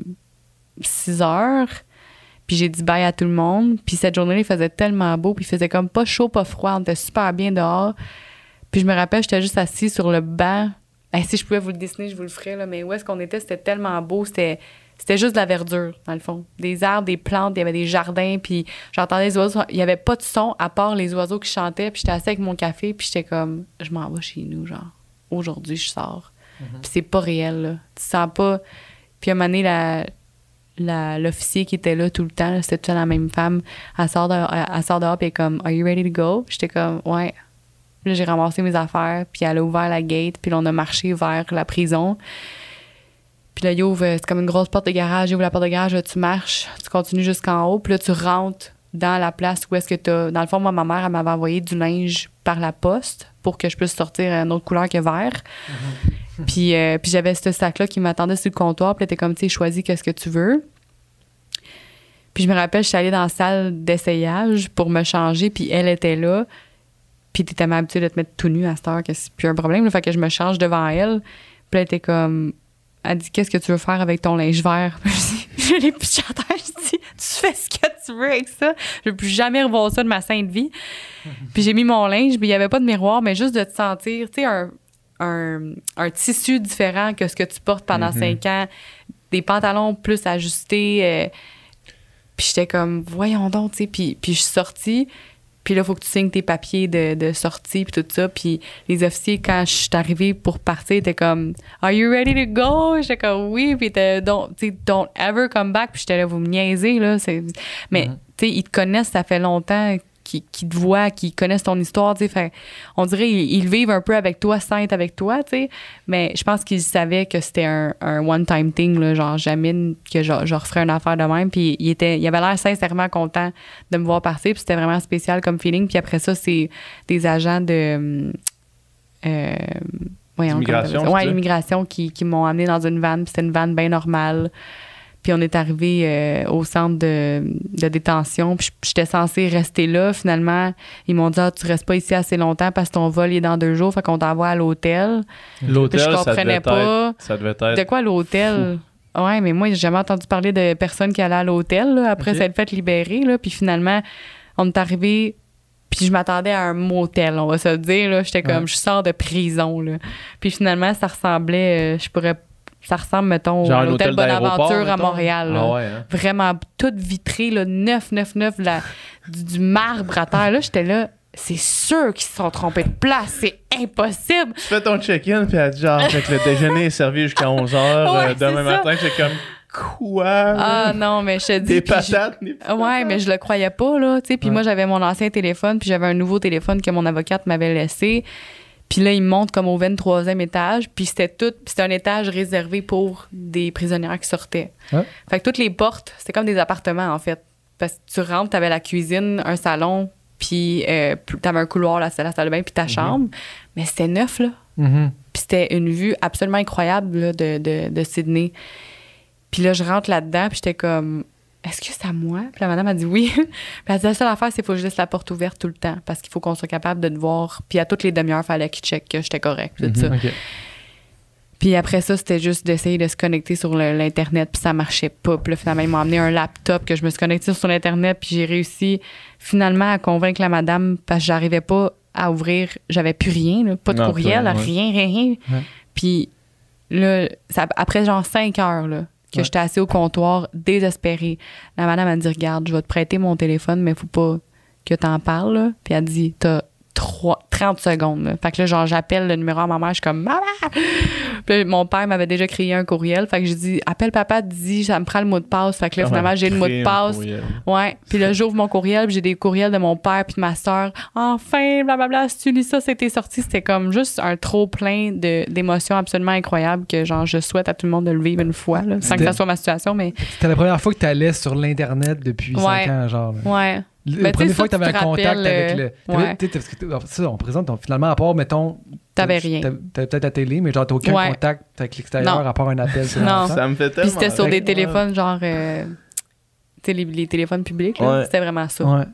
Speaker 4: 6 heures. Puis j'ai dit bye à tout le monde. Puis cette journée-là, il faisait tellement beau, puis il faisait comme pas chaud, pas froid. On était super bien dehors. Puis je me rappelle, j'étais juste assise sur le banc. Si je pouvais vous le dessiner, je vous le ferais, là, mais où est-ce qu'on était? C'était tellement beau. C'était juste de la verdure, dans le fond. Des arbres, des plantes, il y avait des jardins, puis j'entendais les oiseaux. Il n'y avait pas de son à part les oiseaux qui chantaient, puis j'étais assise avec mon café, puis j'étais comme, je m'en vais chez nous, genre, aujourd'hui, je sors. Puis c'est pas réel, là. Tu sens pas... Puis à un moment donné, l'officier qui était là tout le temps, là, c'était tout la même femme, elle sort dehors, puis elle est comme, are you ready to go? Puis j'étais comme, ouais. Puis là, j'ai ramassé mes affaires, puis elle a ouvert la gate, puis là, on a marché vers la prison. Puis là, il ouvre, c'est comme une grosse porte de garage, il ouvre la porte de garage, là, tu marches, tu continues jusqu'en haut, puis là, tu rentres dans la place où est-ce que t'as... Dans le fond, moi, ma mère, elle m'avait envoyé du linge par la poste pour que je puisse sortir une autre couleur que vert. Puis j'avais ce sac-là qui m'attendait sur le comptoir, puis là, t'es comme, tu sais, choisis qu'est-ce que tu veux. Puis je me rappelle, je suis allée dans la salle d'essayage pour me changer, puis elle était là. Puis t'es tellement habituée de te mettre tout nu à cette heure que c'est plus un problème. Là, fait que je me change devant elle. Puis elle était comme... elle dit, qu'est-ce que tu veux faire avec ton linge vert? Je l'ai pitché à terre. Je dis, tu fais ce que tu veux avec ça. Je veux plus jamais revoir ça de ma sainte vie. Puis j'ai mis mon linge, puis il n'y avait pas de miroir, mais juste de te sentir, tu sais, un tissu différent que ce que tu portes pendant 5 ans, des pantalons plus ajustés. Puis j'étais comme, voyons donc, tu sais. Puis je suis sortie. Puis là, il faut que tu signes tes papiers de sortie, puis tout ça. Puis les officiers, quand je suis arrivée pour partir, étaient comme « Are you ready to go? » J'étais comme « Oui. » Puis don't ever come back. Puis j'étais là, vous me niaisez, là. Mais, tu sais, ils te connaissent, ça fait longtemps qu'ils te voient, qu'ils connaissent ton histoire, tu sais. Fait, on dirait ils vivent un peu avec toi, sans être avec toi, tu sais. Mais je pense qu'ils savaient que c'était un one-time thing, là, genre jamais que je referais une affaire de même. Puis il avait l'air sincèrement content de me voir partir. Puis c'était vraiment spécial comme feeling. Puis après ça, c'est des agents de... l'immigration qui m'ont amené dans une van. Puis c'était une van bien normale. Puis on est arrivé au centre de détention. Puis j'étais censée rester là. Finalement, ils m'ont dit « tu restes pas ici assez longtemps parce que ton vol est dans 2 jours. Fait qu'on t'envoie à l'hôtel. »
Speaker 2: L'hôtel,
Speaker 4: je comprenais
Speaker 2: ça devait être...
Speaker 4: De quoi l'hôtel? Ouais, mais moi, j'ai jamais entendu parler de personnes qui allaient à l'hôtel. Là. Après, ça a été fait libérer. Là. Puis finalement, on est arrivé... Puis je m'attendais à un motel, on va se le dire. Là. J'étais comme, je sors de prison. Là. Puis finalement, ça ressemblait... Ça ressemble, mettons,
Speaker 2: genre
Speaker 4: à l'hôtel Bonaventure
Speaker 2: mettons.
Speaker 4: à Montréal. Là.
Speaker 2: Ah ouais, hein?
Speaker 4: Vraiment, tout vitré, là, 9, du marbre à terre. Là, j'étais là, c'est sûr qu'ils se sont trompés de place. C'est impossible.
Speaker 2: Tu fais ton check-in, puis elle dit genre, fait que le déjeuner est servi jusqu'à 11h. Demain matin, j'étais comme, quoi?
Speaker 4: Ah non, mais je te dis...
Speaker 2: Des patates.
Speaker 4: Ouais, mais je le croyais pas, là. Tu sais, puis moi, j'avais mon ancien téléphone, puis j'avais un nouveau téléphone que mon avocate m'avait laissé. Puis là, il me monte comme au 23e étage. Puis c'était un étage réservé pour des prisonnières qui sortaient.
Speaker 3: Ah.
Speaker 4: Fait que toutes les portes, c'était comme des appartements, en fait. Parce que tu rentres, t'avais la cuisine, un salon, puis t'avais un couloir, la salle de bain, puis ta chambre. Mais c'était neuf, là.
Speaker 3: Mm-hmm.
Speaker 4: Puis c'était une vue absolument incroyable là, de Sydney. Puis là, je rentre là-dedans, puis j'étais comme... Est-ce que c'est à moi? Puis la madame a dit oui. Puis elle dit, la seule affaire, c'est qu'il faut que je laisse la porte ouverte tout le temps parce qu'il faut qu'on soit capable de te voir. Puis à toutes les demi-heures, il fallait qu'il check que j'étais correct. Tout ça.
Speaker 3: Okay.
Speaker 4: Puis après ça, c'était juste d'essayer de se connecter sur l'Internet, puis ça marchait pas. Puis là, finalement, ils m'ont amené un laptop que je me suis connectée sur l'Internet, puis j'ai réussi finalement à convaincre la madame parce que j'arrivais pas à ouvrir. J'avais plus rien, là, pas de courriel, rien.
Speaker 3: Ouais.
Speaker 4: Puis là, après genre 5 heures, là, que j'étais assise au comptoir, désespérée. La madame a dit, regarde, je vais te prêter mon téléphone, mais faut pas que t'en parles. Là. Puis elle dit, t'as 30 secondes. Là. Fait que là, genre, j'appelle le numéro à ma mère, je suis comme, maman! Puis là, mon père m'avait déjà créé un courriel. Fait que j'ai dit, appelle papa, dis, ça me prend le mot de passe. Fait que là, finalement, j'ai le mot de passe. Ouais. Puis là, j'ouvre mon courriel, puis j'ai des courriels de mon père puis de ma soeur. Enfin, blablabla, si tu lis ça, c'était sorti. C'était comme juste un trop plein d'émotions absolument incroyables que, genre, je souhaite à tout le monde de le vivre une fois, là, sans que ça soit ma situation. Mais
Speaker 3: c'était la première fois que tu allais sur l'Internet depuis 5 ans, genre. Là.
Speaker 4: Ouais.
Speaker 3: La première fois que tu avais un contact avec le...
Speaker 4: Ouais.
Speaker 3: Parce que ça, on présente, finalement, à part, mettons...
Speaker 4: T'avais rien.
Speaker 3: T'avais peut-être la télé, mais genre, t'as aucun contact avec l'extérieur à part un appel.
Speaker 4: Non.
Speaker 2: Ça me fait tellement...
Speaker 4: Puis c'était sur des téléphones, genre... tu sais, les téléphones publics, là. C'était vraiment ça.
Speaker 3: Ouais.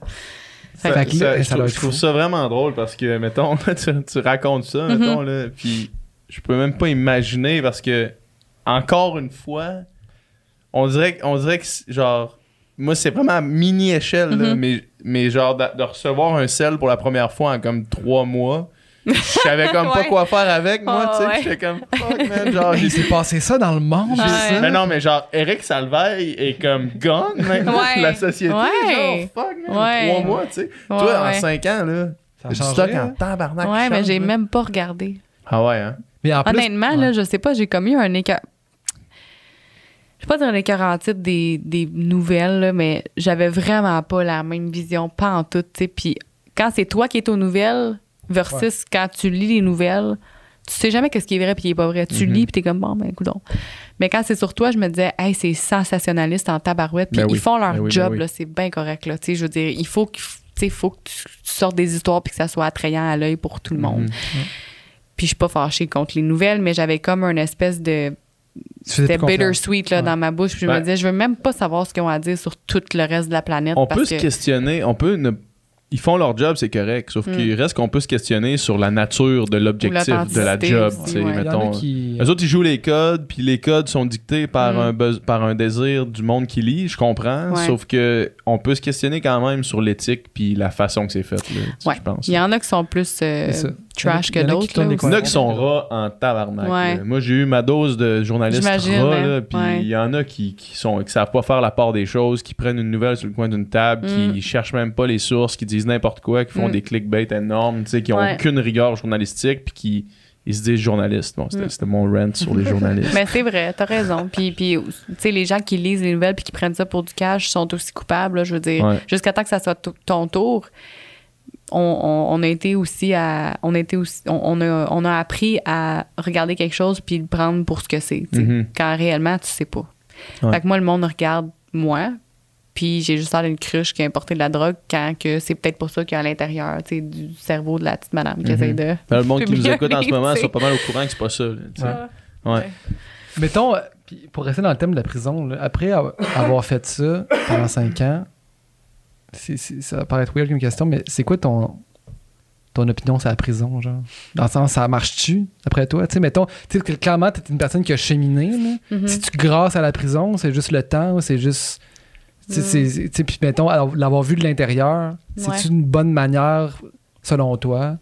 Speaker 2: Je trouve ça vraiment drôle parce que, mettons, tu racontes ça, mettons, là, puis je peux même pas imaginer parce que, encore une fois, on dirait que genre... Moi, c'est vraiment à mini-échelle, là, mais genre de recevoir un sel pour la première fois en comme 3 mois, je savais comme pas quoi faire avec, moi, tu sais. J'étais comme, fuck, man, genre...
Speaker 3: Il s'est passé ça dans le monde, ça.
Speaker 2: Mais non, mais genre, Eric Salveille est comme gone, maintenant, la société, genre, fuck, man, 3 mois, tu sais. Toi, en 5 ans, là,
Speaker 3: ça
Speaker 2: du stock en tabarnak.
Speaker 4: Ouais, mais j'ai même pas regardé.
Speaker 2: Ah ouais, hein?
Speaker 3: Mais en plus,
Speaker 4: honnêtement, là, je sais pas, j'ai comme eu un écart... Je vais pas dire l'écart en titre des nouvelles, là, mais j'avais vraiment pas la même vision, pas en tout, tu sais. Puis quand c'est toi qui es aux nouvelles versus quand tu lis les nouvelles, tu sais jamais qu'est-ce qui est vrai puis qui est pas vrai. Tu lis puis t'es comme, bon, ben, coudonc. Mais quand c'est sur toi, je me disais, hey, c'est sensationnaliste en tabarouette. Puis ils font leur job, là, c'est bien correct, là. Tu sais, je veux dire, il faut que tu sortes des histoires puis que ça soit attrayant à l'œil pour tout le monde. Puis je suis pas fâchée contre les nouvelles, mais j'avais comme une espèce de... C'était bittersweet là, dans ma bouche. Puis je me disais, je veux même pas savoir ce qu'ils ont à dire sur tout le reste de la planète.
Speaker 2: On peut se questionner, on peut ils font leur job, c'est correct. Sauf qu'il reste qu'on peut se questionner sur la nature de l'objectif de la job.
Speaker 4: Aussi, ouais.
Speaker 2: Mettons, eux autres, ils jouent les codes, puis les codes sont dictés par, par un désir du monde qui lit, je comprends.
Speaker 4: Ouais.
Speaker 2: Sauf que on peut se questionner quand même sur l'éthique puis la façon que c'est fait, là, je pense.
Speaker 4: Il y en a qui sont plus trash que d'autres.
Speaker 2: Il y en a qui sont rats en tabarnak.
Speaker 4: Ouais.
Speaker 2: Moi, j'ai eu ma dose de journalistes rats,
Speaker 4: hein?
Speaker 2: puis il y en a qui savent pas faire la part des choses, qui prennent une nouvelle sur le coin d'une table, qui cherchent même pas les sources, qui disent n'importe quoi, qui font des clickbait énormes, qui ont aucune rigueur journalistique, puis qui ils se disent journalistes. Bon, c'était mon rant sur les journalistes.
Speaker 4: Mais c'est vrai, t'as raison. Puis tu sais, les gens qui lisent les nouvelles puis qui prennent ça pour du cash sont aussi coupables, là, je veux dire. Jusqu'à temps que ça soit ton tour. On a été aussi à on a appris à regarder quelque chose puis le prendre pour ce que c'est, quand réellement tu sais pas. Fait que moi, le monde me regarde moi, puis j'ai juste l'air d'une cruche qui a importé de la drogue quand que c'est peut-être pas ça qu'il y a à l'intérieur, tu sais, du cerveau de la petite madame qui essaie de
Speaker 2: le monde qui nous écoute en ce moment sont pas mal au courant que c'est pas ça, là,
Speaker 3: Mettons, pour rester dans le thème de la prison, là, après avoir fait ça pendant 5 ans, ça va paraître weird comme question, mais c'est quoi ton opinion sur la prison, genre? Dans le sens, ça marche-tu, après toi? Tu sais, mettons, clairement, t'es une personne qui a cheminé, là. Si tu grâces à la prison, c'est juste le temps, ou c'est juste... Puis mettons, l'avoir vu de l'intérieur, c'est une bonne manière, selon toi,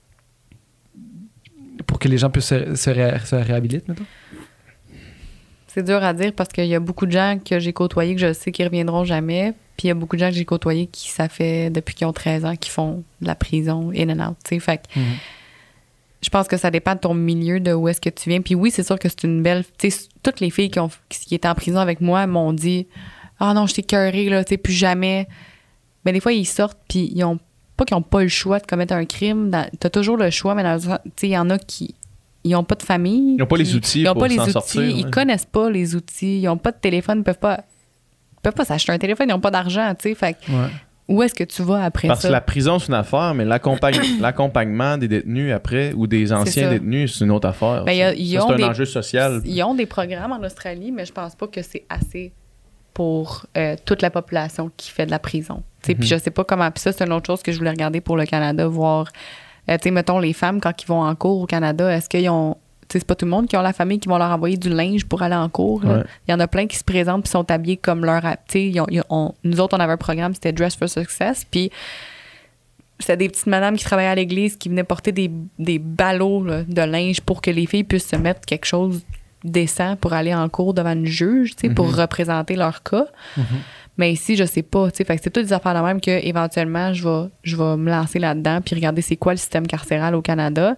Speaker 3: pour que les gens puissent se réhabiliter, mettons?
Speaker 4: C'est dur à dire parce qu'il y a beaucoup de gens que j'ai côtoyés que je sais qu'ils reviendront jamais. Puis il y a beaucoup de gens que j'ai côtoyés qui, ça fait depuis qu'ils ont 13 ans, qui font de la prison in and out. T'sais. Fait que je pense que ça dépend de ton milieu, de où est-ce que tu viens. Puis oui, c'est sûr que c'est une belle... Toutes les filles qui étaient en prison avec moi m'ont dit « Ah non, je t'ai écœurée, là, plus jamais. » Mais des fois, ils sortent puis ils ont pas qu'ils n'ont pas le choix de commettre un crime. T'as toujours le choix, mais il y en a qui... Ils n'ont pas de famille.
Speaker 2: Ils n'ont pas les outils pour s'en sortir.
Speaker 4: Ils connaissent pas les outils. Ils n'ont pas de téléphone. Ils peuvent pas s'acheter un téléphone. Ils n'ont pas d'argent. Fait où est-ce que tu vas après ça?
Speaker 2: Parce que la prison, c'est une affaire, mais l'accompagnement des détenus après ou des anciens détenus, c'est une autre affaire.
Speaker 4: Ben,
Speaker 2: c'est un enjeu social.
Speaker 4: Ils ont des programmes en Australie, mais je pense pas que c'est assez pour toute la population qui fait de la prison. Puis je sais pas comment... Puis ça, c'est une autre chose que je voulais regarder pour le Canada, voir... tu sais, mettons, les femmes, quand ils vont en cours au Canada, est-ce qu'ils ont... Tu sais, c'est pas tout le monde qui ont la famille qui vont leur envoyer du linge pour aller en cours. Là. Il y en a plein qui se présentent puis sont habillés comme leur... Tu sais, nous autres, on avait un programme, c'était Dress for Success, puis c'était des petites madames qui travaillaient à l'église qui venaient porter des ballots là, de linge pour que les filles puissent se mettre quelque chose décent pour aller en cours devant une juge, tu sais, pour représenter leur cas. Mais ici, je sais pas, tu sais, fait que c'est toutes des affaires de même que éventuellement je vais me lancer là-dedans puis regarder c'est quoi le système carcéral au Canada.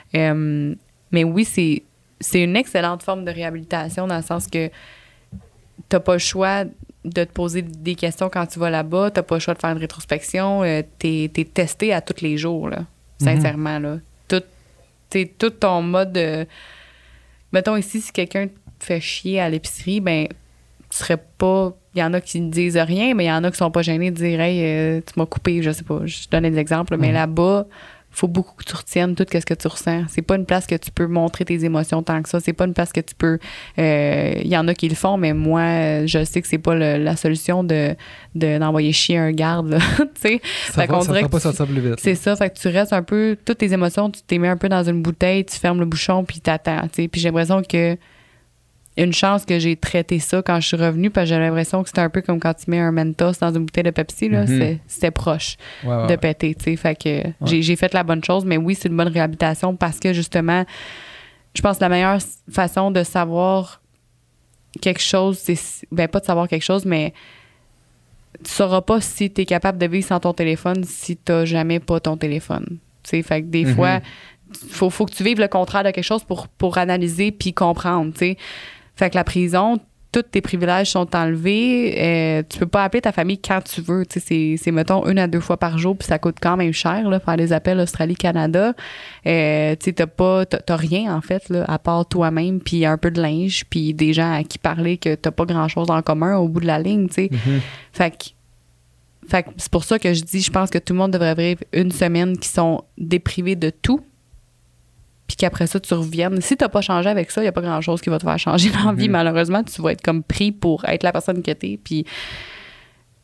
Speaker 4: Mais oui, c'est une excellente forme de réhabilitation dans le sens que t'as pas le choix de te poser des questions quand tu vas là-bas, t'as pas le choix de faire une rétrospection, t'es testé à tous les jours, là, sincèrement, là. Tout ton mode de... Mettons ici, si quelqu'un te fait chier à l'épicerie, ben tu serais pas... Il y en a qui ne disent rien, mais il y en a qui sont pas gênés de dire « Hey, tu m'as coupé », je sais pas, je donne des exemples, mais là-bas, faut beaucoup que tu retiennes tout ce que tu ressens. C'est pas une place que tu peux montrer tes émotions tant que ça. C'est pas une place que tu peux... Il y en a qui le font, mais moi, je sais que c'est pas la solution d'envoyer chier un garde, là, tu sais.
Speaker 3: Ça va pas sortir plus vite.
Speaker 4: C'est ça, fait que tu restes un peu... Toutes tes émotions, tu t'es mis un peu dans une bouteille, tu fermes le bouchon, puis t'attends, tu sais. Puis j'ai l'impression que une chance que j'ai traité ça quand je suis revenue, parce que j'avais l'impression que c'était un peu comme quand tu mets un Mentos dans une bouteille de Pepsi, là, c'était proche de péter, tu sais. Fait que j'ai fait la bonne chose, mais oui, c'est une bonne réhabilitation parce que, justement, je pense que la meilleure façon de savoir quelque chose, c'est... Ben, pas de savoir quelque chose, mais tu sauras pas si tu es capable de vivre sans ton téléphone si t'as jamais pas ton téléphone. Tu sais, fait que des fois, faut que tu vives le contraire de quelque chose pour analyser puis comprendre, tu sais. Fait que la prison, tous tes privilèges sont enlevés. Tu peux pas appeler ta famille quand tu veux. Tu sais, c'est mettons 1 à 2 fois par jour, puis ça coûte quand même cher, là, faire des appels Australie-Canada. Tu sais, t'as rien, en fait, là, à part toi-même, puis un peu de linge, puis des gens à qui parler que t'as pas grand-chose en commun au bout de la ligne, tu sais. Fait que c'est pour ça que je dis, je pense que tout le monde devrait vivre une semaine qui sont déprivés de tout, puis qu'après ça, tu reviennes. Si t'as pas changé avec ça, il n'y a pas grand-chose qui va te faire changer dans la vie. Malheureusement, tu vas être comme pris pour être la personne que t'es. Puis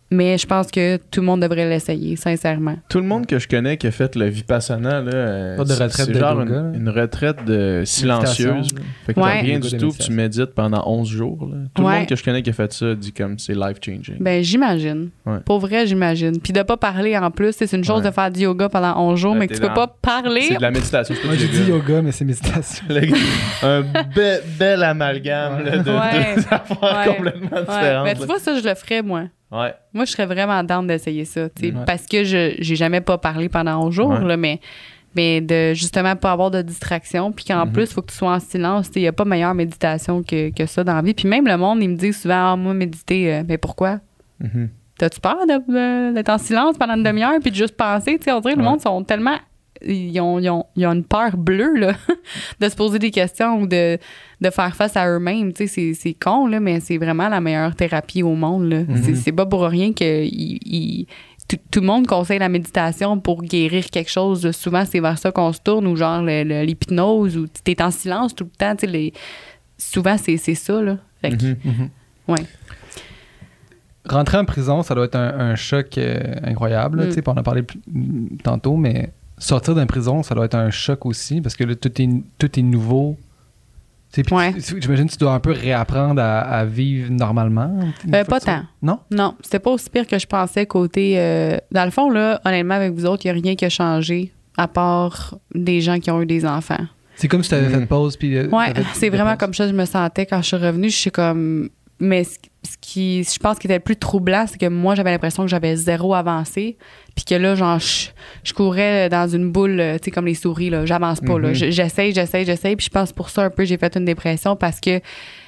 Speaker 4: Mais je pense que tout le monde devrait l'essayer, sincèrement.
Speaker 2: Tout le monde que je connais qui a fait le Vipassana, là,
Speaker 3: Pas de retraite
Speaker 2: c'est
Speaker 3: de
Speaker 2: genre
Speaker 3: yoga,
Speaker 2: une retraite silencieuse. Là. Fait que t'as rien
Speaker 3: Yoga
Speaker 2: du
Speaker 3: de
Speaker 2: tout,
Speaker 3: méditation.
Speaker 2: tu médites pendant 11 jours. Là. Tout le monde que je connais qui a fait ça dit comme c'est life-changing.
Speaker 4: Ben, j'imagine.
Speaker 2: Ouais.
Speaker 4: Pour vrai, j'imagine. Puis de pas parler en plus, c'est une chose de faire du yoga pendant 11 jours, mais que tu peux pas parler.
Speaker 2: C'est de la méditation. C'est pas
Speaker 3: Moi,
Speaker 2: du
Speaker 3: j'ai dit
Speaker 2: yoga.
Speaker 3: yoga, mais c'est méditation.
Speaker 2: Un bel amalgame là, de deux affaires complètement différentes.
Speaker 4: Ben, tu vois, ça, je le ferais, moi.
Speaker 2: Ouais.
Speaker 4: Moi, je serais vraiment down d'essayer ça, tu sais,
Speaker 3: Ouais.
Speaker 4: parce que j'ai jamais pas parlé pendant 11 jours,
Speaker 2: Ouais.
Speaker 4: là, mais de justement pas avoir de distraction, puis qu'en plus, il faut que tu sois en silence. Il n'y a pas meilleure méditation que ça dans la vie. Puis même le monde, il me dit souvent, moi, méditer, mais pourquoi?
Speaker 2: Mhm.
Speaker 4: T'as-tu peur d'être en silence pendant une demi-heure puis de juste penser? Tu sais, on dirait que le monde sont tellement... Ils ont une peur bleue, là, de se poser des questions ou de faire face à eux-mêmes. Tu sais, c'est con, là, mais c'est vraiment la meilleure thérapie au monde, là. C'est pas pour rien que tout le monde conseille la méditation pour guérir quelque chose. Souvent, c'est vers ça qu'on se tourne, ou genre l'hypnose, ou t'es en silence tout le temps. Tu sais, souvent, c'est ça, là. Fait que, ouais.
Speaker 3: Rentrer en prison, ça doit être un choc incroyable. Là, tu sais, puis on en a parlé tantôt, mais sortir d'une prison, ça doit être un choc aussi parce que là, tout est nouveau. Tu sais, puis
Speaker 4: Ouais.
Speaker 3: j'imagine que tu dois un peu réapprendre à vivre normalement.
Speaker 4: Pas tant.
Speaker 3: Non?
Speaker 4: Non, c'était pas aussi pire que je pensais côté... dans le fond, là, honnêtement, avec vous autres, il n'y a rien qui a changé à part des gens qui ont eu des enfants.
Speaker 3: C'est comme si tu avais fait pause. Puis,
Speaker 4: Ouais, c'est vraiment comme ça que je me sentais quand je suis revenue. Je suis comme... Mais ce qui, je pense, qui était le plus troublant, c'est que moi, j'avais l'impression que j'avais zéro avancé. Puis que là, genre, je courais dans une boule, tu sais, comme les souris, là. J'avance pas, là. J'essaye. Puis je pense pour ça, un peu, j'ai fait une dépression parce que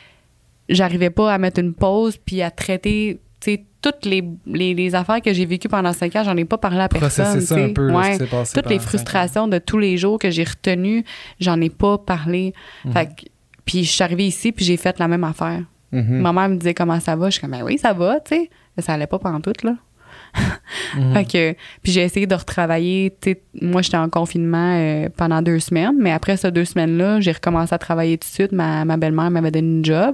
Speaker 4: j'arrivais pas à mettre une pause puis à traiter, tu sais, toutes les affaires que j'ai vécues pendant 5 ans, j'en ai pas parlé à personne.
Speaker 3: Processer ça un peu, là, ce qui s'est passé
Speaker 4: toutes les
Speaker 3: pendant 5 ans.
Speaker 4: frustrations de tous les jours que j'ai retenues, j'en ai pas parlé. Fait que, puis je suis arrivée ici, puis j'ai fait la même affaire. Ma mère me disait comment ça va. Je suis comme, ben oui, ça va, tu sais. Mais ça allait pas pantoute, là. Fait que, puis j'ai essayé de retravailler. Tu sais, moi, j'étais en confinement pendant 2 semaines, mais après ces 2 semaines-là, j'ai recommencé à travailler tout de suite. Ma belle-mère m'avait donné une job.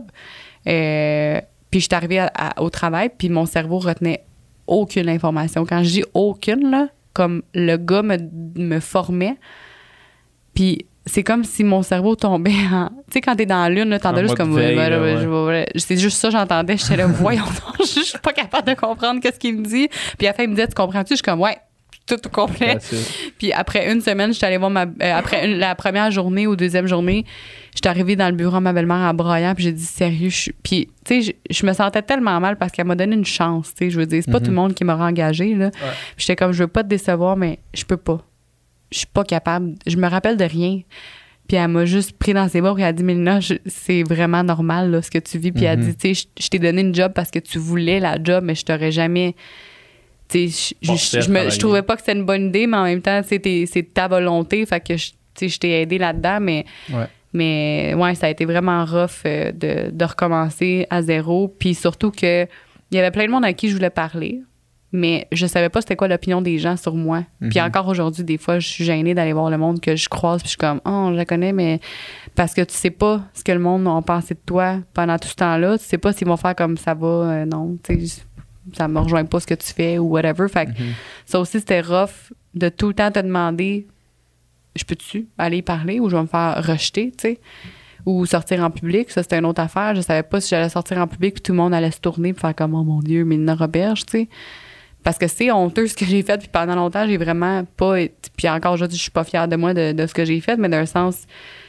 Speaker 4: Puis j'étais arrivée au travail, puis mon cerveau retenait aucune information. Quand je dis aucune, là, comme le gars me formait, puis c'est comme si mon cerveau tombait en... Tu sais, quand t'es dans la lune, là, t'entends juste comme... C'est juste ça, j'entendais. J'étais là, voyons donc, je suis pas capable de comprendre qu'est-ce qu'il me dit. Puis après, il me disait, tu comprends-tu? Je suis comme, ouais, tout complet. Puis après une semaine, j'étais allée voir après la première journée ou deuxième journée, j'étais arrivée dans le bureau de ma belle-mère en broyant, puis j'ai dit, sérieux, puis, tu sais, je me sentais tellement mal parce qu'elle m'a donné une chance, tu sais, je veux dire, c'est pas tout le monde qui m'aura engagée, là. Puis j'étais comme, je veux pas te décevoir, mais je peux pas. Je suis pas capable. Je me rappelle de rien. Puis elle m'a juste pris dans ses bras et elle a dit, Mélina, c'est vraiment normal, là, ce que tu vis. Puis elle a dit, tu sais, je t'ai donné une job parce que tu voulais la job, mais je t'aurais jamais... Tu sais, je trouvais pas que c'était une bonne idée, mais en même temps, c'est ta volonté. Fait que, tu sais, je t'ai aidé là-dedans, mais...
Speaker 3: Ouais.
Speaker 4: Mais ouais, ça a été vraiment rough de recommencer à zéro. Puis surtout que il y avait plein de monde à qui je voulais parler, mais je savais pas c'était quoi l'opinion des gens sur moi. Puis encore aujourd'hui, des fois, je suis gênée d'aller voir le monde que je croise, puis je suis comme, oh, je la connais, mais parce que tu sais pas ce que le monde a pensé de toi pendant tout ce temps-là. Tu sais pas s'ils vont faire comme ça va, non, tu sais, ça me rejoint pas ce que tu fais ou whatever. Fait que ça aussi, c'était rough de tout le temps te demander, je peux-tu aller y parler ou je vais me faire rejeter, tu sais, ou sortir en public. Ça, c'était une autre affaire. Je savais pas si j'allais sortir en public puis tout le monde allait se tourner puis faire comme, oh mon Dieu, Mélina Roberge, tu sais. Parce que c'est honteux ce que j'ai fait, puis pendant longtemps, j'ai vraiment pas... Puis encore aujourd'hui, je suis pas fière de moi de ce que j'ai fait, mais d'un sens,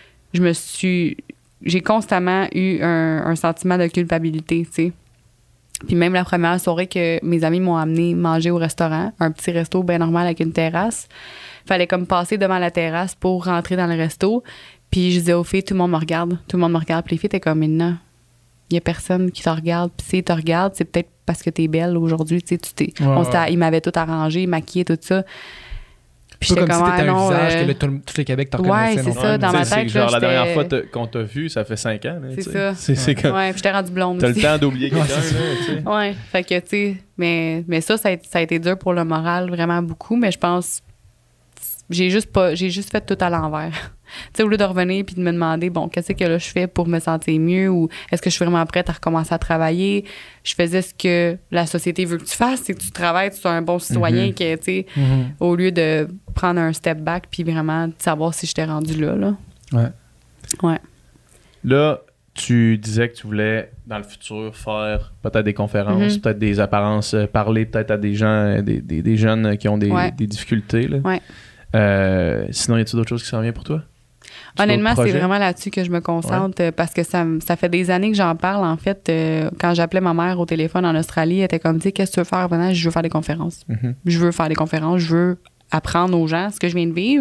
Speaker 4: j'ai constamment eu un sentiment de culpabilité, tu sais. Puis même la première soirée que mes amis m'ont amené manger au restaurant, un petit resto bien normal avec une terrasse, fallait comme passer devant la terrasse pour rentrer dans le resto. Puis je disais aux filles, tout le monde me regarde. Puis les filles étaient comme, Mélina, il y a personne qui te regarde. Puis si ils te regardent, c'est peut-être parce que t'es belle aujourd'hui. Tu sais, ils m'avaient tout arrangé, maquillé, tout ça. Puis
Speaker 3: pas comme si t'étais un visage que tout le Québec te reconnaissait.
Speaker 4: Ouais, c'est ça. Dans ma tête,
Speaker 2: genre, la
Speaker 4: là,
Speaker 2: dernière fois qu'on t'a vu, ça fait 5 ans. Là,
Speaker 4: c'est ça.
Speaker 2: C'est comme...
Speaker 4: Ouais, puis j'étais rendue blonde
Speaker 2: T'as
Speaker 4: aussi.
Speaker 2: le temps d'oublier quelqu'un, là, tu sais.
Speaker 4: Ouais, fait que, tu sais, mais ça a été dur pour le moral, vraiment beaucoup, mais je pense, j'ai juste fait tout à l'envers. Tu sais, au lieu de revenir puis de me demander, bon, qu'est-ce que là je fais pour me sentir mieux ou est-ce que je suis vraiment prête à recommencer à travailler, je faisais ce que la société veut que tu fasses, c'est que tu travailles, tu sois un bon citoyen, que, tu sais, au lieu de prendre un step back puis vraiment de savoir si j'étais rendue là. Ouais.
Speaker 2: Là, tu disais que tu voulais, dans le futur, faire peut-être des conférences, peut-être des apparences, parler peut-être à des gens, des jeunes qui ont des difficultés. Là. Sinon, y a-t-il d'autres choses qui s'en viennent pour toi?
Speaker 4: Honnêtement, c'est vraiment là-dessus que je me concentre parce que ça fait des années que j'en parle. En fait, quand j'appelais ma mère au téléphone en Australie, elle était comme, tu sais, qu'est-ce que tu veux faire? Maintenant, je veux faire des conférences. Je veux faire des conférences. Je veux apprendre aux gens ce que je viens de vivre.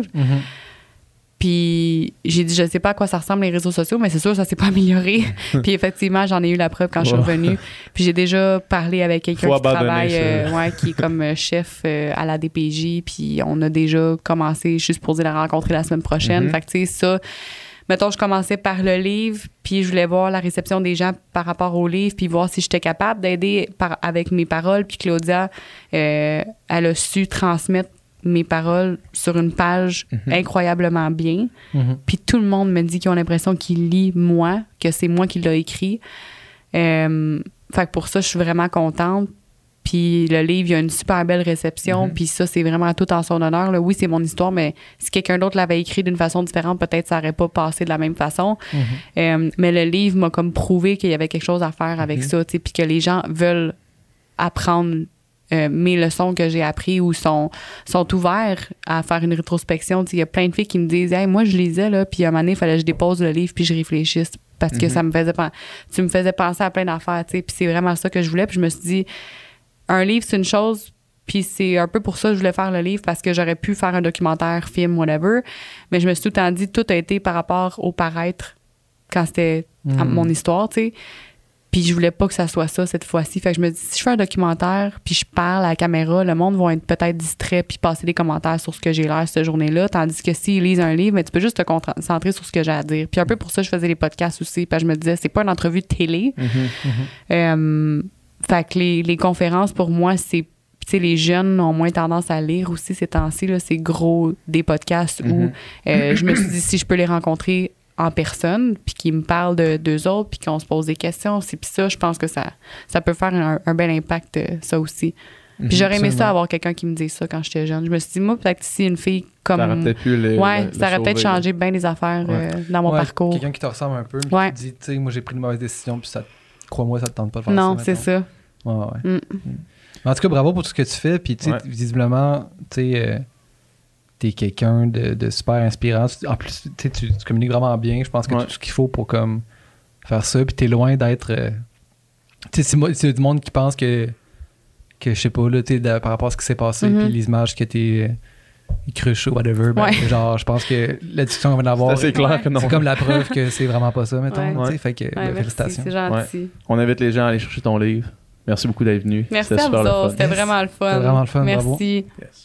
Speaker 4: Puis j'ai dit, je sais pas à quoi ça ressemble les réseaux sociaux, mais c'est sûr, ça s'est pas amélioré. Puis effectivement, j'en ai eu la preuve quand je suis revenue. Puis j'ai déjà parlé avec quelqu'un qui travaille, qui est comme chef à la DPJ. Puis on a déjà commencé, je suis supposée la rencontrer la semaine prochaine. Fait que tu sais, ça, mettons, je commençais par le livre, puis je voulais voir la réception des gens par rapport au livre, puis voir si j'étais capable d'aider avec mes paroles. Puis Claudia, elle a su transmettre mes paroles sur une page incroyablement bien. Puis tout le monde me dit qu'ils ont l'impression qu'ils lisent moi, que c'est moi qui l'ai écrit. Fait que pour ça, je suis vraiment contente. Puis le livre, il y a une super belle réception. Puis ça, c'est vraiment tout en son honneur. Là. Oui, c'est mon histoire, mais si quelqu'un d'autre l'avait écrit d'une façon différente, peut-être ça n'aurait pas passé de la même façon. Mais le livre m'a comme prouvé qu'il y avait quelque chose à faire avec ça, puis que les gens veulent apprendre mes leçons que j'ai apprises ou sont ouverts à faire une rétrospection. Il y a plein de filles qui me disent « Hey, moi, je lisais, là, puis à un moment donné, il fallait que je dépose le livre puis je réfléchisse parce que ça me faisait tu me faisais penser à plein d'affaires. » Puis c'est vraiment ça que je voulais. Puis je me suis dit, un livre, c'est une chose, puis c'est un peu pour ça que je voulais faire le livre parce que j'aurais pu faire un documentaire, film, whatever. Mais je me suis tout le temps dit, tout a été par rapport au paraître quand c'était mon histoire, tu sais. Puis je voulais pas que ça soit ça cette fois-ci. Fait que je me dis, si je fais un documentaire puis je parle à la caméra, le monde va être peut-être distrait puis passer des commentaires sur ce que j'ai l'air cette journée-là. Tandis que s'ils lisent un livre, mais tu peux juste te concentrer sur ce que j'ai à dire. Puis un peu pour ça, je faisais les podcasts aussi. Puis je me disais, c'est pas une entrevue de télé. Fait que les conférences, pour moi, c'est... Tu sais, les jeunes ont moins tendance à lire aussi ces temps-ci. Là, c'est gros des podcasts où je me suis dit, si je peux les rencontrer en personne, puis qu'ils me parlent d'eux autres, puis qu'on se pose des questions aussi. Puis ça, je pense que ça peut faire un bel impact, ça aussi. Puis j'aurais aimé ça, avoir quelqu'un qui me dise ça quand j'étais jeune. Je me suis dit, moi, peut-être que si une fille comme...
Speaker 2: Ça aurait peut-être pu
Speaker 4: ça aurait peut-être changé bien des affaires dans mon parcours.
Speaker 3: Quelqu'un qui te ressemble un peu, mais qui te dit, tu sais, moi, j'ai pris une mauvaise décision, puis crois-moi, ça te tente pas de faire ça.
Speaker 4: Non, c'est ça.
Speaker 3: En tout cas, bravo pour tout ce que tu fais, puis tu sais, visiblement, tu sais... t'es quelqu'un de super inspirant. En plus, tu communiques vraiment bien. Je pense que tout ce qu'il faut pour comme faire ça. Puis t'es loin d'être... tu sais, c'est du monde qui pense que je sais pas, là, par rapport à ce qui s'est passé, puis les images que t'es cruche ou whatever. Genre, je pense que la discussion qu'on vient d'avoir...
Speaker 2: C'est clair que non.
Speaker 3: C'est comme la preuve que c'est vraiment pas ça, mettons. Fait que félicitations.
Speaker 4: C'est gentil.
Speaker 2: On invite les gens à aller chercher ton livre. Merci beaucoup d'être venu.
Speaker 4: Merci à vous autres. C'était vraiment le fun.
Speaker 3: C'était vraiment le fun.
Speaker 4: Merci.
Speaker 3: Bravo.